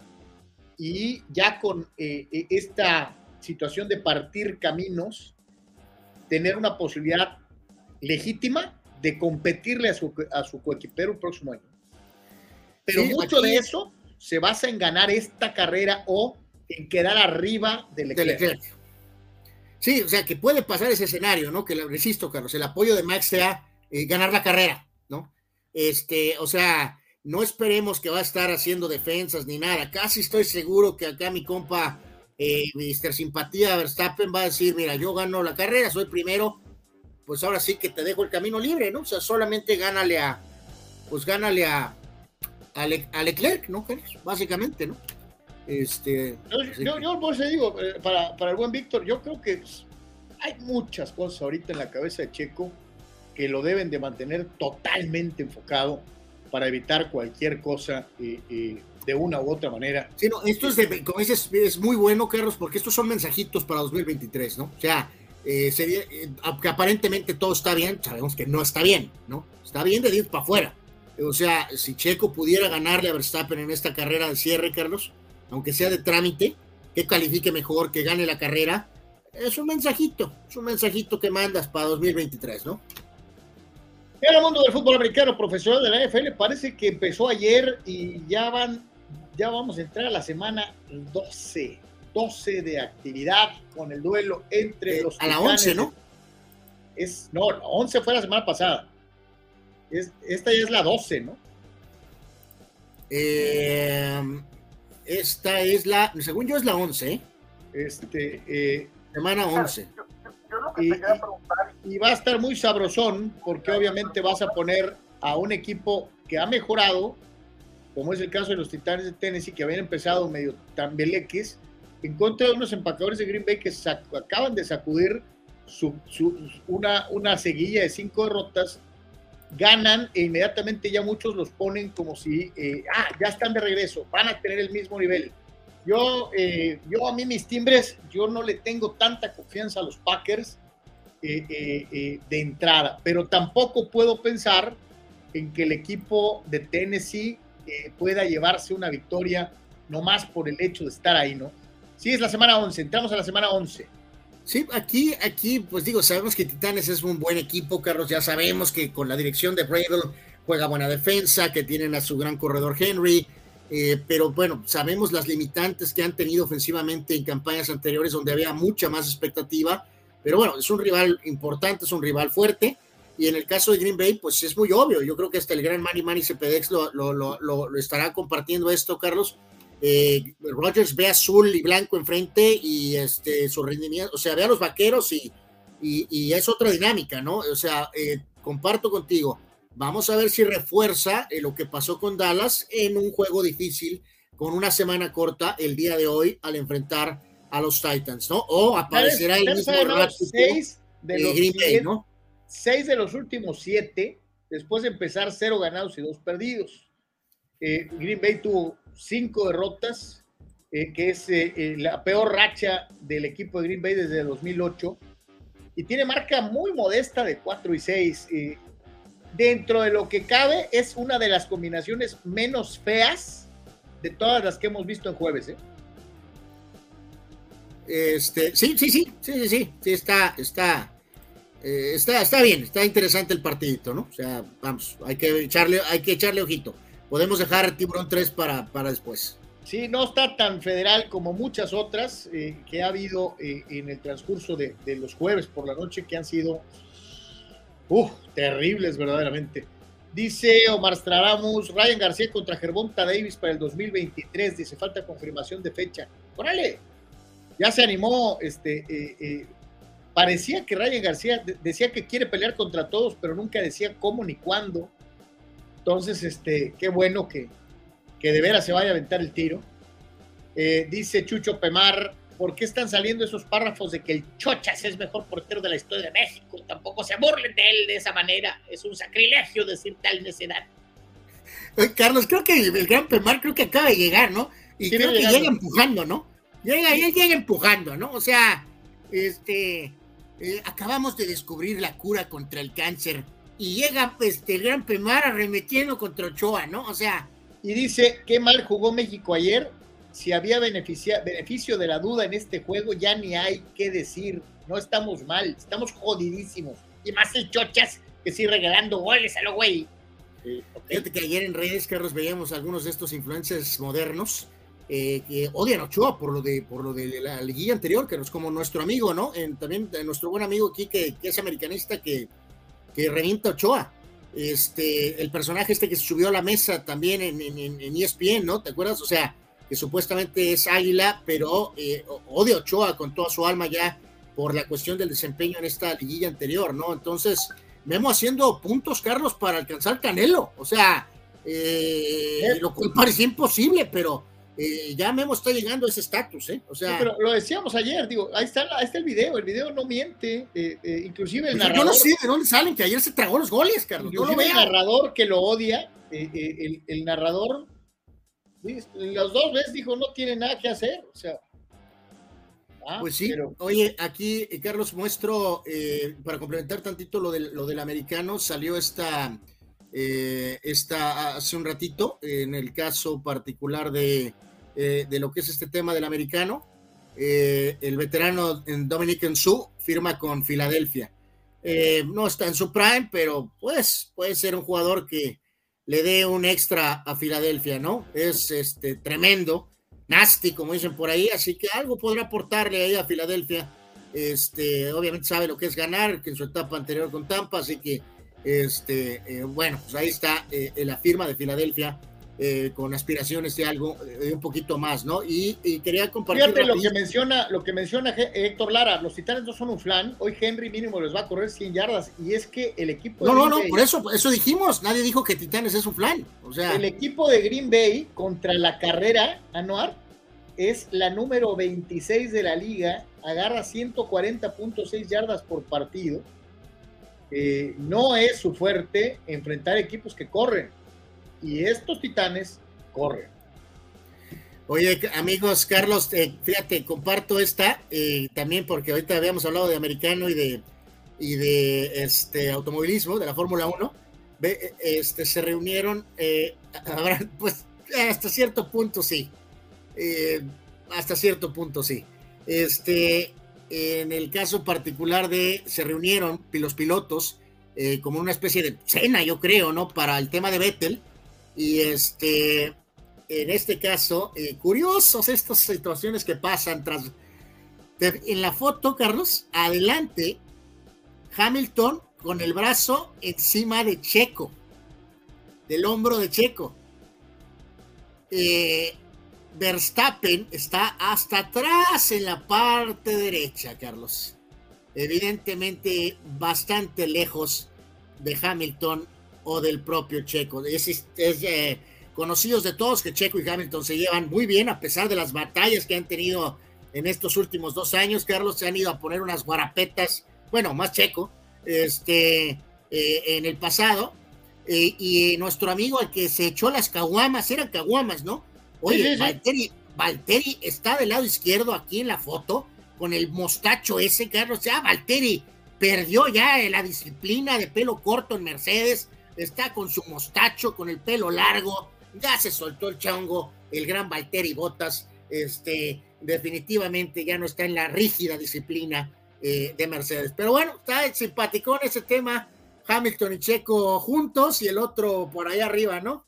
y ya con eh, esta situación de partir caminos, tener una posibilidad legítima de competirle a su, a su coequipero el próximo año. Pero sí, mucho aquí de eso se basa en ganar esta carrera o en quedar arriba de Leclerc. de Leclerc. Sí, o sea, que puede pasar ese escenario, ¿no? Que, resisto, Carlos, el apoyo de Max sea eh, ganar la carrera, ¿no? Este, o sea, no esperemos que va a estar haciendo defensas ni nada. Casi estoy seguro que acá mi compa, eh, mister Simpatía Verstappen va a decir, mira, yo gano la carrera, soy primero, pues ahora sí que te dejo el camino libre, ¿no? O sea, solamente gánale a, pues gánale a, a, Le, a Leclerc, ¿no? Básicamente, ¿no? Este, yo, yo, yo por eso digo, para, para el buen Víctor, yo creo que hay muchas cosas ahorita en la cabeza de Checo que lo deben de mantener totalmente enfocado para evitar cualquier cosa eh, eh, de una u otra manera. Sí, no, esto es, de, como dices, es muy bueno, Carlos, porque estos son mensajitos para dos mil veintitrés, ¿no? O sea, eh, sería, eh, que aparentemente todo está bien, sabemos que no está bien, ¿no? Está bien de diez para afuera. O sea, si Checo pudiera ganarle a Verstappen en esta carrera de cierre, Carlos, aunque sea de trámite, que califique mejor, que gane la carrera, es un mensajito, es un mensajito que mandas para dos mil veintitrés, ¿no? En el mundo del fútbol americano profesional de la N F L parece que empezó ayer y ya van, ya vamos a entrar a la semana doce, doce de actividad con el duelo entre eh, los a la once, ¿no? Es, no, la once fue la semana pasada. Es, esta ya es la doce, ¿no? Eh, esta es la, según yo es la once, ¿eh? Este, eh, semana once. Yo, yo, yo lo que y, te quería preguntar. Y va a estar muy sabrosón, porque obviamente vas a poner a un equipo que ha mejorado, como es el caso de los Titanes de Tennessee, que habían empezado medio tambeleques, en contra de unos empacadores de Green Bay que sac- acaban de sacudir su, su, una, una seguilla de cinco derrotas, ganan e inmediatamente ya muchos los ponen como si, eh, ah, ya están de regreso, van a tener el mismo nivel. Yo, eh, yo a mí mis timbres, yo no le tengo tanta confianza a los Packers eh, eh, eh, de entrada, pero tampoco puedo pensar en que el equipo de Tennessee eh, pueda llevarse una victoria nomás por el hecho de estar ahí, ¿no? Sí, es la semana once, entramos a la semana once. Sí, aquí, aquí, pues digo, sabemos que Titanes es un buen equipo, Carlos, ya sabemos que con la dirección de Vrabel juega buena defensa, que tienen a su gran corredor Henry, eh, pero bueno, sabemos las limitantes que han tenido ofensivamente en campañas anteriores donde había mucha más expectativa, pero bueno, es un rival importante, es un rival fuerte, y en el caso de Green Bay, pues es muy obvio, yo creo que hasta el gran Manny Manny Cepedex lo, lo, lo, lo, lo estará compartiendo esto, Carlos. Eh, Rodgers ve azul y blanco enfrente y este su rendimiento, o sea, ve a los vaqueros y, y, y es otra dinámica, ¿no? O sea, eh, comparto contigo, vamos a ver si refuerza eh, lo que pasó con Dallas en un juego difícil, con una semana corta el día de hoy al enfrentar a los Titans, ¿no? O aparecerá el mismo rápido seis de los Green Bay, ¿no? Seis de los últimos siete, después de empezar cero ganados y dos perdidos. Eh, Green Bay tuvo cinco derrotas, eh, que es eh, eh, la peor racha del equipo de Green Bay desde dos mil ocho, y tiene marca muy modesta de cuatro y seis. Eh, dentro de lo que cabe, es una de las combinaciones menos feas de todas las que hemos visto en jueves. ¿eh? Este, sí, sí, sí, sí, sí, sí, sí está, está, eh, está, está bien, está interesante el partidito, ¿no? O sea, vamos, hay que echarle, hay que echarle ojito. Podemos dejar Tiburón tres para, para después. Sí, no está tan federal como muchas otras eh, que ha habido eh, en el transcurso de, de los jueves por la noche, que han sido uh, terribles verdaderamente. Dice Omar Stradamus, Ryan García contra Gervonta Davis para el dos mil veintitrés, dice, falta confirmación de fecha. ¡Órale! Ya se animó, este, eh, eh, parecía que Ryan García de- decía que quiere pelear contra todos, pero nunca decía cómo ni cuándo. Entonces, este, qué bueno que, que de veras se vaya a aventar el tiro. Eh, dice Chucho Pemar, ¿por qué están saliendo esos párrafos de que el Chochas es mejor portero de la historia de México? Tampoco se burlen de él de esa manera. Es un sacrilegio decir tal necedad. Oye, Carlos, creo que el gran Pemar creo que acaba de llegar, ¿no? Y Sí, creo que llegando. llega empujando, ¿no? Llega, él llega empujando, ¿no? O sea, este, eh, acabamos de descubrir la cura contra el cáncer y llega este, el gran Pemar arremetiendo contra Ochoa, ¿no? O sea, Y dice, qué mal jugó México ayer. Si había beneficia, beneficio de la duda en este juego, ya ni hay qué decir. No estamos mal, estamos jodidísimos. Y más el Chochas, que sigue regalando goles a lo güey. Eh, okay. fíjate que ayer en redes, Carlos, veíamos algunos de estos influencers modernos eh, que odian a Ochoa por lo de por lo de la liguilla anterior, Carlos, como nuestro amigo, ¿no? En, también eh, nuestro buen amigo aquí que, que es americanista, que, que revienta a Ochoa. Este, el personaje este que se subió a la mesa también en, en, en E S P N, ¿no? ¿Te acuerdas? O sea, que supuestamente es águila, pero eh, odia a Ochoa con toda su alma ya por la cuestión del desempeño en esta liguilla anterior, ¿no? Entonces, Memo haciendo puntos, Carlos, para alcanzar Canelo, o sea, eh, lo cual parecía imposible, pero eh, ya Memo está llegando a ese estatus, ¿eh? O sea, sí, pero lo decíamos ayer, digo, ahí está, ahí está el video, el video no miente, eh, eh, inclusive el pues narrador. Yo no sé de dónde salen, que ayer se tragó los goles, Carlos. Inclusive No lo el veo. narrador que lo odia, eh, eh, el, el narrador, las dos veces dijo, no tiene nada que hacer, o sea. Ah, pues sí, pero... oye, aquí, Carlos, muestro, eh, para complementar tantito lo del, lo del americano, salió esta, eh, esta hace un ratito, en el caso particular de, eh, de lo que es este tema del americano, eh, el veterano Dominic Nsu firma con Filadelfia. Eh, no está en su prime, pero pues puede ser un jugador que le dé un extra a Filadelfia, ¿no? Es este, tremendo nasty, como dicen por ahí, así que algo podrá aportarle ahí a Filadelfia. Este, obviamente sabe lo que es ganar, que en su etapa anterior con Tampa, así que este, eh, bueno, pues ahí está eh, la firma de Filadelfia eh, con aspiraciones de algo eh, un poquito más, ¿no? Y, y quería compartir. Fíjate lo que menciona, lo que menciona Héctor Lara, los Titanes no son un flan, hoy Henry mínimo les va a correr cien yardas, y es que el equipo de No, Green no, no, Bay, por eso, eso dijimos, nadie dijo que Titanes es un flan, o sea. El equipo de Green Bay contra la carrera, Anuar, es la número veintiséis de la liga, agarra ciento cuarenta punto seis yardas por partido. Eh, no es su fuerte enfrentar equipos que corren, y estos Titanes corren. Oye, amigos, Carlos, eh, fíjate, comparto esta eh, también porque ahorita habíamos hablado de americano y de y de este automovilismo, de la Fórmula uno. Ve, este, se reunieron, eh, habrá, pues hasta cierto punto sí, eh, hasta cierto punto sí. Este, en el caso particular de, se reunieron los pilotos eh, como una especie de cena, yo creo, ¿no? Para el tema de Vettel, y este, en este caso, eh, curiosos estas situaciones que pasan tras, de, en la foto, Carlos, adelante, Hamilton con el brazo encima de Checo, del hombro de Checo. Eh, Verstappen está hasta atrás en la parte derecha, Carlos. Evidentemente bastante lejos de Hamilton o del propio Checo. Es, es eh, conocidos de todos que Checo y Hamilton se llevan muy bien a pesar de las batallas que han tenido en estos últimos dos años. Carlos, se han ido a poner unas guarapetas, bueno, más Checo, este, eh, en el pasado. Eh, y nuestro amigo al que se echó las caguamas, eran caguamas, ¿no? Oye, sí, sí, sí. Valtteri, Valtteri está del lado izquierdo aquí en la foto, con el mostacho ese, Carlos. Ya Valtteri perdió ya la disciplina de pelo corto en Mercedes, está con su mostacho, con el pelo largo, ya se soltó el chango, el gran Valtteri Bottas, este, definitivamente ya no está en la rígida disciplina eh, de Mercedes. Pero bueno, está simpaticón ese tema, Hamilton y Checo juntos y el otro por ahí arriba, ¿no?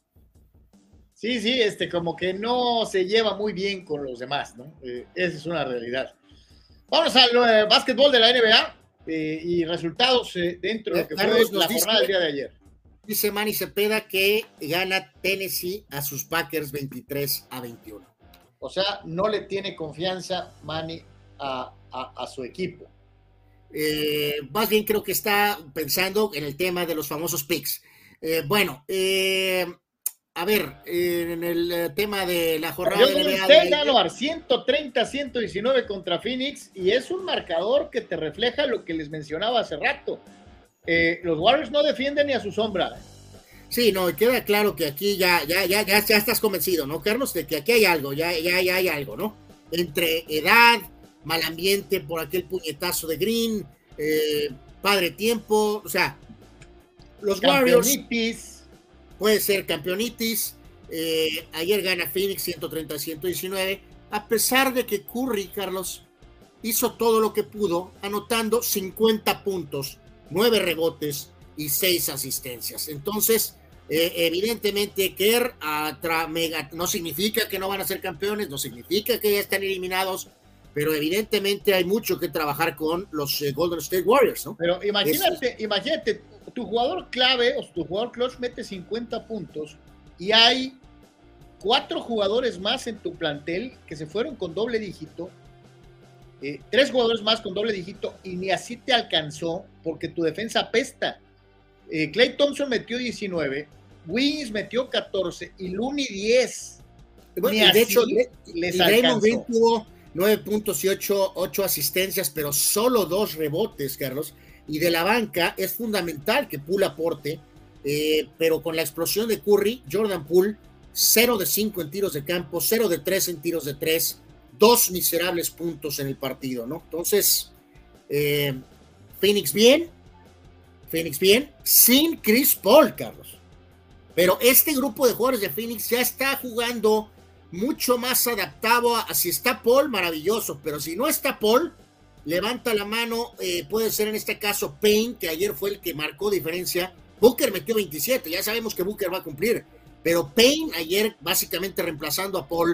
Sí, sí, este, como que no se lleva muy bien con los demás, ¿no? Eh, esa es una realidad. Vamos al eh, básquetbol de la N B A eh, y resultados eh, dentro de lo que Carlos fue la dice, jornada del día de ayer. Dice Manny Cepeda que gana Tennessee a sus Packers veintitrés a veintiuno. O sea, no le tiene confianza Manny a, a, a su equipo. Eh, más bien creo que está pensando en el tema de los famosos picks. Eh, bueno, eh, a ver, eh, en el tema de la jornada de N B A. Usted ganó ciento treinta a ciento diecinueve contra Phoenix y es un marcador que te refleja lo que les mencionaba hace rato. Eh, los Warriors no defienden ni a su sombra. Sí, no, queda claro que aquí ya, ya, ya, ya, ya estás convencido, ¿no, Carlos? De que aquí hay algo, ya, ya, ya hay algo, ¿no? Entre edad, mal ambiente por aquel puñetazo de Green, eh, padre tiempo, o sea, los Warriors. Puede ser campeonitis. Eh, ayer gana Phoenix ciento treinta a ciento diecinueve, a pesar de que Curry, Carlos, hizo todo lo que pudo, anotando cincuenta puntos, nueve rebotes y seis asistencias. Entonces, eh, evidentemente, Kerr uh, mega, no significa que no van a ser campeones, no significa que ya están eliminados, pero evidentemente hay mucho que trabajar con los eh, Golden State Warriors, ¿no? Pero imagínate, es, imagínate, tu jugador clave o tu jugador clutch mete cincuenta puntos y hay cuatro jugadores más en tu plantel que se fueron con doble dígito, eh, tres jugadores más con doble dígito y ni así te alcanzó porque tu defensa apesta. Eh, Klay Thompson metió diecinueve, Wiggins metió catorce y Looney diez. Bueno, y de hecho, les Draymond Green tuvo nueve puntos y ocho asistencias, pero solo dos rebotes, Carlos. Y de la banca es fundamental que Poole aporte, eh, pero con la explosión de Curry, Jordan Poole, cero de cinco en tiros de campo, cero de tres en tiros de tres, dos miserables puntos en el partido, ¿no? Entonces, eh, Phoenix bien, Phoenix bien, sin Chris Paul, Carlos. Pero este grupo de jugadores de Phoenix ya está jugando mucho más adaptado a, a si está Paul, maravilloso, pero si no está Paul, levanta la mano, eh, puede ser en este caso Payne, que ayer fue el que marcó diferencia. Booker metió veintisiete, ya sabemos que Booker va a cumplir, pero Payne ayer básicamente reemplazando a Paul,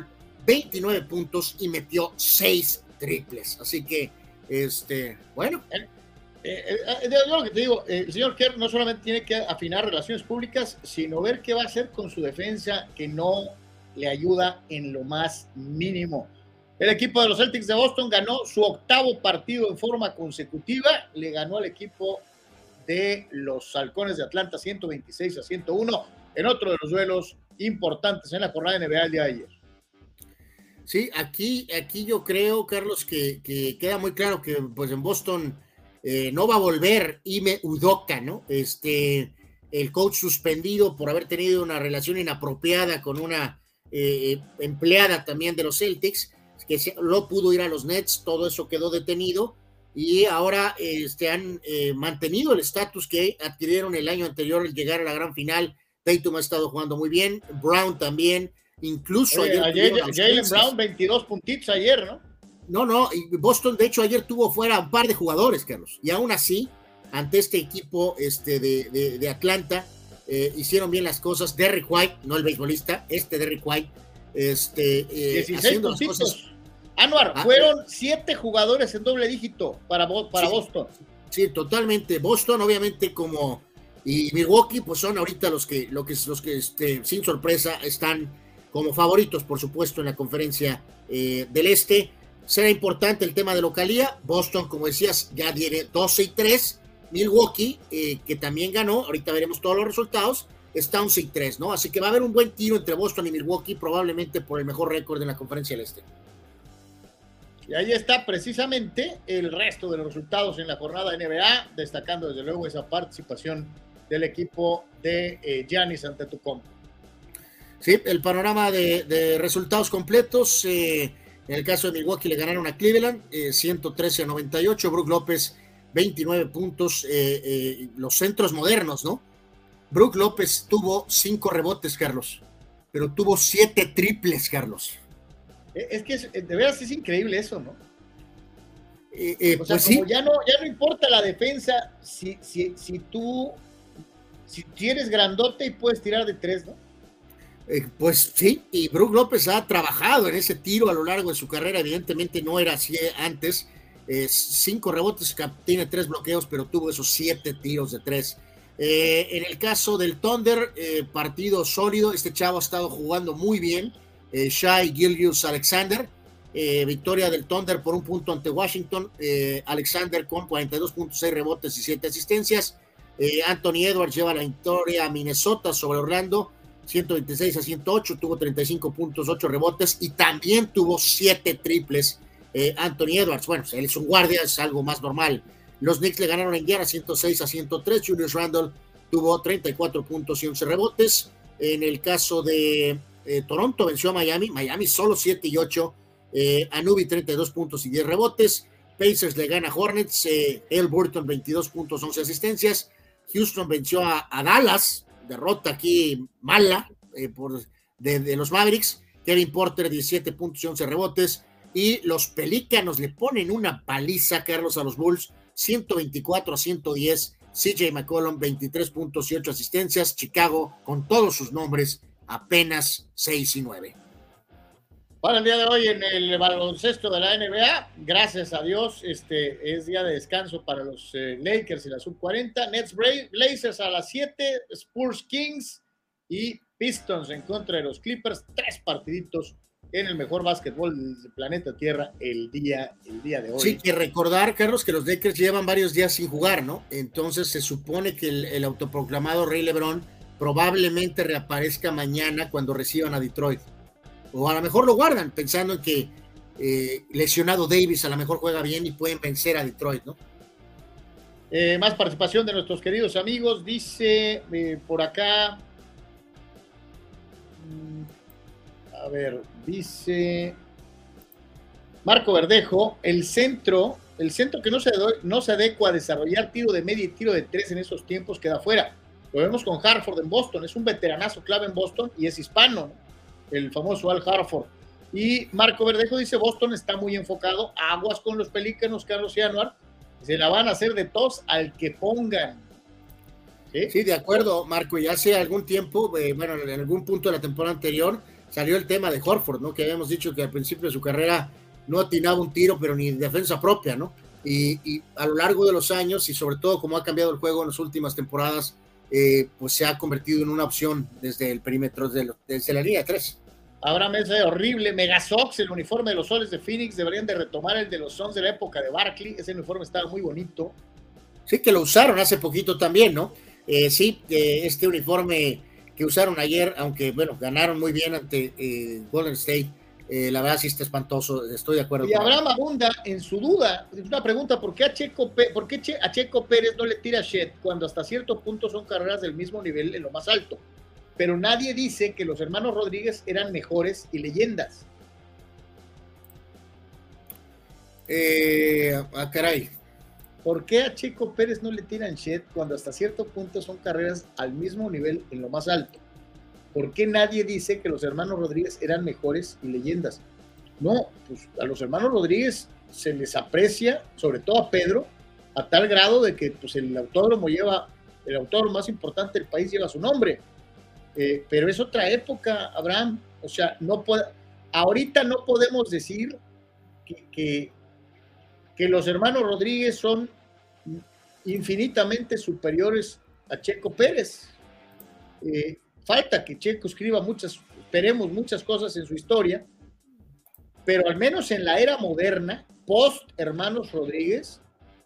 veintinueve puntos y metió seis triples. Así que, este, bueno. Eh, eh, eh, yo lo que te digo, eh, el señor Kerr no solamente tiene que afinar relaciones públicas, sino ver qué va a hacer con su defensa, que no le ayuda en lo más mínimo. El equipo de los Celtics de Boston ganó su octavo partido en forma consecutiva, le ganó al equipo de los Halcones de Atlanta ciento veintiséis a ciento uno en otro de los duelos importantes en la jornada de N B A el día de ayer. Sí, aquí, aquí yo creo, Carlos, que, que queda muy claro que pues en Boston eh, no va a volver Ime Udoka, ¿no? Este, el coach suspendido por haber tenido una relación inapropiada con una eh, empleada también de los Celtics, que se, no pudo ir a los Nets, todo eso quedó detenido, y ahora este, han eh, mantenido el estatus que adquirieron el año anterior al llegar a la gran final. Tatum ha estado jugando muy bien, Brown también, incluso Oye, ayer, ayer Jaylen Brown, veintidós puntitos ayer, ¿no? No, no, y Boston de hecho ayer tuvo fuera un par de jugadores, Carlos, y aún así, ante este equipo este, de, de, de Atlanta, eh, hicieron bien las cosas. Derrick White, no el beisbolista, este Derrick White, este, eh, haciendo las cosas. Anuar, ah, fueron siete jugadores en doble dígito para, para sí, Boston. Sí, totalmente. Boston, obviamente, como y Milwaukee, pues son ahorita los que, los que, los que este, sin sorpresa, están como favoritos, por supuesto, en la conferencia eh, del Este. Será importante el tema de localía. Boston, como decías, ya tiene doce y tres. Milwaukee, eh, que también ganó, ahorita veremos todos los resultados, está once y tres, ¿no? Así que va a haber un buen tiro entre Boston y Milwaukee, probablemente por el mejor récord en la conferencia del Este. Y ahí está precisamente el resto de los resultados en la jornada N B A, destacando desde luego esa participación del equipo de Giannis Antetokounmpo. Sí, el panorama de, de resultados completos, eh, en el caso de Milwaukee le ganaron a Cleveland, eh, ciento trece a noventa y ocho, Brook López veintinueve puntos, eh, eh, los centros modernos, ¿no? Brook López tuvo cinco rebotes, Carlos, pero tuvo siete triples, Carlos. Es que es, de veras es increíble eso, ¿no? Eh, eh, o sea, pues como sí. ya no, ya no importa la defensa, si, si, si tú si eres grandote y puedes tirar de tres, ¿no? Eh, pues sí, y Brook López ha trabajado en ese tiro a lo largo de su carrera, evidentemente no era así antes, eh, cinco rebotes, tiene tres bloqueos, pero tuvo esos siete tiros de tres. Eh, en el caso del Thunder, eh, partido sólido, este chavo ha estado jugando muy bien, Eh, Shai Gilgeous-Alexander, eh, victoria del Thunder por un punto ante Washington, eh, Alexander con cuarenta y dos puntos, seis rebotes y siete asistencias, eh, Anthony Edwards lleva la victoria a Minnesota sobre Orlando, ciento veintiséis a ciento ocho, tuvo treinta y cinco puntos, ocho rebotes y también tuvo siete triples, eh, Anthony Edwards. Bueno, él es un guardia, es algo más normal. Los Knicks le ganaron en Indiana ciento seis a ciento tres, Julius Randle tuvo treinta y cuatro puntos y once rebotes. En el caso de Eh, Toronto venció a Miami, Miami solo siete y ocho, eh, Anubi treinta y dos puntos y diez rebotes, Pacers le gana a Hornets, eh, El Burton veintidós puntos, once asistencias, Houston venció a, a Dallas, derrota aquí mala eh, por, de, de los Mavericks, Kevin Porter diecisiete puntos y once rebotes, y los Pelícanos le ponen una paliza, Carlos, a los Bulls, ciento veinticuatro a ciento diez, C J McCollum veintitrés puntos y ocho asistencias, Chicago con todos sus nombres apenas seis y nueve. Para el día de hoy en el baloncesto de la N B A, gracias a Dios, este es día de descanso para los eh, Lakers y la sub cuarenta, Nets Blazers a las siete, Spurs Kings y Pistons en contra de los Clippers, tres partiditos en el mejor básquetbol del planeta Tierra el día, el día de hoy. Sí, que recordar, Carlos, que los Lakers llevan varios días sin jugar, ¿no? Entonces se supone que el, el autoproclamado Rey LeBron probablemente reaparezca mañana cuando reciban a Detroit. O a lo mejor lo guardan, pensando en que eh, lesionado Davis a lo mejor juega bien y pueden vencer a Detroit, ¿no? Eh, más participación de nuestros queridos amigos. Dice eh, por acá... A ver, dice... Marco Verdejo, el centro, el centro que no se, no se adecua a desarrollar tiro de media y tiro de tres en esos tiempos queda fuera. Lo vemos con Hartford en Boston, es un veteranazo clave en Boston y es hispano, ¿no? El famoso Al Hartford. Y Marco Verdejo dice, Boston está muy enfocado, aguas con los Pelícanos, Carlos y Anuar, se la van a hacer de tos al que pongan. ¿Sí? Sí, de acuerdo, Marco, y hace algún tiempo, eh, bueno, en algún punto de la temporada anterior, salió el tema de Horford, ¿no? Que habíamos dicho que al principio de su carrera no atinaba un tiro, pero ni defensa propia, ¿no? Y, y a lo largo de los años, y sobre todo como ha cambiado el juego en las últimas temporadas, eh, pues se ha convertido en una opción desde el perímetro, desde, desde la línea de tres. Abraham, es horrible. Megasox, el uniforme de los Soles de Phoenix, deberían de retomar el de los Suns de la época de Barkley. Ese uniforme estaba muy bonito. Sí, que lo usaron hace poquito también, ¿no? Eh, sí, eh, este uniforme que usaron ayer, aunque, bueno, ganaron muy bien ante eh, Golden State, eh, la verdad sí está espantoso, estoy de acuerdo. Y con Abraham abunda en su duda, una pregunta, ¿por qué a Checo, ¿por qué a Checo Pérez no le tira Shed cuando hasta cierto punto son carreras del mismo nivel en lo más alto? Pero nadie dice que los hermanos Rodríguez eran mejores y leyendas. Eh, ah, caray. ¿Por qué a Checo Pérez no le tiran Shed cuando hasta cierto punto son carreras al mismo nivel en lo más alto? ¿Por qué nadie dice que los hermanos Rodríguez eran mejores y leyendas? No, pues a los hermanos Rodríguez se les aprecia, sobre todo a Pedro, a tal grado de que pues, el autódromo lleva, el autódromo más importante del país lleva su nombre. Eh, pero es otra época, Abraham. O sea, no puede, ahorita no podemos decir que, que, que los hermanos Rodríguez son infinitamente superiores a Checo Pérez. Eh, falta que Checo escriba muchas, esperemos muchas cosas en su historia, pero al menos en la era moderna, post hermanos Rodríguez,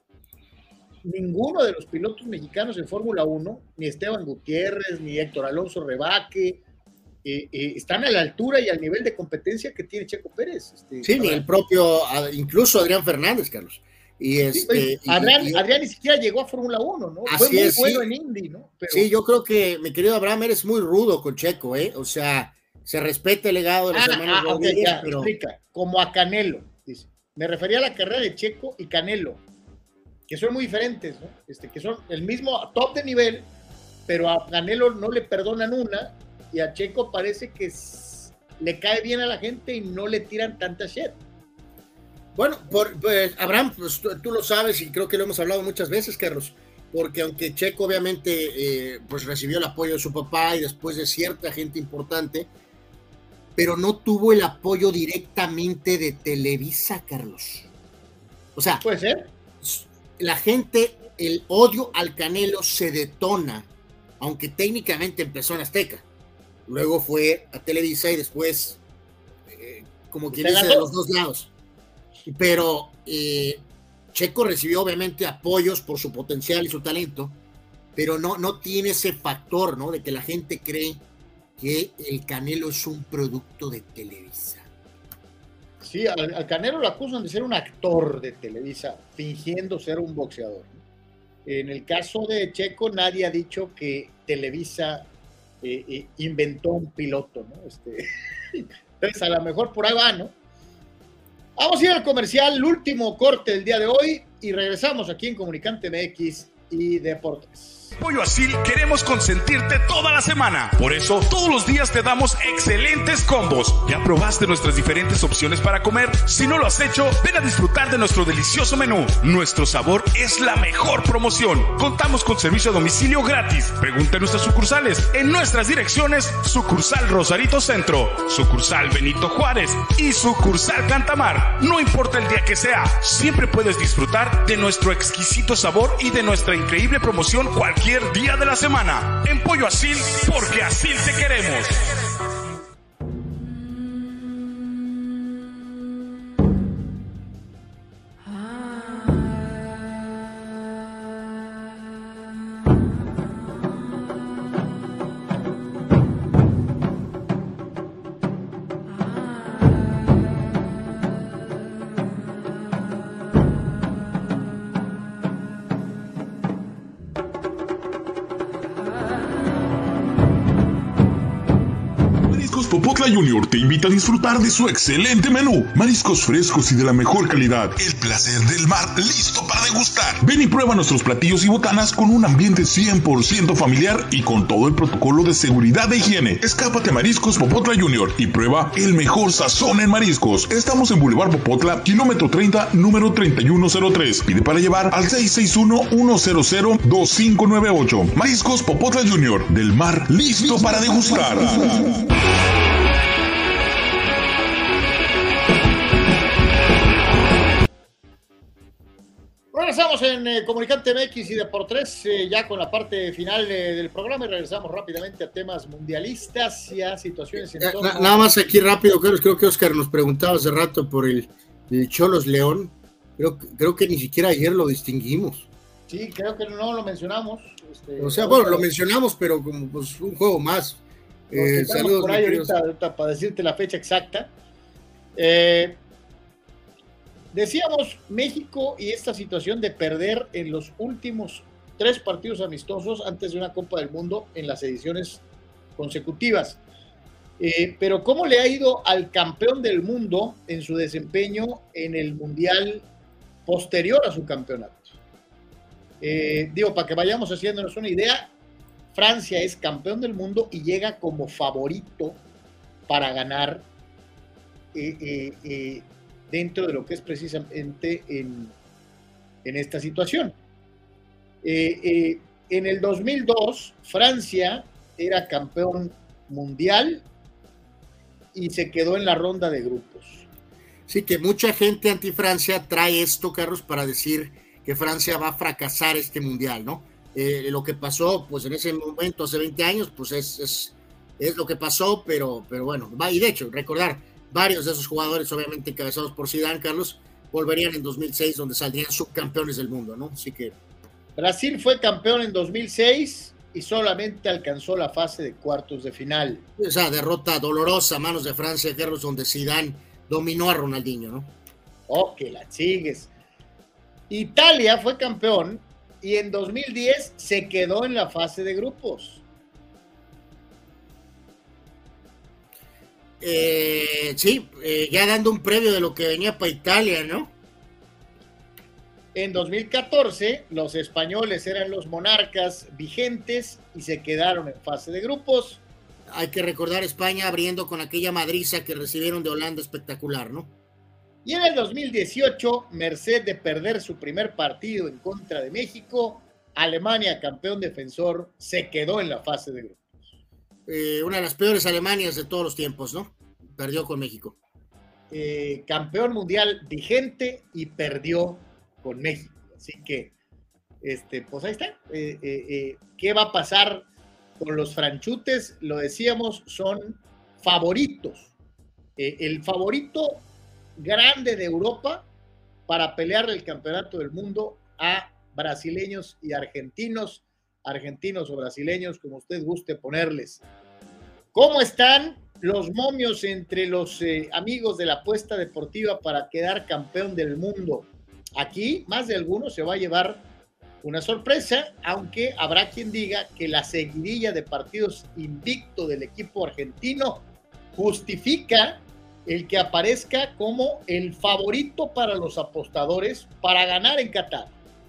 ninguno de los pilotos mexicanos en Fórmula uno, ni Esteban Gutiérrez, ni Héctor Alonso Rebaque, eh, eh, están a la altura y al nivel de competencia que tiene Checo Pérez. Este, sí, ni el propio, incluso Adrián Fernández, Carlos. Y este, sí, Adrián, y, y, Adrián ni siquiera llegó a Fórmula uno, ¿no? Fue muy es, bueno sí. en Indy, ¿no? Pero... Sí, yo creo que, mi querido Abraham, eres muy rudo con Checo, ¿eh? O sea, se respeta el legado de los ah, hermanos ah, Rodríguez, okay, ya, pero... explica, como a Canelo, dice. Me refería a la carrera de Checo y Canelo, que son muy diferentes, ¿no? Este, que son el mismo top de nivel, pero a Canelo no le perdonan una, y a Checo parece que le cae bien a la gente y no le tiran tanta shit. Bueno, por, pues, Abraham, pues, tú, tú lo sabes y creo que lo hemos hablado muchas veces, Carlos, porque aunque Checo obviamente eh, pues recibió el apoyo de su papá y después de cierta gente importante, pero no tuvo el apoyo directamente de Televisa, Carlos. O sea, puede ser. La gente, el odio al Canelo se detona, aunque técnicamente empezó en Azteca. Luego fue a Televisa y después, eh, como quien dice, de los dos lados. Pero eh, Checo recibió obviamente apoyos por su potencial y su talento, pero no, no tiene ese factor, ¿no? De que la gente cree que el Canelo es un producto de Televisa. Sí, al, al Canelo lo acusan de ser un actor de Televisa, fingiendo ser un boxeador. En el caso de Checo, nadie ha dicho que Televisa eh, eh, inventó un piloto, ¿no? Este, entonces, a lo mejor por ahí va, ¿no? Vamos a ir al comercial, el último corte del día de hoy, y regresamos aquí en Comunicante M X y Deportes. Pollo Asil queremos consentirte toda la semana. Por eso, todos los días te damos excelentes combos. ¿Ya probaste nuestras diferentes opciones para comer? Si no lo has hecho, ven a disfrutar de nuestro delicioso menú. Nuestro sabor es la mejor promoción. Contamos con servicio a domicilio gratis. Pregunta en nuestras sucursales. En nuestras direcciones, sucursal Rosarito Centro, sucursal Benito Juárez y sucursal Cantamar. No importa el día que sea, siempre puedes disfrutar de nuestro exquisito sabor y de nuestra increíble promoción cualquier día de la semana. En Pollo Asil, porque así te queremos. Popotla Junior te invita a disfrutar de su excelente menú. Mariscos frescos y de la mejor calidad. El placer del mar listo para degustar. Ven y prueba nuestros platillos y botanas con un ambiente cien por ciento familiar y con todo el protocolo de seguridad e higiene. Escápate a Mariscos Popotla Junior y prueba el mejor sazón en mariscos. Estamos en Boulevard Popotla, kilómetro treinta, número treinta y uno cero tres. Pide para llevar al seis seis uno, uno cero cero, dos cinco nueve ocho. Mariscos Popotla Junior, del mar listo para degustar. Regresamos en eh, Comunicante M X y Deportes, eh, ya con la parte final eh, del programa, y regresamos rápidamente a temas mundialistas y a situaciones en torno... Nada más aquí rápido, Carlos, creo que Oscar nos preguntaba hace rato por el, el Xolos León, creo, creo que ni siquiera ayer lo distinguimos. Sí, creo que no lo mencionamos. Este, o sea, bueno, lo mencionamos, pero como pues un juego más. Eh, saludos por ahí ahorita, ahorita para decirte la fecha exacta. Eh, decíamos México y esta situación de perder en los últimos tres partidos amistosos antes de una Copa del Mundo en las ediciones consecutivas. Eh, pero ¿cómo le ha ido al campeón del mundo en su desempeño en el Mundial posterior a su campeonato? Eh, digo, para que vayamos haciéndonos una idea, Francia es campeón del mundo y llega como favorito para ganar eh, eh, eh, dentro de lo que es precisamente en, en esta situación. Eh, eh, en el dos mil dos, Francia era campeón mundial y se quedó en la ronda de grupos. Sí, que mucha gente anti-Francia trae esto, Carlos, para decir que Francia va a fracasar este mundial, ¿no? Eh, lo que pasó, pues en ese momento, hace veinte años, pues es, es, es lo que pasó, pero, pero bueno, va, y de hecho, recordar, varios de esos jugadores, obviamente encabezados por Zidane, Carlos, volverían en dos mil seis, donde saldrían subcampeones del mundo, ¿no? Así que... Brasil fue campeón en dos mil seis y solamente alcanzó la fase de cuartos de final. Esa derrota dolorosa a manos de Francia, Carlos, donde Zidane dominó a Ronaldinho, ¿no? Oh, que la sigues. Italia fue campeón y en dos mil diez se quedó en la fase de grupos. Eh, sí, eh, ya dando un previo de lo que venía para Italia, ¿no? En dos mil catorce, los españoles eran los monarcas vigentes y se quedaron en fase de grupos. Hay que recordar España abriendo con aquella madriza que recibieron de Holanda espectacular, ¿no? Y en el dos mil dieciocho, merced de perder su primer partido en contra de México, Alemania, campeón defensor, se quedó en la fase de grupos. Eh, una de las peores Alemanias de todos los tiempos, ¿no? Perdió con México. Eh, campeón mundial vigente y perdió con México. Así que, este, pues ahí está. Eh, eh, eh, ¿Qué va a pasar con los franchutes? Lo decíamos, son favoritos. Eh, el favorito grande de Europa para pelear el campeonato del mundo a brasileños y argentinos, argentinos o brasileños, como usted guste ponerles. ¿Cómo están los momios entre los eh, amigos de la apuesta deportiva para quedar campeón del mundo? Aquí más de alguno se va a llevar una sorpresa, aunque habrá quien diga que la seguidilla de partidos invicto del equipo argentino justifica el que aparezca como el favorito para los apostadores para ganar en Qatar.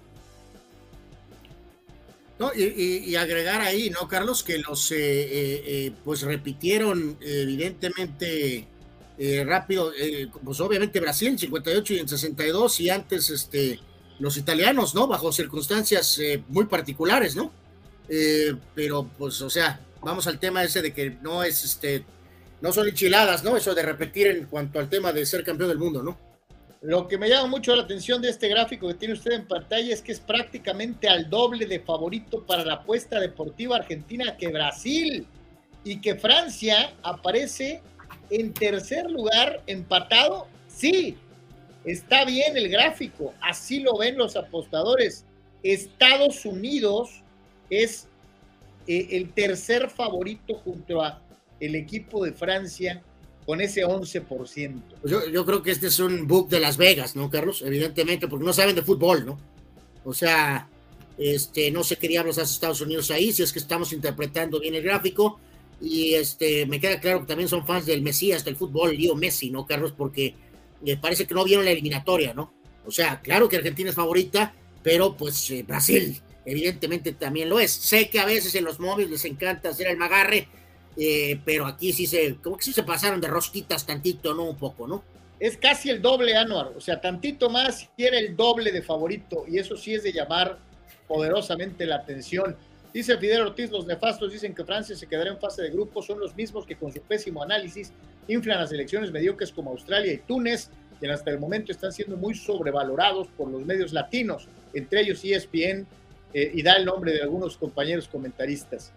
No, y, y, y agregar ahí, ¿no, Carlos? Que los, eh, eh, eh, pues repitieron evidentemente eh, rápido, eh, pues obviamente Brasil en cincuenta y ocho y en sesenta y dos, y antes este, los italianos, ¿no? Bajo circunstancias eh, muy particulares, ¿no? Eh, pero, pues, o sea, vamos al tema ese de que no es, este, no son enchiladas, ¿no? Eso de repetir en cuanto al tema de ser campeón del mundo, ¿no? Lo que me llama mucho la atención de este gráfico que tiene usted en pantalla es que es prácticamente al doble de favorito para la apuesta deportiva argentina que Brasil, y que Francia aparece en tercer lugar empatado. Sí, está bien el gráfico, así lo ven los apostadores. Estados Unidos es eh, el tercer favorito junto a el equipo de Francia con ese once por ciento. Pues yo, yo creo que este es un book de Las Vegas, ¿no, Carlos? Evidentemente, porque no saben de fútbol, ¿no? O sea, este, no sé qué diablos hace Estados Unidos ahí, si es que estamos interpretando bien el gráfico, y este, me queda claro que también son fans del Mesías del fútbol, Leo Messi, ¿no, Carlos? Porque me parece que no vieron la eliminatoria, ¿no? O sea, claro que Argentina es favorita, pero pues eh, Brasil evidentemente también lo es. Sé que a veces en los móviles les encanta hacer el magarre, Eh, pero aquí sí se, como que sí se pasaron de rosquitas tantito, ¿no? Un poco, ¿no? Es casi el doble, Anuar, o sea, tantito más y era el doble de favorito, y eso sí es de llamar poderosamente la atención. Dice Fidel Ortiz, los nefastos dicen que Francia se quedará en fase de grupos, son los mismos que con su pésimo análisis inflan las elecciones mediocres como Australia y Túnez, quienes hasta el momento están siendo muy sobrevalorados por los medios latinos. entre ellos E S P N, eh, y da el nombre de algunos compañeros comentaristas.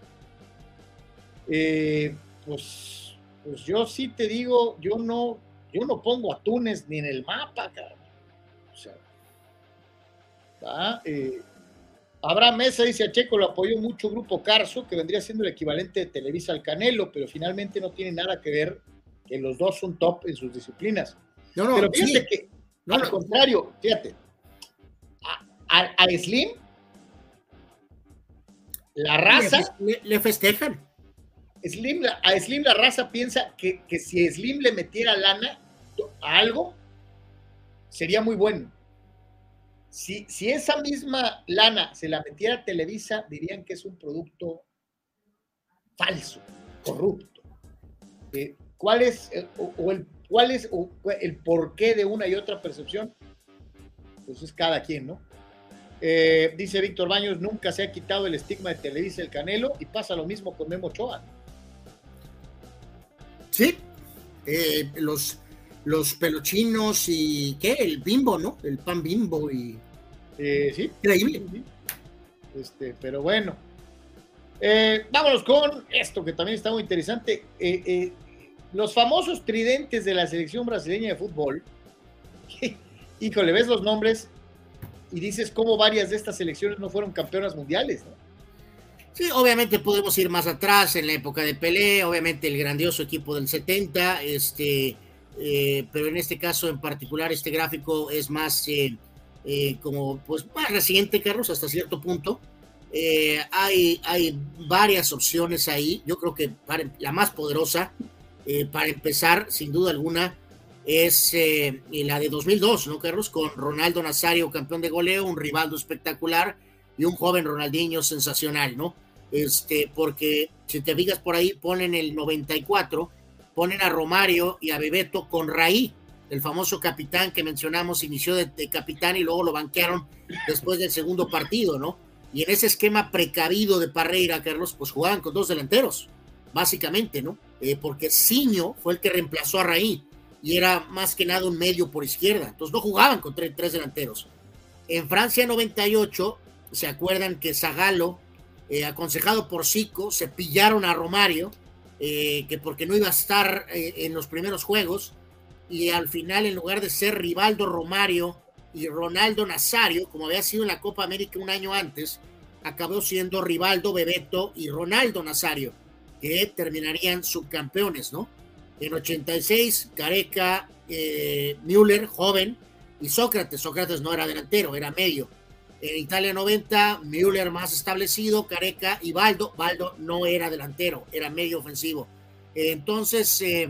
Eh, pues, pues yo sí te digo, yo no, yo no pongo a Túnez ni en el mapa, cabrón. O sea, ¿va? Eh, Abraham Mesa dice: a Checo lo apoyó mucho Grupo Carso, que vendría siendo el equivalente de Televisa al Canelo, pero finalmente no tiene nada que ver, que los dos son top en sus disciplinas. No, no, pero fíjate sí. que, no, al no. contrario, fíjate, a, a, a Slim, la raza... Le, le festejan. Slim, a Slim la raza piensa que, que si Slim le metiera lana a algo, sería muy bueno. Si, si esa misma lana se la metiera a Televisa, dirían que es un producto falso, corrupto. Eh, ¿Cuál es, eh, o, o el, cuál es o, el porqué de una y otra percepción? Pues es cada quien, ¿no? Eh, dice Víctor Baños: nunca se ha quitado el estigma de Televisa el Canelo, y pasa lo mismo con Memo Ochoa. Sí, eh, los... los peluchinos y ¿qué? El Bimbo, ¿no? El pan Bimbo y... Eh, sí. Increíble. Sí. Este, pero bueno. Eh, vámonos con esto que también está muy interesante. Eh, eh, los famosos tridentes de la selección brasileña de fútbol. Híjole, ves los nombres y dices cómo varias de estas selecciones no fueron campeonas mundiales, ¿no? Sí, obviamente podemos ir más atrás en la época de Pelé, obviamente el grandioso equipo del setenta, este... Eh, pero en este caso en particular este gráfico es más eh, eh, como pues más reciente, Carlos, hasta cierto punto. Eh, hay, hay varias opciones ahí. Yo creo que para, la más poderosa eh, para empezar, sin duda alguna, es eh, la de dos mil dos, ¿no, Carlos? Con Ronaldo Nazario, campeón de goleo, un Rivaldo espectacular y un joven Ronaldinho sensacional, ¿no? Este, porque si te fijas por ahí, ponen el noventa y cuatro, ponen a Romario y a Bebeto con Raí, el famoso capitán que mencionamos, inició de, de capitán y luego lo banquearon después del segundo partido, ¿no? Y en ese esquema precavido de Parreira, Carlos, pues jugaban con dos delanteros, básicamente, ¿no? Eh, porque Ciño fue el que reemplazó a Raí y era más que nada un medio por izquierda, entonces no jugaban con tres, tres delanteros. En Francia noventa y ocho, ¿se acuerdan que Zagallo, eh, aconsejado por Zico, se pillaron a Romario, Eh, que porque no iba a estar eh, en los primeros juegos, y al final, en lugar de ser Rivaldo, Romario y Ronaldo Nazario, como había sido en la Copa América un año antes, acabó siendo Rivaldo, Bebeto y Ronaldo Nazario, que terminarían subcampeones, ¿no? En ochenta y seis, Careca, eh, Müller, joven, y Sócrates. Sócrates no era delantero, era medio. En Italia noventa, Müller más establecido, Careca y Baldo. Baldo no era delantero, era medio ofensivo. Entonces, eh,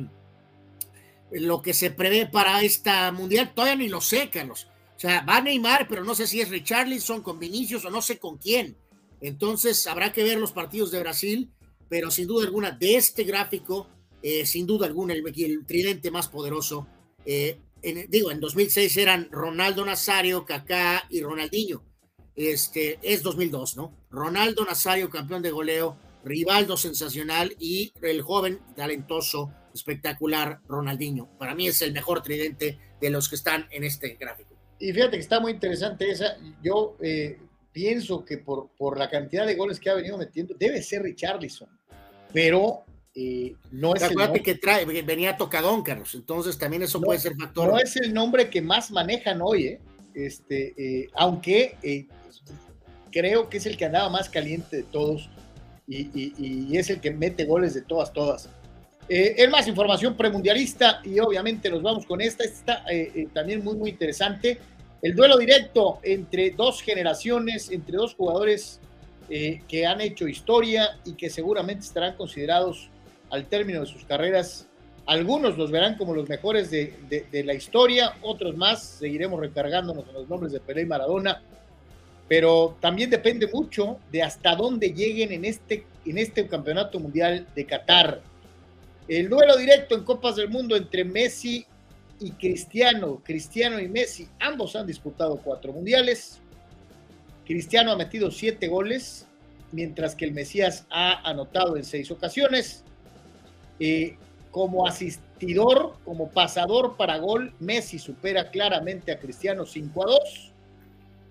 lo que se prevé para esta mundial, todavía ni lo sé, Carlos. O sea, va Neymar, pero no sé si es Richarlison con Vinicius o no sé con quién. Entonces, habrá que ver los partidos de Brasil, pero sin duda alguna, de este gráfico, eh, sin duda alguna, el, el tridente más poderoso. Eh, en, digo, en dos mil seis eran Ronaldo Nazario, Kaká y Ronaldinho. Este, es dos mil dos, ¿no? Ronaldo Nazario, campeón de goleo, Rivaldo sensacional y el joven, talentoso, espectacular Ronaldinho. Para mí es el mejor tridente de los que están en este gráfico. Y fíjate que está muy interesante esa. Yo eh, pienso que por, por la cantidad de goles que ha venido metiendo, debe ser Richarlison, pero eh, no es el Acuérdate nombre que trae, venía tocadón, Carlos, entonces también eso no, puede ser factor. No es el nombre que más manejan hoy, ¿eh? Este, eh, aunque eh, creo que es el que andaba más caliente de todos y, y, y es el que mete goles de todas, todas. Eh, es más información premundialista y obviamente nos vamos con esta. Esta está eh, eh, también muy, muy interesante. El duelo directo entre dos generaciones, entre dos jugadores eh, que han hecho historia y que seguramente estarán considerados al término de sus carreras. Algunos los verán como los mejores de, de, de la historia, otros más seguiremos recargándonos en los nombres de Pelé y Maradona, pero también depende mucho de hasta dónde lleguen en este, en este campeonato mundial de Qatar. El duelo directo en Copas del Mundo entre Messi y Cristiano, Cristiano y Messi, ambos han disputado cuatro mundiales. Cristiano ha metido siete goles, mientras que el Mesías ha anotado en seis ocasiones. Eh, como asistidor, como pasador para gol, Messi supera claramente a Cristiano cinco a dos.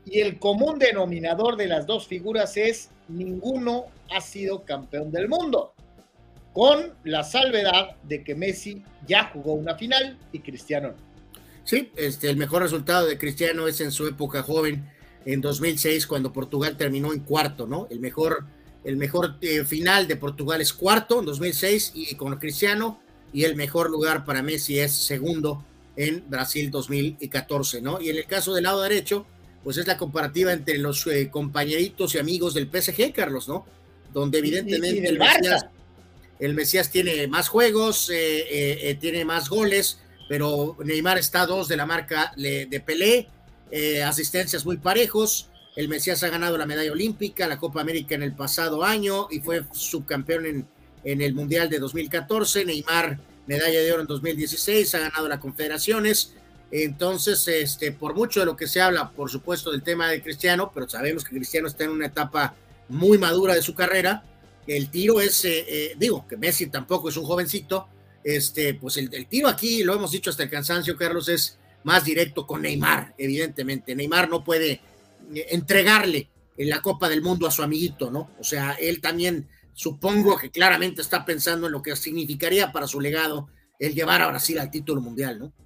y el común denominador de las dos figuras es ninguno ha sido campeón del mundo, con la salvedad de que Messi ya jugó una final y Cristiano no. Sí, este, el mejor resultado de Cristiano es en su época joven, en dos mil seis, cuando Portugal terminó en cuarto, ¿no? El mejor, el mejor eh, final de Portugal es cuarto en dos mil seis y con Cristiano, y el mejor lugar para Messi es segundo en Brasil dos mil catorce, ¿no? Y en el caso del lado derecho, pues es la comparativa entre los eh, compañeritos y amigos del P S G, Carlos, ¿no? Donde evidentemente y, y el, Mesías, el Mesías tiene más juegos, eh, eh, eh, tiene más goles, pero Neymar está a dos de la marca de Pelé, eh, asistencias muy parejos. El Mesías ha ganado la medalla olímpica, la Copa América en el pasado año y fue subcampeón en, en el Mundial de dos mil catorce. Neymar, medalla de oro en dos mil dieciséis, ha ganado las Confederaciones. Entonces, este, por mucho de lo que se habla, por supuesto, del tema de Cristiano, pero sabemos que Cristiano está en una etapa muy madura de su carrera. El tiro es, eh, eh, digo, que Messi tampoco es un jovencito. Este, pues el, el tiro aquí, lo hemos dicho hasta el cansancio, Carlos, es más directo con Neymar, evidentemente. Neymar no puede entregarle en la Copa del Mundo a su amiguito, ¿no? O sea, él también supongo que claramente está pensando en lo que significaría para su legado el llevar a Brasil al título mundial, ¿no?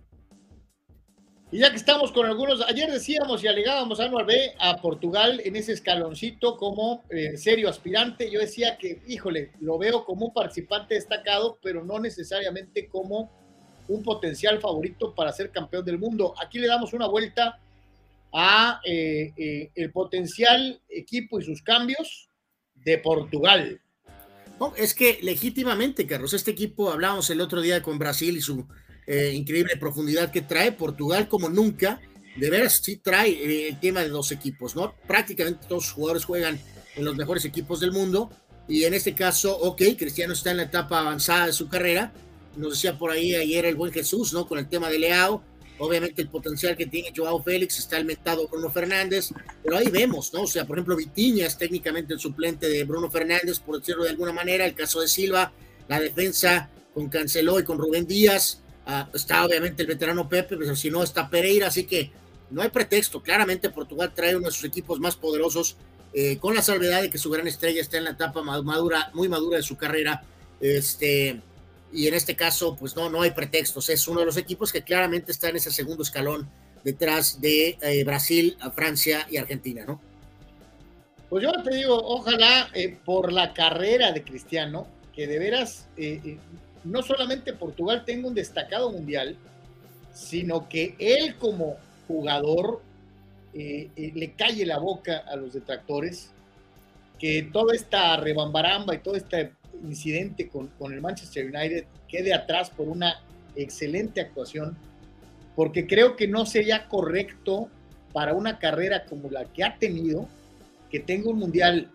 Y ya que estamos con algunos, ayer decíamos y alegábamos a Anuar B a Portugal en ese escaloncito como eh, serio aspirante. Yo decía que, híjole, lo veo como un participante destacado, pero no necesariamente como un potencial favorito para ser campeón del mundo. Aquí le damos una vuelta a eh, eh, el potencial equipo y sus cambios de Portugal. No, es que legítimamente, Carlos, este equipo, hablábamos el otro día con Brasil y su Eh, increíble profundidad que trae Portugal como nunca, de veras sí trae eh, el tema de dos equipos, ¿no? Prácticamente todos los jugadores juegan en los mejores equipos del mundo y en este caso, ok, Cristiano está en la etapa avanzada de su carrera, nos decía por ahí ayer el buen Jesús, ¿no? Con el tema de Leao, obviamente el potencial que tiene Joao Félix, está el mentado Bruno Fernández, pero ahí vemos, ¿no? O sea, por ejemplo, Vitinha es técnicamente el suplente de Bruno Fernández, por decirlo de alguna manera, el caso de Silva, la defensa con Canceló y con Rubén Díaz. Uh, está obviamente el veterano Pepe, pero si no está Pereira, así que no hay pretexto. Claramente Portugal trae uno de sus equipos más poderosos, eh, con la salvedad de que su gran estrella está en la etapa madura, muy madura de su carrera, este, y en este caso pues no, no hay pretextos, es uno de los equipos que claramente está en ese segundo escalón detrás de eh, Brasil, Francia y Argentina, ¿no? Pues yo te digo, ojalá eh, por la carrera de Cristiano, que de veras eh, eh, no solamente Portugal tenga un destacado mundial, sino que él como jugador eh, eh, le calle la boca a los detractores, que toda esta rebambaramba y todo este incidente con, con el Manchester United quede atrás por una excelente actuación, porque creo que no sería correcto para una carrera como la que ha tenido, que tenga un mundial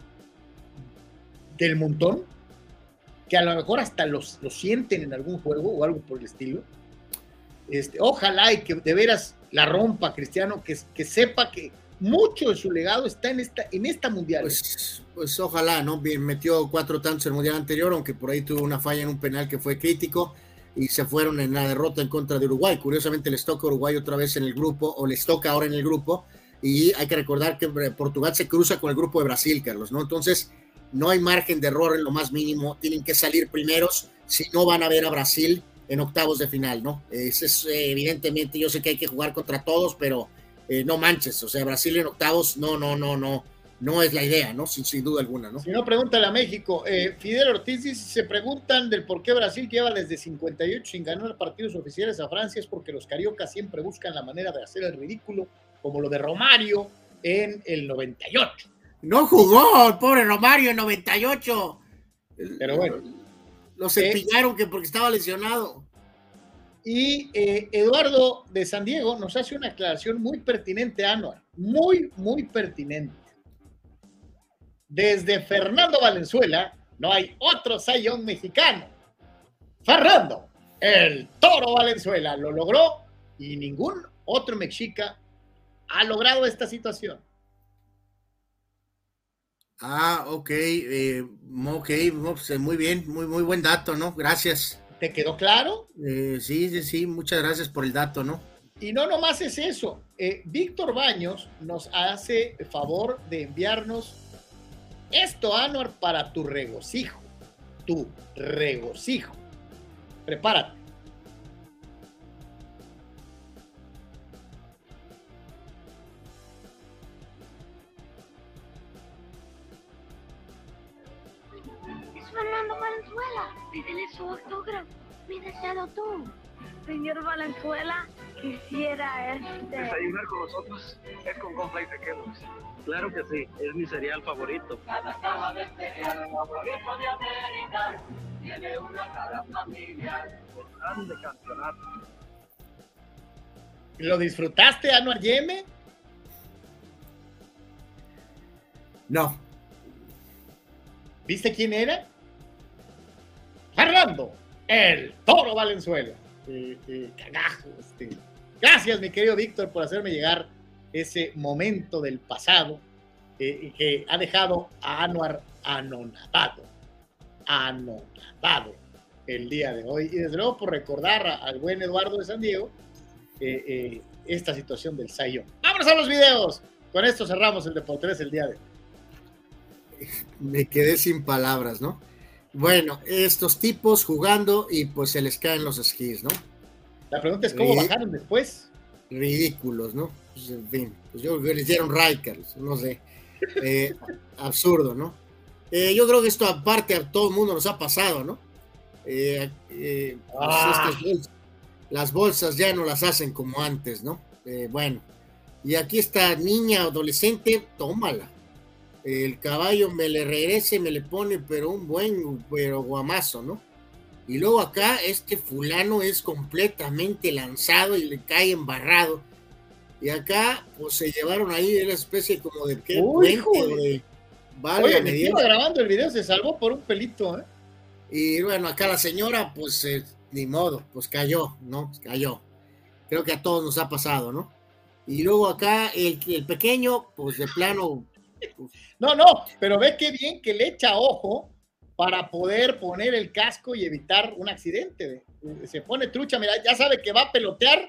del montón, que a lo mejor hasta los, los sienten en algún juego o algo por el estilo. Este, ojalá y que de veras la rompa Cristiano, que, que sepa que mucho de su legado está en esta, en esta mundial. Pues, pues ojalá, ¿no? Bien, metió cuatro tantos en el mundial anterior, aunque por ahí tuvo una falla en un penal que fue crítico y se fueron en la derrota en contra de Uruguay. Curiosamente les toca Uruguay otra vez en el grupo, o les toca ahora en el grupo, y hay que recordar que Portugal se cruza con el grupo de Brasil, Carlos, ¿no? Entonces no hay margen de error en lo más mínimo, tienen que salir primeros, si no van a ver a Brasil en octavos de final, ¿no? Eso es eh, evidentemente, yo sé que hay que jugar contra todos, pero eh, no manches, o sea, Brasil en octavos, no, no, no, no, no es la idea, ¿no? Sin, sin duda alguna, ¿no? Si no, pregúntale a México. Eh, Fidel Ortiz dice, se preguntan del por qué Brasil lleva desde cincuenta y ocho sin ganar partidos oficiales a Francia, es porque los cariocas siempre buscan la manera de hacer el ridículo, como lo de Romario en el noventa y ocho. No jugó el pobre Romario en noventa y ocho. Pero bueno. Lo cepillaron eh, que porque estaba lesionado. Y eh, Eduardo de San Diego nos hace una aclaración muy pertinente, Anuar. Muy, muy pertinente. Desde Fernando Valenzuela no hay otro sayón mexicano. Fernando, el Toro Valenzuela, lo logró y ningún otro mexica ha logrado esta situación. Ah, ok, eh, ok, muy bien, muy, muy buen dato, ¿no? Gracias. ¿Te quedó claro? Eh, sí, sí, sí, muchas gracias por el dato, ¿no? Y no nomás es eso, eh, Víctor Baños nos hace favor de enviarnos esto, Anuar, para tu regocijo, tu regocijo. Prepárate. Es Fernando Valenzuela, pídele su autógrafo, mi deseado tú. Señor Valenzuela, quisiera este... ¿Desayunar con nosotros? Es con cornflakes de Kellogg's. Claro que sí, es mi cereal favorito. Cada caja de cereal favorito de América tiene una cara familiar. Grande campeonato. ¿Lo disfrutaste, Anuar Yeme? No. ¿Viste quién era? Fernando, el Toro Valenzuela. Eh, eh, cagajo, este. Gracias, mi querido Víctor, por hacerme llegar ese momento del pasado eh, que ha dejado a Anuar anonadado, anonadado el día de hoy. Y desde luego por recordar a, al buen Eduardo de San Diego eh, eh, esta situación del Sayón. ¡Vámonos a los videos! Con esto cerramos el Deportes el día de hoy. Me quedé sin palabras, ¿no? Bueno, estos tipos jugando y pues se les caen los esquís, ¿no? La pregunta es cómo Ridí- bajaron después. Ridículos, ¿no? Pues, en fin, pues yo creo que le hicieron Rikers, no sé. Eh, absurdo, ¿no? Eh, yo creo que esto aparte a todo el mundo nos ha pasado, ¿no? Eh, eh, pues, Ah. estas bolsas, las bolsas ya no las hacen como antes, ¿no? Eh, bueno, y aquí esta niña adolescente, tómala. El caballo me le regrese, me le pone, pero un buen, pero guamazo, ¿no? Y luego acá este fulano es completamente lanzado y le cae embarrado. Y acá, pues se llevaron ahí una especie como de ¿qué? Uy, puente, joder. de- Oye, válgame me Dios. iba grabando el video, se salvó por un pelito, ¿eh? Y bueno, acá la señora, pues eh, ni modo, pues cayó, ¿no? Cayó. Creo que a todos nos ha pasado, ¿no? Y luego acá el, el pequeño, pues de plano, No, no, pero ve qué bien que le echa ojo para poder poner el casco y evitar un accidente. Se pone trucha, mira, ya sabe que va a pelotear.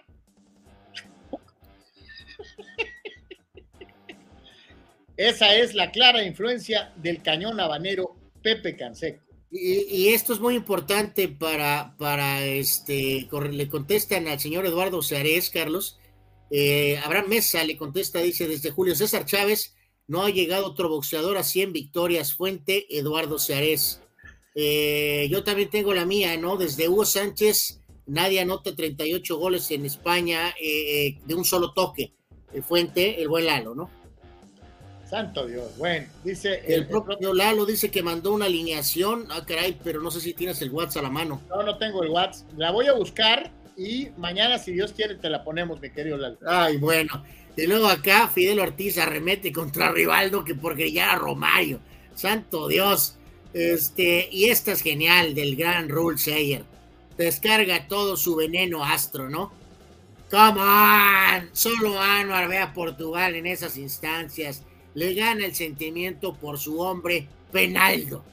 Esa es la clara influencia del cañón habanero Pepe Canseco. Y, y esto es muy importante para, para este, corre- le contestan al señor Eduardo Seares, Carlos. Eh, Abraham Mesa le contesta, dice, desde Julio César Chávez no ha llegado otro boxeador a cien victorias, fuente Eduardo Seares. Eh, yo también tengo la mía, ¿no? Desde Hugo Sánchez, nadie anota treinta y ocho goles en España eh, eh, de un solo toque. Eh, fuente, el buen Lalo, ¿no? Santo Dios. Bueno, dice El, el propio Lalo dice que mandó una alineación. Ah, caray, pero no sé si tienes el WhatsApp a la mano. No, no tengo el WhatsApp. La voy a buscar y mañana, si Dios quiere, te la ponemos, mi querido Lalo. Ay, bueno. Y luego acá Fidel Ortiz arremete contra Rivaldo que por grillar a Romario. Santo Dios. Este, y esta es genial del gran Rule Sayer. Descarga todo su veneno astro, ¿no? Come on. Solo Anuar ve a Portugal en esas instancias. Le gana el sentimiento por su hombre Penaldo.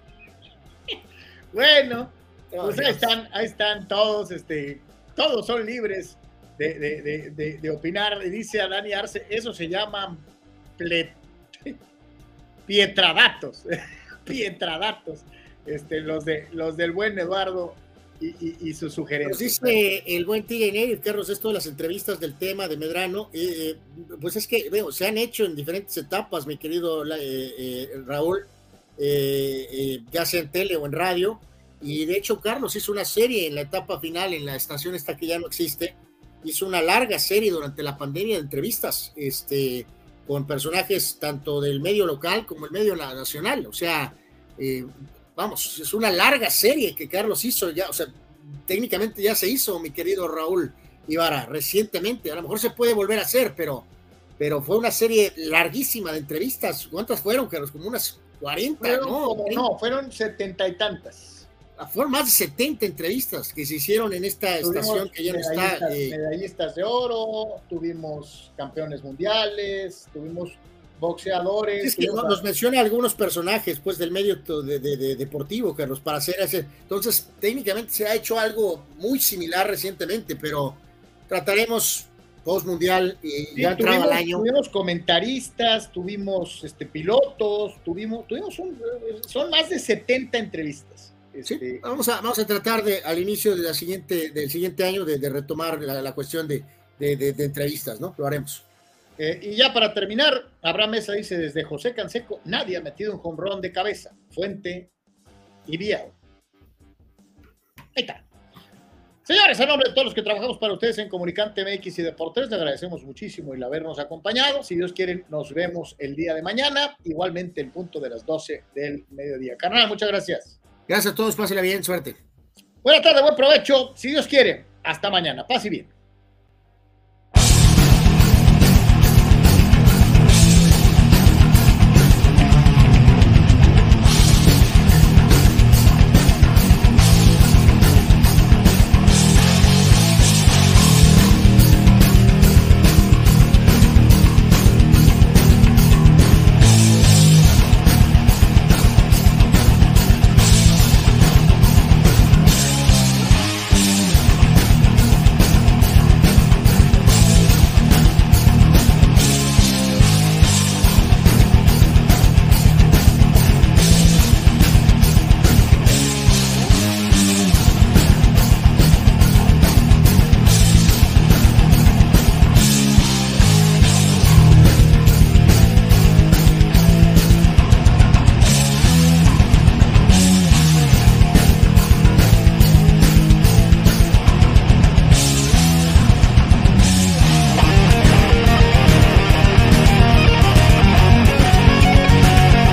Bueno, pues Oh, ahí están, ahí están todos, este, todos son libres de, de, de, de, de opinar. Y dice a Dani Arce, eso se llama ple... pietradatos, pietradatos, este, los, de, los del buen Eduardo y, y, y sus Nos sugerencias. dice el buen Tigre Negro, Carlos, esto de las entrevistas del tema de Medrano, eh, pues es que, veo, se han hecho en diferentes etapas, mi querido eh, eh, Raúl, eh, eh, ya sea en tele o en radio, y de hecho Carlos hizo una serie en la etapa final, en la estación esta que ya no existe, hizo una larga serie durante la pandemia de entrevistas, este, con personajes tanto del medio local como el medio nacional, o sea, eh, vamos, es una larga serie que Carlos hizo ya, o sea, técnicamente ya se hizo, mi querido Raúl Ibarra, recientemente, a lo mejor se puede volver a hacer, pero, pero fue una serie larguísima de entrevistas. ¿Cuántas fueron, Carlos? Como unas cuarenta, Fueron, ¿no? como, no, fueron setenta y tantas. Fueron más de setenta entrevistas que se hicieron en esta Tuvimos estación que ya no está. medallistas, Eh, medallistas de oro, tuvimos campeones mundiales, tuvimos boxeadores. es que tuvimos nos menciona algunos personajes pues del medio de, de, de deportivo, Carlos, para hacer ese. Entonces, técnicamente se ha hecho algo muy similar recientemente, pero, trataremos post mundial y Sí, ya entraba tuvimos, el año. tuvimos comentaristas, tuvimos este, pilotos, tuvimos, tuvimos un, son más de setenta entrevistas. Sí, Este, vamos a, vamos a tratar de al inicio de la siguiente, del siguiente año de, de retomar la, la cuestión de, de, de, de entrevistas, ¿no? Lo haremos. eh, y ya para terminar, Abraham Mesa dice desde José Canseco, nadie ha metido un home run de cabeza. Fuente y Vía. Ahí está. Señores, a nombre de todos los que trabajamos para ustedes en Comunicante M X y Deportes, le agradecemos muchísimo el habernos acompañado. Si Dios quiere, nos vemos el día de mañana, igualmente el punto de las doce del mediodía. Carnal, muchas gracias. Gracias a todos, pásenla bien, suerte. Buenas tardes, buen provecho. Si Dios quiere, hasta mañana. Paz y bien.